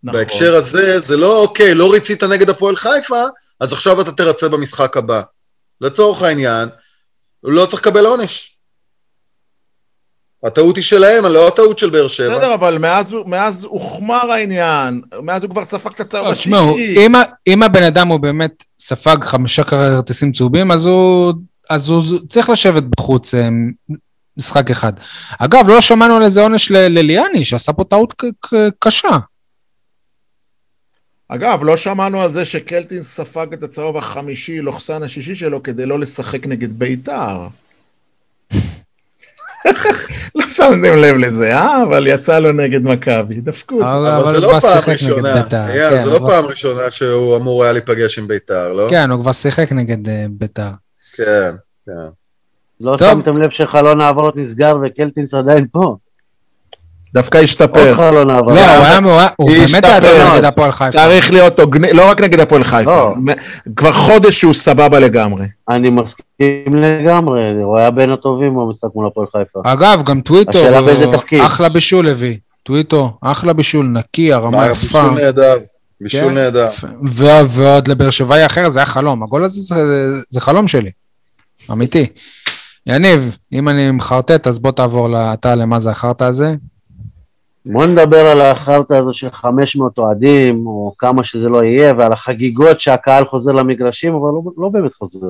בהקשר הזה, זה לא, אוקיי, לא ריצית נגד הפועל חיפה, אז עכשיו אתה תרצה במשחק הבא. לצורך העניין, הוא לא צריך לקבל עונש. הטעות היא שלהם, לא הטעות של באר שבע. בסדר, אבל מאז הוחמר העניין, מאז הוא כבר ספג את הצהוב השישי. אם הבן אדם הוא באמת ספג 5 כרטיסים צהובים, אז הוא צריך לשבת בחוץ משחק אחד. אגב, לא שמענו על איזה עונש לליאני, שעשה פה טעות קשה. אגב, לא שמענו על זה שקלטין ספג את הצהוב החמישי, לוחסן השישי שלו, כדי לא לשחק נגד בית"ר. לא שמתם לב לזה, אבל יצא לו נגד מכבי, דפקו. אבל זה לא פעם ראשונה, זה לא פעם ראשונה שהוא אמור היה להיפגש עם בית"ר, לא? כן, הוא כבר שיחק נגד בית"ר. כן, כן. לא שמתם לב שחלון העברות נסגר וקלטינס עדיין פה. דווקא השתפר. לא, הוא באמת היה טוב נגד הפועל חיפה. צריך להיות, לא רק נגד הפועל חיפה, כבר חודש שהוא סבבה לגמרי. אני מסכים לגמרי, הוא היה בין הטובים במשחק מול הפועל חיפה. אגב, גם טוויטו, אחלה בישול הביא. טוויטו, אחלה בישול, נקי, הרמה יפה. בישול נהדר, בישול נהדר. ועוד לבאר שבעי אחר, זה היה חלום. הגול הזה זה חלום שלי. אמיתי. יניב, אם אני מחרטט, אז בוא תעבור אתה למה זה החרטא הזה. בוא נדבר על החרטא הזו של 500 אוהדים, או כמה שזה לא יהיה, ועל החגיגות שהקהל חוזר למגרשים, אבל לא באמת חוזר.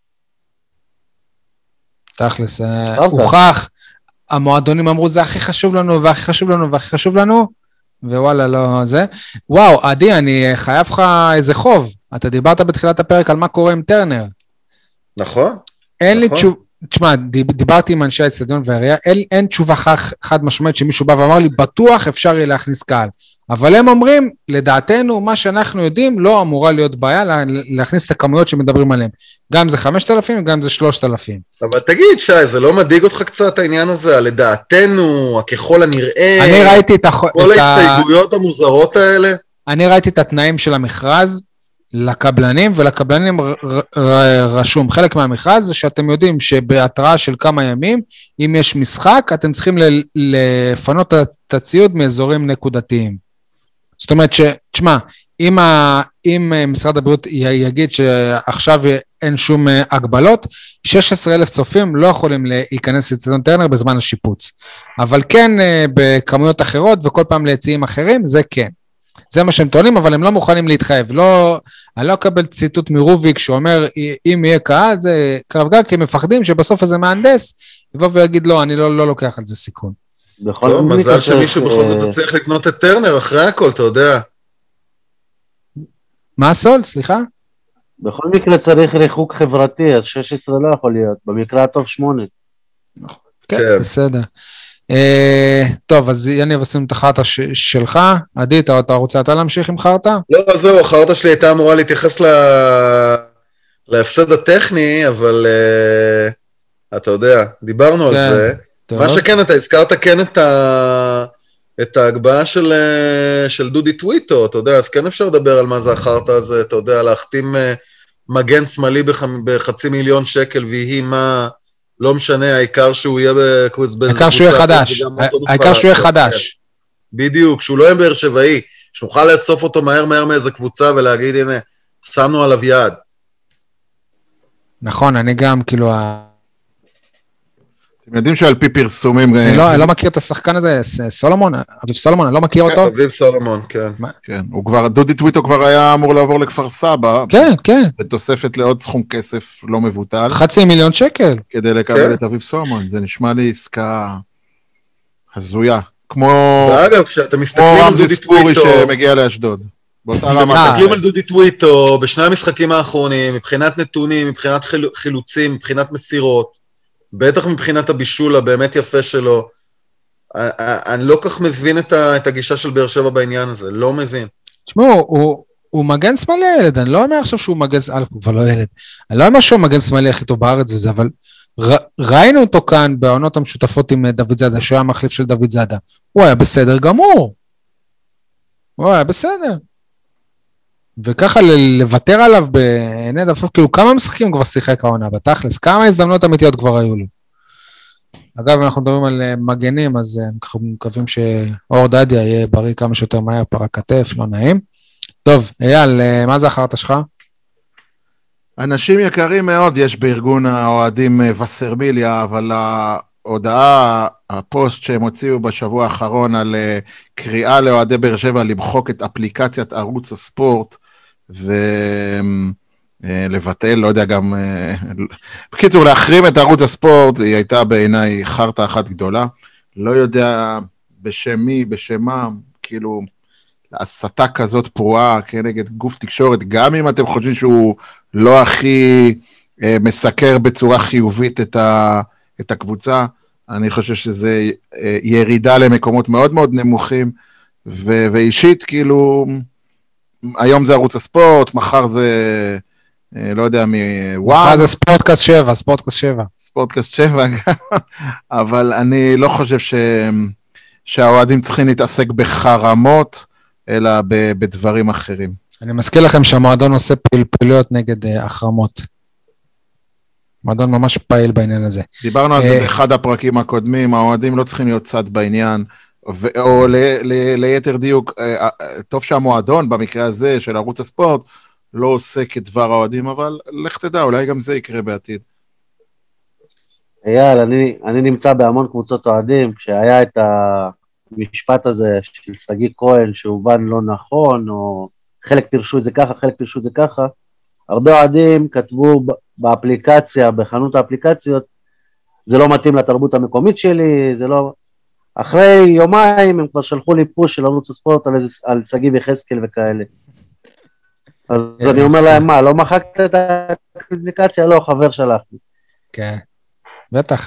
תכלס, הוכח, המועדונים אמרו, זה הכי חשוב לנו, והכי חשוב לנו, והכי חשוב לנו, ווואלה, לא זה. וואו, עדי, אני חייב לך איזה חוב. אתה דיברת בתחילת הפרק על מה קורה עם טרנר. נכון. אין לי תשוב... תשמע, דיברתי עם אנשי האצטדיון והעירייה, אין תשובה חד משמעית שמישהו בא ואמר לי, בטוח אפשר יהיה להכניס קהל. אבל הם אומרים, לדעתנו, מה שאנחנו יודעים, לא אמורה להיות בעיה להכניס את הכמויות שמדברים עליהם. גם זה 5,000, גם זה 3,000. אבל תגיד, שי, זה לא מדאיג אותך קצת העניין הזה? לדעתנו, ככל הנראה, אני ראיתי כל ההסתייגויות המוזרות האלה? אני ראיתי את התנאים של המכרז, לקבלנים, ולקבלנים רשום, חלק מהמכרז זה שאתם יודעים שבהתראה של כמה ימים, אם יש משחק, אתם צריכים לפנות את הציוד מאזורים נקודתיים. זאת אומרת תשמע, אם משרד הבריאות יגיד שעכשיו אין שום הגבלות, 16,000 צופים לא יכולים להיכנס לאצטדיון טרנר בזמן השיפוץ. אבל כן, בכמויות אחרות וכל פעם ליציאים אחרים, זה כן. זה מה שהם טוענים, אבל הם לא מוכנים להתחייב. אני לא אקבל ציטוט מרוביק שאומר, אם יהיה קהל, זה קרב גג, כי הם מפחדים שבסוף איזה מהנדס, יבוא ויגיד, לא, אני לא לוקח על זה סיכון. טוב, מזל שמישהו בכל זאת צריך לקנות את טרנר, אחרי הכל, אתה יודע. מה הסול? סליחה? בכל מקרה צריך ריחוק חברתי, אז 16 לא יכול להיות, במקרה הטוב 8. כן, בסדר. טוב, אז יניב עשינו את החרטא שלך. עדי, אתה רוצה להמשיך עם חרטא? לא, זהו, החרטא שלי הייתה אמורה להתייחס להפסד הטכני, אבל אתה יודע, דיברנו על זה. מה שכן, אתה הזכרת כן את ההגבהה של דודי טוויטו, אתה יודע, אז כן אפשר לדבר על מה זה החרטא הזה, אתה יודע, להחתים מגן שמאלי ב500,000 שקל, ויהי מה... לא משנה, העיקר שהוא יהיה העיקר שהוא יהיה חדש, העיקר שהוא יהיה חדש. בדיוק, שהוא לא יהיה באר שבעי, שנוכל לאסוף אותו מהר מאיזה קבוצה ולהגיד, הנה, שמנו עליו יד. נכון, אני גם כאילו... אתם יודעים שעל פי פרסומים... אני לא מכיר את השחקן הזה, סולומון, אביב סולומון, אני לא מכיר אותו. אביב סולומון, כן. כן, הוא כבר, דודי טוויטו כבר היה אמור לעבור לכפר סבא. כן, כן. בתוספת לעוד סכום כסף לא מבוטל. 500,000 שקל. כדי לקבל את אביב סולומון, זה נשמע לי עסקה הזויה. כמו... ואגב, כשאתה מסתכלים על דודי טוויטו... שמגיע לאשדוד. מסתכלים על דודי טוויטו, בשני המשחקים האחרונים, מבחינת נתונים, מבחינת חילוצים, מבחינת מסירות, בטח מבחינת הבישול הבאמת יפה שלו, אני לא כך מבין את הגישה של באר שבע בעניין הזה, לא מבין. תשמעו, הוא מגן שמאלי הילד, אני לא אומר עכשיו שהוא מגן, כבר לא ילד, אני לא אומר שהוא מגן שמאלי הכי טוב בארץ וזה, אבל ראינו אותו כאן בעונות המשותפות עם דוד זאדה, שהוא היה מחליף של דוד זאדה, הוא היה בסדר גמור, הוא היה בסדר. וככה לוותר עליו בעיני דווקא, כאילו כמה משחקים כבר שיחק העונה בתכלס, כמה הזדמנות אמיתיות כבר היו לו. אגב, אנחנו מדברים על מגנים, אז אנחנו מקווים שאור דדיה יהיה בריא כמה שיותר מהר, פרק כתף, לא נעים. טוב, אייל, מה זה החרטה שלך? אנשים יקרים מאוד יש בארגון האוהדים וסרמיליה, אבל ההודעה, הפוסט שהם הוציאו בשבוע האחרון על קריאה לאוהדי באר שבע למחוק את אפליקציית ערוץ הספורט, ולבטל, לא יודע גם, בקיצור, להחרים את ערוץ הספורט, היא הייתה בעיניי חרטה אחת גדולה, לא יודע בשם מי, בשם מה, כאילו, הסתה כזאת פרועה כנגד גוף תקשורת, גם אם אתם חושבים שהוא לא הכי מסקר בצורה חיובית את הקבוצה, אני חושב שזה ירידה למקומות מאוד מאוד נמוכים, ואישית כאילו, היום זה ערוץ הספורט, מחר זה, לא יודע מי, מחר זה ספורטקאסט 7, ספורטקאסט 7, אבל אני לא חושב שהאוהדים צריכים להתעסק בחרמות, אלא בדברים אחרים. אני מזכיר לכם שהמועדון עושה פעילויות נגד החרמות. מועדון ממש פעיל בעניין הזה. דיברנו על זה באחד הפרקים הקודמים, האוהדים לא צריכים להיות צד בעניין, או ליתר דיוק, טוב שהמועדון במקרה הזה של ערוץ הספורט, לא עושה כדבר האוהדים, אבל לך תדע, אולי גם זה יקרה בעתיד. אייל, אני נמצא בהמון קבוצות אוהדים, כשהיה את המשפט הזה של סגי כהן, שהובן לא נכון, או חלק פירשו את זה ככה, חלק פירשו את זה ככה, הרבה אוהדים כתבו באפליקציה, בחנות האפליקציות, זה לא מתאים לתרבות המקומית שלי, זה לא... אחרי יומיים הם כבר שלחו לי פוש של ערוץ הספורט על סגי וחזקאל וכאלה. אז אני אומר להם, מה, לא מחקת את האפליקציה? לא, חבר שלחתי. כן, בטח.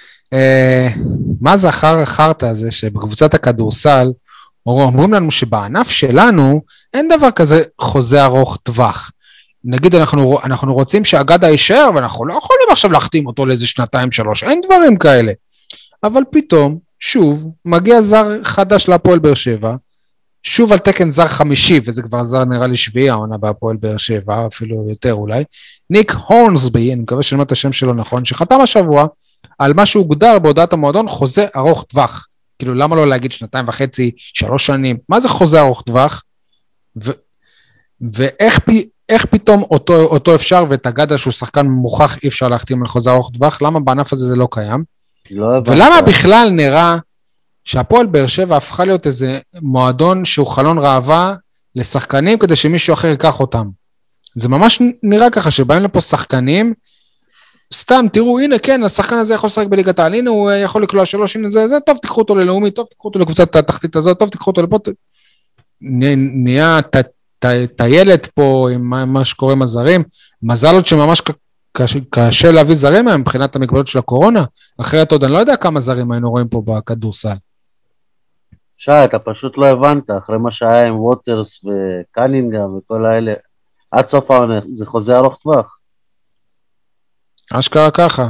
מה זה החרטה הזה שבקבוצת הכדורסל, אומרים לנו שבענף שלנו אין דבר כזה חוזה ארוך טווח. נגיד אנחנו רוצים שהאגדה יישאר, ואנחנו לא יכולים עכשיו להחתים אותו לאיזה 2-3, אין דברים כאלה. אבל פתאום, שוב, מגיע זר חדש להפועל באר שבע, שוב על תקן זר חמישי, וזה כבר זר נראה לי שביעי, העונה בהפועל באר שבע, אפילו יותר אולי, ניק הורנסבי, אני מקווה שלמד את השם שלו נכון, שחתם השבוע על מה שהוגדר בהודעת המועדון, חוזה ארוך טווח. כאילו, למה לא להגיד 2.5, 3 שנים? מה זה חוזה ארוך טווח? ואיך פתאום אותו אפשר, ואת אגדה שהוא שחקן מוכח אי אפשר להחתים על חוזה ארוך טווח? למה בענף הזה זה לא קיים? ולמה בכלל נראה שהפועל באר שבע הפכה להיות איזה מועדון שהוא חלון ראווה לשחקנים כדי שמישהו אחר ייקח אותם? זה ממש נראה ככה שבאים לפה שחקנים, סתם תראו, הנה כן, השחקן הזה יכול לשחק בליגת העל, הנה הוא יכול לקלוע 3, הנה זה, טוב תיקחו אותו ללאומי, טוב תיקחו אותו לקבוצת התחתית הזאת, טוב תיקחו אותו לפה, נהיה טיילת פה עם מה שקורה עם הזרים, מזל עוד שממש קשה להביא זרים מהם מבחינת המגבלות של הקורונה, אחרת עוד אני לא יודע כמה זרים היינו רואים פה בכדורסל. שי, אתה פשוט לא הבנת, אחרי מה שהיה עם ווטרס וקנינגהם וכל האלה, עד סוף העונה, זה חוזה ארוך טווח. אשכרה ככה.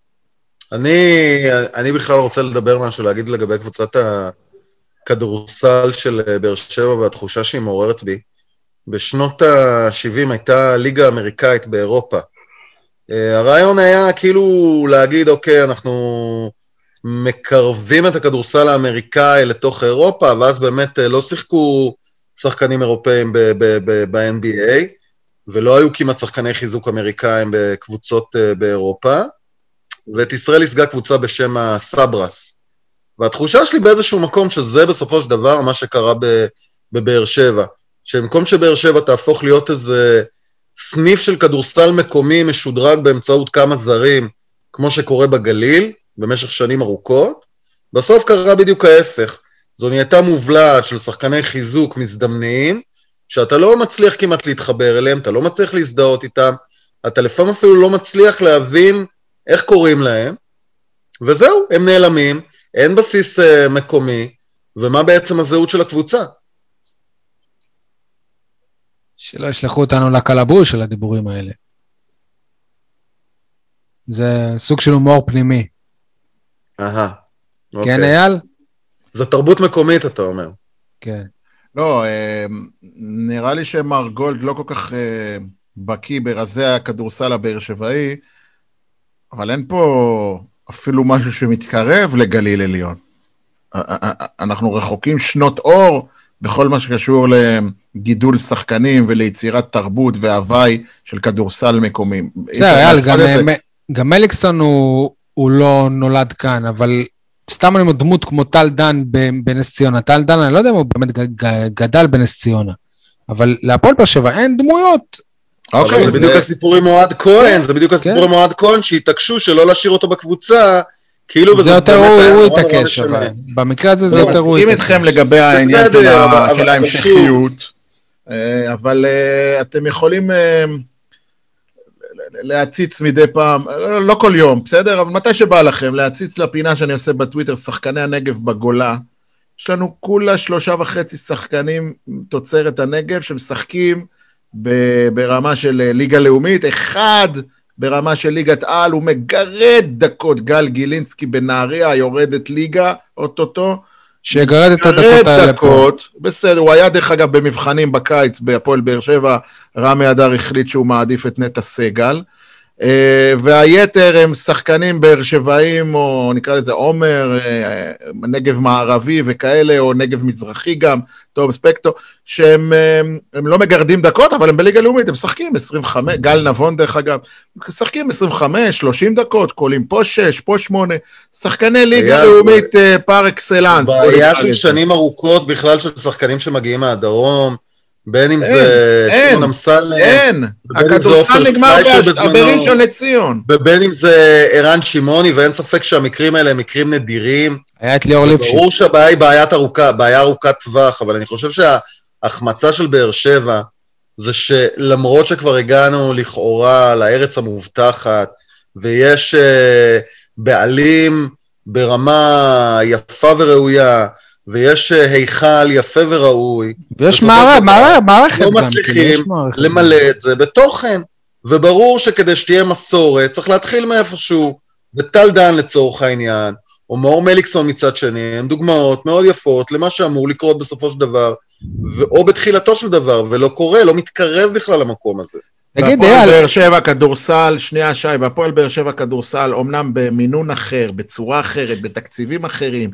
אני בכלל רוצה לדבר משהו, להגיד לגבי קבוצת הכדורסל של באר שבע, והתחושה שהיא מעוררת בי. בשנות ה-70 הייתה ליגה אמריקאית באירופה. הרעיון היה כאילו להגיד, אוקיי, אנחנו מקרבים את הכדורסל האמריקאי לתוך אירופה, ואז באמת לא שיחקו שחקנים אירופאים ב-NBA, ולא היו כמעט שחקני חיזוק אמריקאים בקבוצות באירופה, ואת ישראל הסגה קבוצה בשם הסברס. והתחושה שלי באיזשהו מקום שזה בסופו של דבר מה שקרה בבאר שבע, שבמקום שבאר שבע תהפוך להיות איזה סניף של כדורסל מקומי משודרג באמצעות כמה זרים, כמו שקורה בגליל, במשך שנים ארוכות, בסוף קרה בדיוק ההפך. זו נהייתה מובלעת של שחקני חיזוק מזדמניים, שאתה לא מצליח כמעט להתחבר אליהם, אתה לא מצליח להזדהות איתם, אתה לפעמים אפילו לא מצליח להבין איך קוראים להם, וזהו, הם נעלמים, אין בסיס מקומי, ומה בעצם הזהות של הקבוצה? שלא ישלחו אותנו לקלבוש של הדיבורים האלה. זה סוג של הומור פנימי. אוקיי. כן, אייל? זה תרבות מקומית, אתה אומר. כן. לא, נראה לי שמר גולד לא כל כך בקיא ברזי הכדורסל הבאר שבעי, אבל אין פה אפילו משהו שמתקרב לגליל עליון. אנחנו רחוקים שנות אור בכל מה שקשור לגידול שחקנים וליצירת תרבות והוואי של כדורסל מקומי. בסדר, גם מליקסון הוא לא נולד כאן, אבל סתם אני דמות כמו טל דן בנס ציונה. טל דן, אני לא יודע אם הוא באמת גדל בנס ציונה, אבל להפועל באר שבע אין דמויות. זה בדיוק הסיפור עם אוהד כהן, זה בדיוק הסיפור עם אוהד כהן, שהתעקשו שלא להשאיר אותו בקבוצה, כאילו זה יותר הוא יתעקש, אבל במקרה הזה זה יותר הוא יתעקש. אני איתכם לגבי העניין של ההמשכיות, אבל אתם יכולים להציץ מדי פעם, לא כל יום, בסדר? אבל מתי שבא לכם, להציץ לפינה שאני עושה בטוויטר, שחקני הנגב בגולה, יש לנו כולה 3.5 שחקנים תוצרת הנגב, שמשחקים ברמה של ליגה לאומית, אחד ברמה של ליגת על, הוא מגרד דקות, גל גילינסקי בנהריה, יורדת ליגה, אוטוטו, שיגרד את הדקות האלה פה. בסדר, הוא היה דרך אגב במבחנים בקיץ, בהפועל באר שבע, רמי אדר החליט שהוא מעדיף את נטע סגל, והיתר הם שחקנים באר שבעים, או נקרא לזה עומר, נגב מערבי וכאלה, או נגב מזרחי גם, טוב ספקטו, שהם לא מגרדים דקות, אבל הם בליגה לאומית, הם משחקים 25, גל נבון דרך אגב, משחקים 25, 30 דקות, קולים פה 6, פה 8, שחקני ליגה לאומית פר אקסלנס. בעיה של שנים ארוכות בכלל של שחקנים שמגיעים מהדרום, בין אם זה שמעון אמסלם, ובין אם זה עופר סטריישר בזמנו, ובין אם זה ערן שמעוני, ואין ספק שהמקרים האלה הם מקרים נדירים. היה את ליאור ליפשיץ. ברור שהבעיה היא בעיה ארוכת טווח, אבל אני חושב שההחמצה של באר שבע, זה שלמרות שכבר הגענו לכאורה לארץ המובטחת, ויש בעלים ברמה יפה וראויה, ויש היכל יפה וראוי, ויש מערכת לא מצליחים למלא את זה בתוכן, וברור שכדי שתהיה מסורת, צריך להתחיל מאיפשהו, וטל דן לצורך העניין, או מאור מליקסון מצד שני, הם דוגמאות מאוד יפות למה שאמור לקרות בסופו של דבר, או בתחילתו של דבר, ולא קורה, לא מתקרב בכלל למקום הזה. בהפועל באר שבע כדורסל, שנייה שי, בהפועל באר שבע כדורסל, אומנם במינון אחר, בצורה אחרת, בתקציבים אחרים,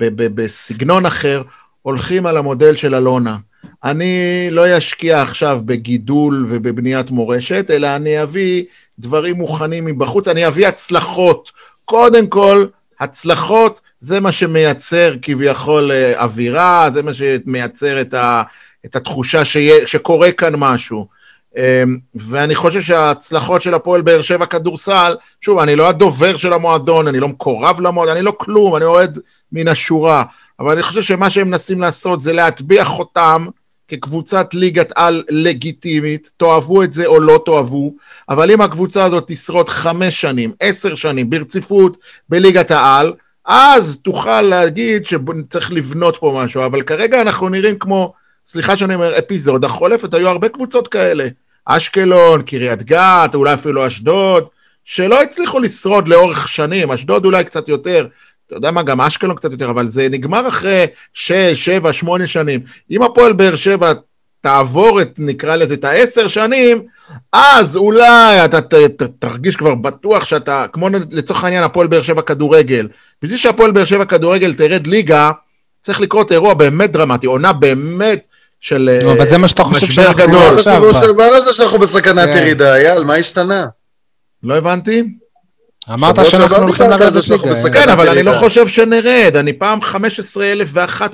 בסגנון אחר, הולכים על המודל של אלונה. אני לא אשקיע עכשיו בגידול ובבניית מורשת, אלא אני אביא דברים מוכנים מבחוץ, אני אביא הצלחות. קודם כל, הצלחות זה מה שמייצר כביכול אווירה, זה מה שמייצר את התחושה שקורה כאן משהו. ואני חושב שההצלחות של הפועל באר שבע כדורסל, שוב, אני לא הדובר של המועדון, אני לא מקורב למועדון, אני לא כלום, אני אוהד מן השורה, אבל אני חושב שמה שהם מנסים לעשות זה להטביע חותם כקבוצת ליגת על לגיטימית, תאהבו את זה או לא תאהבו, אבל אם הקבוצה הזאת תשרוד 5 שנים, 10 שנים ברציפות בליגת העל, אז תוכל להגיד שצריך לבנות פה משהו, אבל כרגע אנחנו נראים כמו, סליחה שאני אומר, אפיזודה חולפת, היו הרבה קבוצות כאלה, אשקלון, קריית גת, אולי אפילו אשדוד, שלא הצליחו לשרוד לאורך שנים, אשדוד אולי קצת יותר, אתה יודע מה, גם אשקלון קצת יותר, אבל זה נגמר אחרי 6, 7, 8 שנים. אם הפועל באר שבע תעבור נקרא לזה, את 10 שנים, אז אולי אתה תרגיש כבר בטוח שאתה, כמו לצורך העניין הפועל באר שבע כדורגל, בשביל שהפועל באר שבע כדורגל תרד ליגה, צריך לקרות אירוע באמת דרמטי, עונה באמת של אבל זה מה שאתה חושב שאנחנו גדול. מה על זה שאנחנו בסכנת ירידה, אייל, מה השתנה? לא הבנתי? אמרת שאנחנו הולכים לרדת ליגה. כן, אבל אני לא חושב שנרד, אני פעם 15,001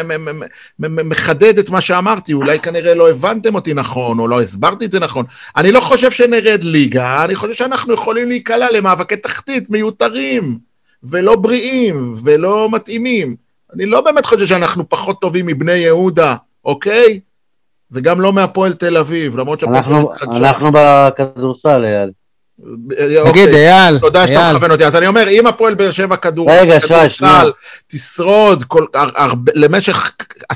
מחדד את מה שאמרתי, אולי כנראה לא הבנתם אותי נכון, או לא הסברתי את זה נכון, אני לא חושב שנרד ליגה, אני חושב שאנחנו יכולים להיקלע למאבקי תחתית מיותרים, ולא בריאים, ולא מתאימים, אני לא באמת חושב שאנחנו פחות טובים מבני יהודה, אוקיי? וגם לא מהפועל תל אביב, למרות אנחנו בכדורסל, אייל. תגיד, אייל. תודה שאתה מכוון אותי. אז אני אומר, אם הפועל באר שבע כדורסל תשרוד למשך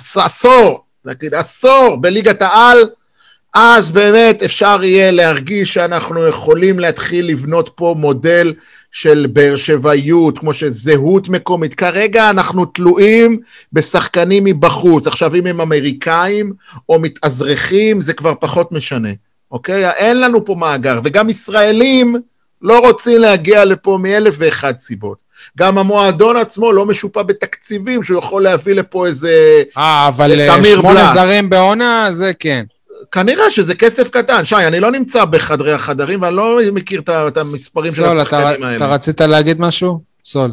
עשור בליגת העל, אז באמת אפשר יהיה להרגיש שאנחנו יכולים להתחיל לבנות פה מודל של באר שבעיות, כמו שזהות מקומית. כרגע אנחנו תלויים בשחקנים מבחוץ. עכשיו, אם הם אמריקאים או מתאזרחים, זה כבר פחות משנה. אוקיי? אין לנו פה מאגר, וגם ישראלים לא רוצים להגיע לפה מאלף ואחד סיבות. גם המועדון עצמו לא משופע בתקציבים, שהוא יכול להביא לפה איזה... אבל 8 זרים בעונה, זה כן. כנראה שזה כסף קטן. שי, אני לא נמצא בחדרי החדרים, ואני לא מכיר את המספרים של השחקנים האלה. אתה רצית להגיד משהו? סול.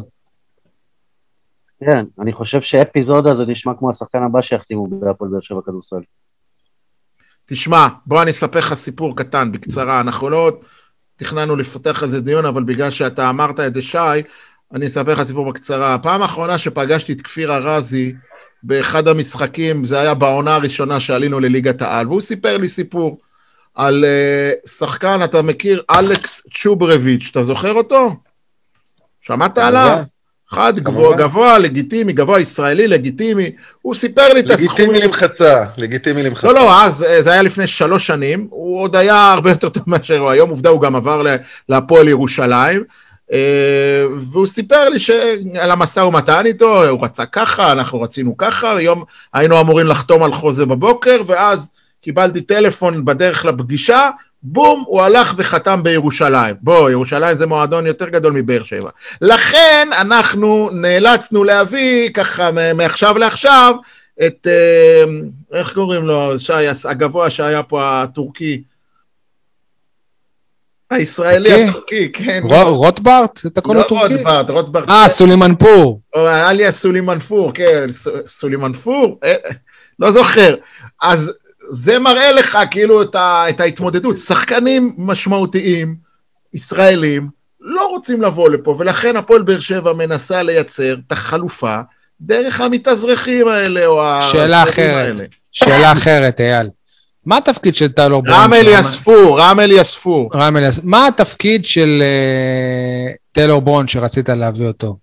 כן, אני חושב שאפיזודה זה נשמע כמו השחקן הבא שיחתימו בהפועל באר שבע כדורסל. תשמע, בוא אני אספר לך סיפור קטן, בקצרה. אנחנו לא תכננו לפתח על זה דיון, אבל בגלל שאתה אמרת את זה, שי, אני אספר לך סיפור בקצרה. הפעם האחרונה שפגשתי את כפיר ארזי, באחד המשחקים, זה היה בעונה הראשונה שעלינו לליגת העל, והוא סיפר לי סיפור על שחקן, אתה מכיר, אלכס צ'וברביץ', אתה זוכר אותו? שמעת עליו? אחד גבוה, לגיטימי, גבוה ישראלי, לגיטימי, הוא סיפר לי את הסכום. לגיטימי למחצה. לא, אז זה היה לפני 3 שנים, הוא עוד היה הרבה יותר טוב מאשר הוא היום, עובדה הוא גם עבר להפועל ירושלים, והוא סיפר לי שעל המשא ומתן איתו, הוא רצה ככה, אנחנו רצינו ככה, היום היינו אמורים לחתום על חוזה בבוקר, ואז קיבלתי טלפון בדרך לפגישה, בום, הוא הלך וחתם בירושלים. בוא, ירושלים זה מועדון יותר גדול מבאר שבע. לכן אנחנו נאלצנו להביא, ככה מעכשיו לעכשיו, את, איך קוראים לו, שי, הגבוה שהיה פה הטורקי, הישראלי הטורקי, כן. רוטברט? אתה קורא לו טורקי? רוטברט. סולימנפור. אליה סולימנפור, כן, סולימנפור, לא זוכר. אז זה מראה לך כאילו את ההתמודדות. שחקנים משמעותיים, ישראלים, לא רוצים לבוא לפה, ולכן הפועל באר שבע מנסה לייצר את החלופה דרך המתאזרחים האלה, או שאלה אחרת, אייל. מה התפקיד של טיילור ברון? רם אליספור. מה התפקיד של טיילור ברון שרצית להביא אותו?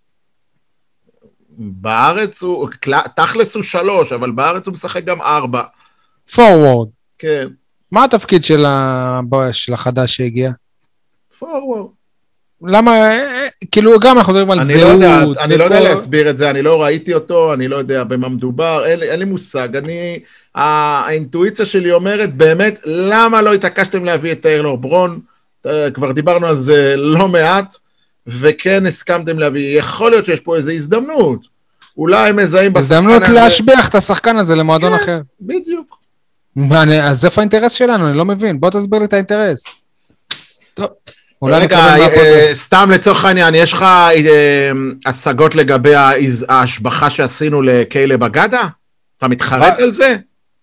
בארץ הוא, תכלס הוא 3, אבל בארץ הוא משחק גם 4. פורוורד. כן. מה התפקיד של החדש שהגיע? פורוורד. למה, כאילו גם אנחנו מדברים על זהות. אני לא יודע להסביר את זה, אני לא ראיתי אותו, אני לא יודע במה מדובר, אין לי מושג, האינטואיציה שלי אומרת באמת, למה לא התעקשתם להביא את טיילור ברון, כבר דיברנו על זה לא מעט, וכן הסכמתם להביא, יכול להיות שיש פה איזו הזדמנות, אולי הם מזהים בשחקן הזה. הזדמנות להשביח את השחקן הזה למועדון אחר. בדיוק. אז איפה האינטרס שלנו? אני לא מבין, בוא תסביר לי את האינטרס. טוב. רגע, סתם לצורך העניין, יש לך השגות לגבי ההשבחה שעשינו לקיילה בגדה? אתה מתחרט על זה?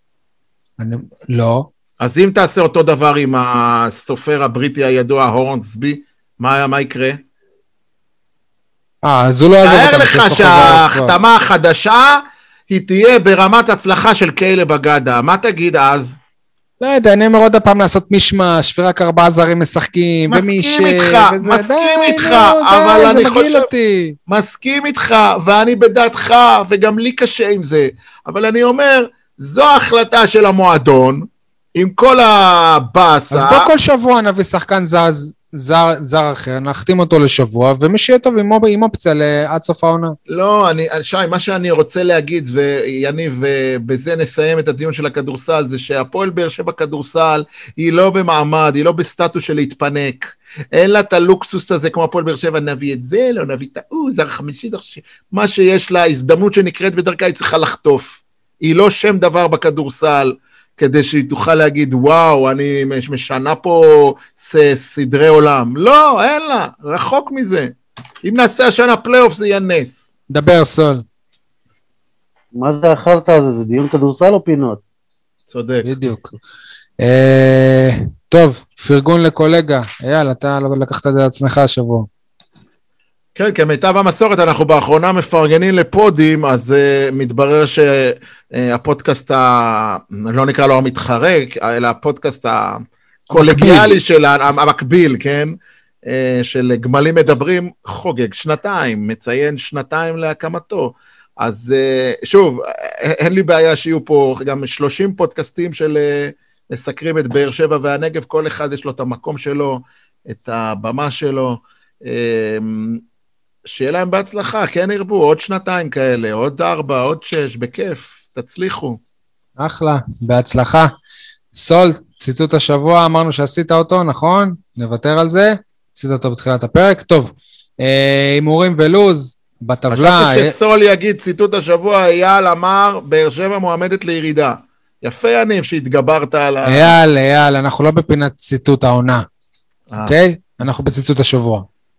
לא. אז אם תעשה אותו דבר עם הסופר הבריטי הידוע, הורנסבי, מה יקרה? אז הוא לא יעזור אותם. תאר לך שההחתמה החדשה, היא תהיה ברמת הצלחה של קיילה בגדה, מה תגיד אז? לא יודע, אני אומר עוד הפעם לעשות משמש, ורק 4 זרים משחקים, מסכים איתך, אבל אני חושב, מסכים איתך, ואני בדעתך, וגם לי קשה עם זה, אבל אני אומר, זו ההחלטה של המועדון, עם כל הבאסה. אז בוא כל שבוע נביא שחקן זר אחר, נחתים אותו לשבוע, ומי שיהיה טוב עם אופציה עד סוף העונה. לא, שי, מה שאני רוצה להגיד, ויניב, ובזה נסיים את הדיון של הכדורסל, זה שהפועל באר שבע כדורסל, היא לא במעמד, היא לא בסטטוס של להתפנק, אין לה את הלוקסוס הזה, כמו הפועל באר שבע, נביא את זה, לא נביא את זר חמישי, מה שיש לה, הזדמנות שנקראת בדרכה, היא צריכה לחטוף. היא לא שם דבר בכדורסל, כדי שהיא תוכל להגיד, וואו, אני משנה פה סדרי עולם. לא, אין לה, רחוק מזה. אם נעשה השנה פלייאוף זה יהיה נס. דבר סול. מה זה אחרת הזה? זה דיון כדורסל או פינות? צודק. בדיוק. טוב, פרגון לקולגה. אייל, אתה לקחת את זה לעצמך השבוע. כן, כמיטב המסורת, אנחנו באחרונה מפרגנים לפודים, אז מתברר שהפודקאסט, לא נקרא לו המתחרק, אלא הפודקאסט הקולגיאלי שלנו, המקביל, כן, של גמלים מדברים, חוגג 2, מציין 2 להקמתו. אז שוב, אין לי בעיה שיהיו פה גם 30 פודקאסטים של מסקרים את באר שבע והנגב, כל אחד יש לו את המקום שלו, את הבמה שלו, שיהיה להם בהצלחה, כן ירבו, עוד 2 כאלה, עוד 4, עוד 6, בכיף, תצליחו. אחלה, בהצלחה. סול, ציטוט השבוע, אמרנו שעשית אותו, נכון? נוותר על זה? עשית אותו בתחילת הפרק. טוב, הימורים ולוז, בטבלה... חשבתי שסול יגיד ציטוט השבוע, אייל אמר, באר שבע מועמדת לירידה. יפה יניב שהתגברת על ה... אייל, אנחנו לא בפינת ציטוט העונה, אוקיי? אנחנו בציטוט השבוע.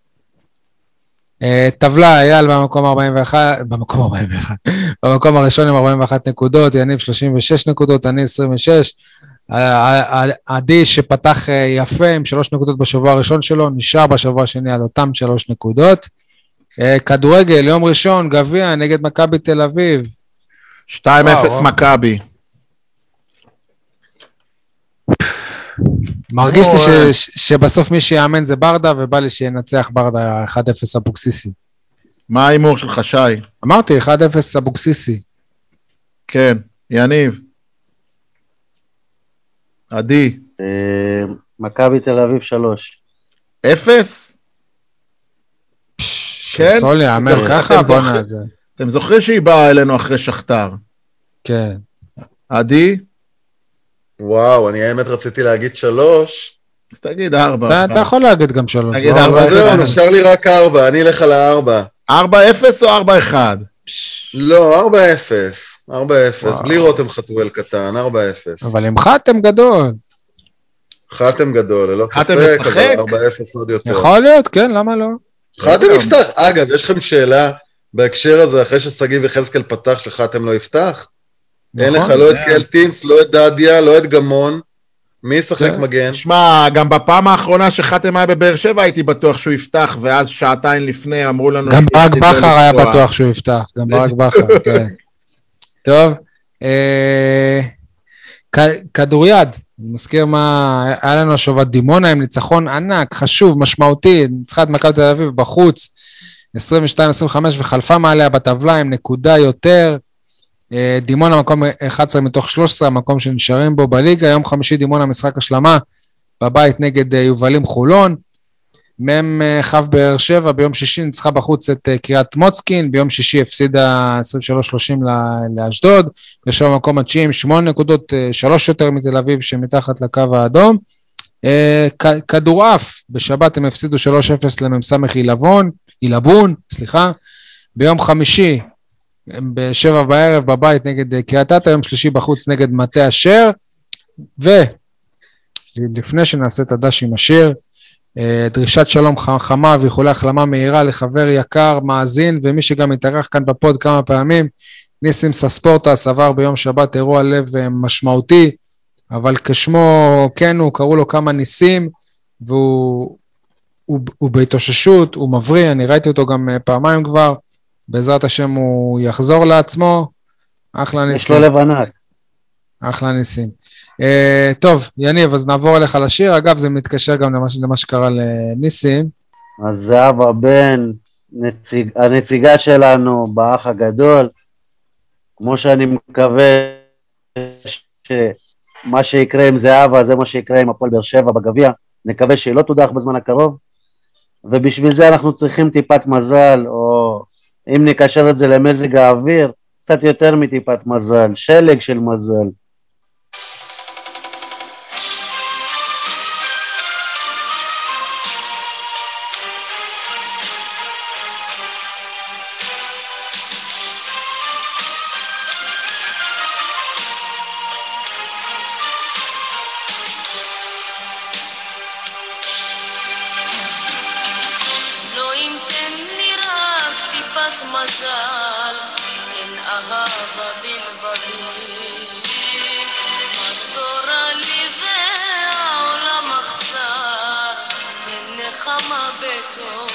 טבלה, אייל במקום 41, במקום הראשון עם 41 נקודות, יניב 36 נקודות, אני 26, עדי שפתח יפה עם 3 נקודות בשבוע הראשון שלו, נשאר בשבוע השני על אותם 3 נקודות. כדורגל, יום ראשון, גביע, נגד מכבי תל אביב. 2-0 מכבי. מרגיש לי שבסוף מי שיאמן זה ברדה, ובא לי שינצח ברדה 1-0 אבוקסיסי. מה האימור שלך, שי? אמרתי, 1-0 אבוקסיסי. כן, יניב. עדי. מכבי תל אביב 3. 0? כן? סולי, אמר ככה, בוא נעזה. אתם זוכרים שהיא באה אלינו אחרי שכתר? כן. עדי? וואו, אני האמת רציתי להגיד 3. אז תגיד 4. אתה יכול להגיד גם 3. תגיד 4. זהו, נשאר לי רק 4, אני אלך על 4. 4-0 או 4-1? לא, 4-0. 4-0, בלי רותם חתואל קטן, 4-0. אבל עם חתם גדול. חתם גדול, ללא ספק, אבל 4-0 עוד יותר. יכול להיות, כן, למה לא? חתם יפתח. אגב, יש לכם שאלה בהקשר הזה, אחרי שסגיב וחזקאל פתח, שחתם לא יפתח? אין לך לא את קלטינס, לא את דדיה, לא את גמון. מי ישחק מגן? שמע, גם בפעם האחרונה שחתם היה בבאר שבע, הייתי בטוח שהוא יפתח, ואז שעתיים לפני אמרו לנו... גם ברק בכר היה בטוח שהוא יפתח, גם ברק בכר, כן. טוב, כדוריד, אני מזכיר מה, היה לנו השבת דימונה עם ניצחון ענק, חשוב, משמעותי, ניצחה את מכבי תל אביב בחוץ, 22-25 וחלפה מעליה בטבלה עם נקודה יותר, דימונה מקום 11 מתוך 13, המקום שנשארים בו בליגה, יום חמישי דימונה משחק השלמה בבית נגד יובלים חולון, מם חף באר שבע, ביום שישי ניצחה בחוץ את קריית מוצקין, ביום שישי הפסידה 23-30 לאשדוד, בשביל המקום התשיעים 8 נקודות, 3 יותר מתל אביב שמתחת לקו האדום, כדורעף, בשבת הם הפסידו 3-0 לממסמך עילבון, ביום חמישי, ב7 בערב בבית נגד קריית אתא, יום שלישי בחוץ נגד מטה אשר, ולפני שנעשה את הדש עם השיר, דרישת שלום חמה ואיחולי החלמה מהירה לחבר יקר, מאזין, ומי שגם התארח כאן בפוד כמה פעמים, ניסים סספורטס, עבר ביום שבת אירוע לב משמעותי, אבל כשמו כן הוא, קראו לו כמה ניסים, והוא בהתאוששות, הוא מבריא, אני ראיתי אותו גם פעמיים כבר, בעזרת השם הוא יחזור לעצמו, אחלה ניסים. יש לו לב ענק. אחלה ניסים. טוב, יניב, אז נעבור אליך לשיר, אגב זה מתקשר גם למה שקרה לניסים. אז זהבה בן, הנציגה שלנו באח הגדול, כמו שאני מקווה שמה שיקרה עם זהבה, זה מה שיקרה עם הפועל באר שבע בגביע, נקווה שהיא לא תודח בזמן הקרוב, ובשביל זה אנחנו צריכים טיפת מזל, או אם נקשר את זה למזג האוויר, קצת יותר מטיפת מזל, שלג של מזל.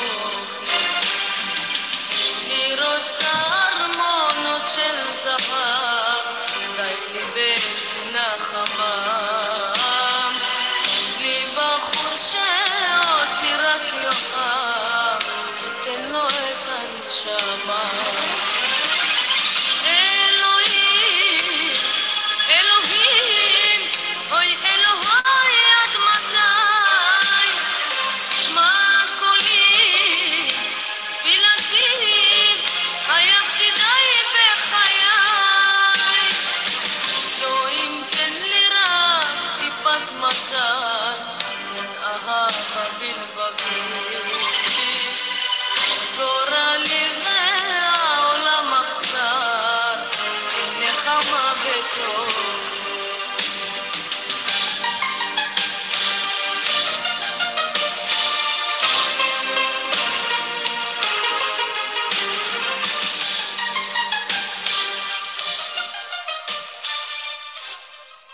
אני רוצה ארמונות של זהב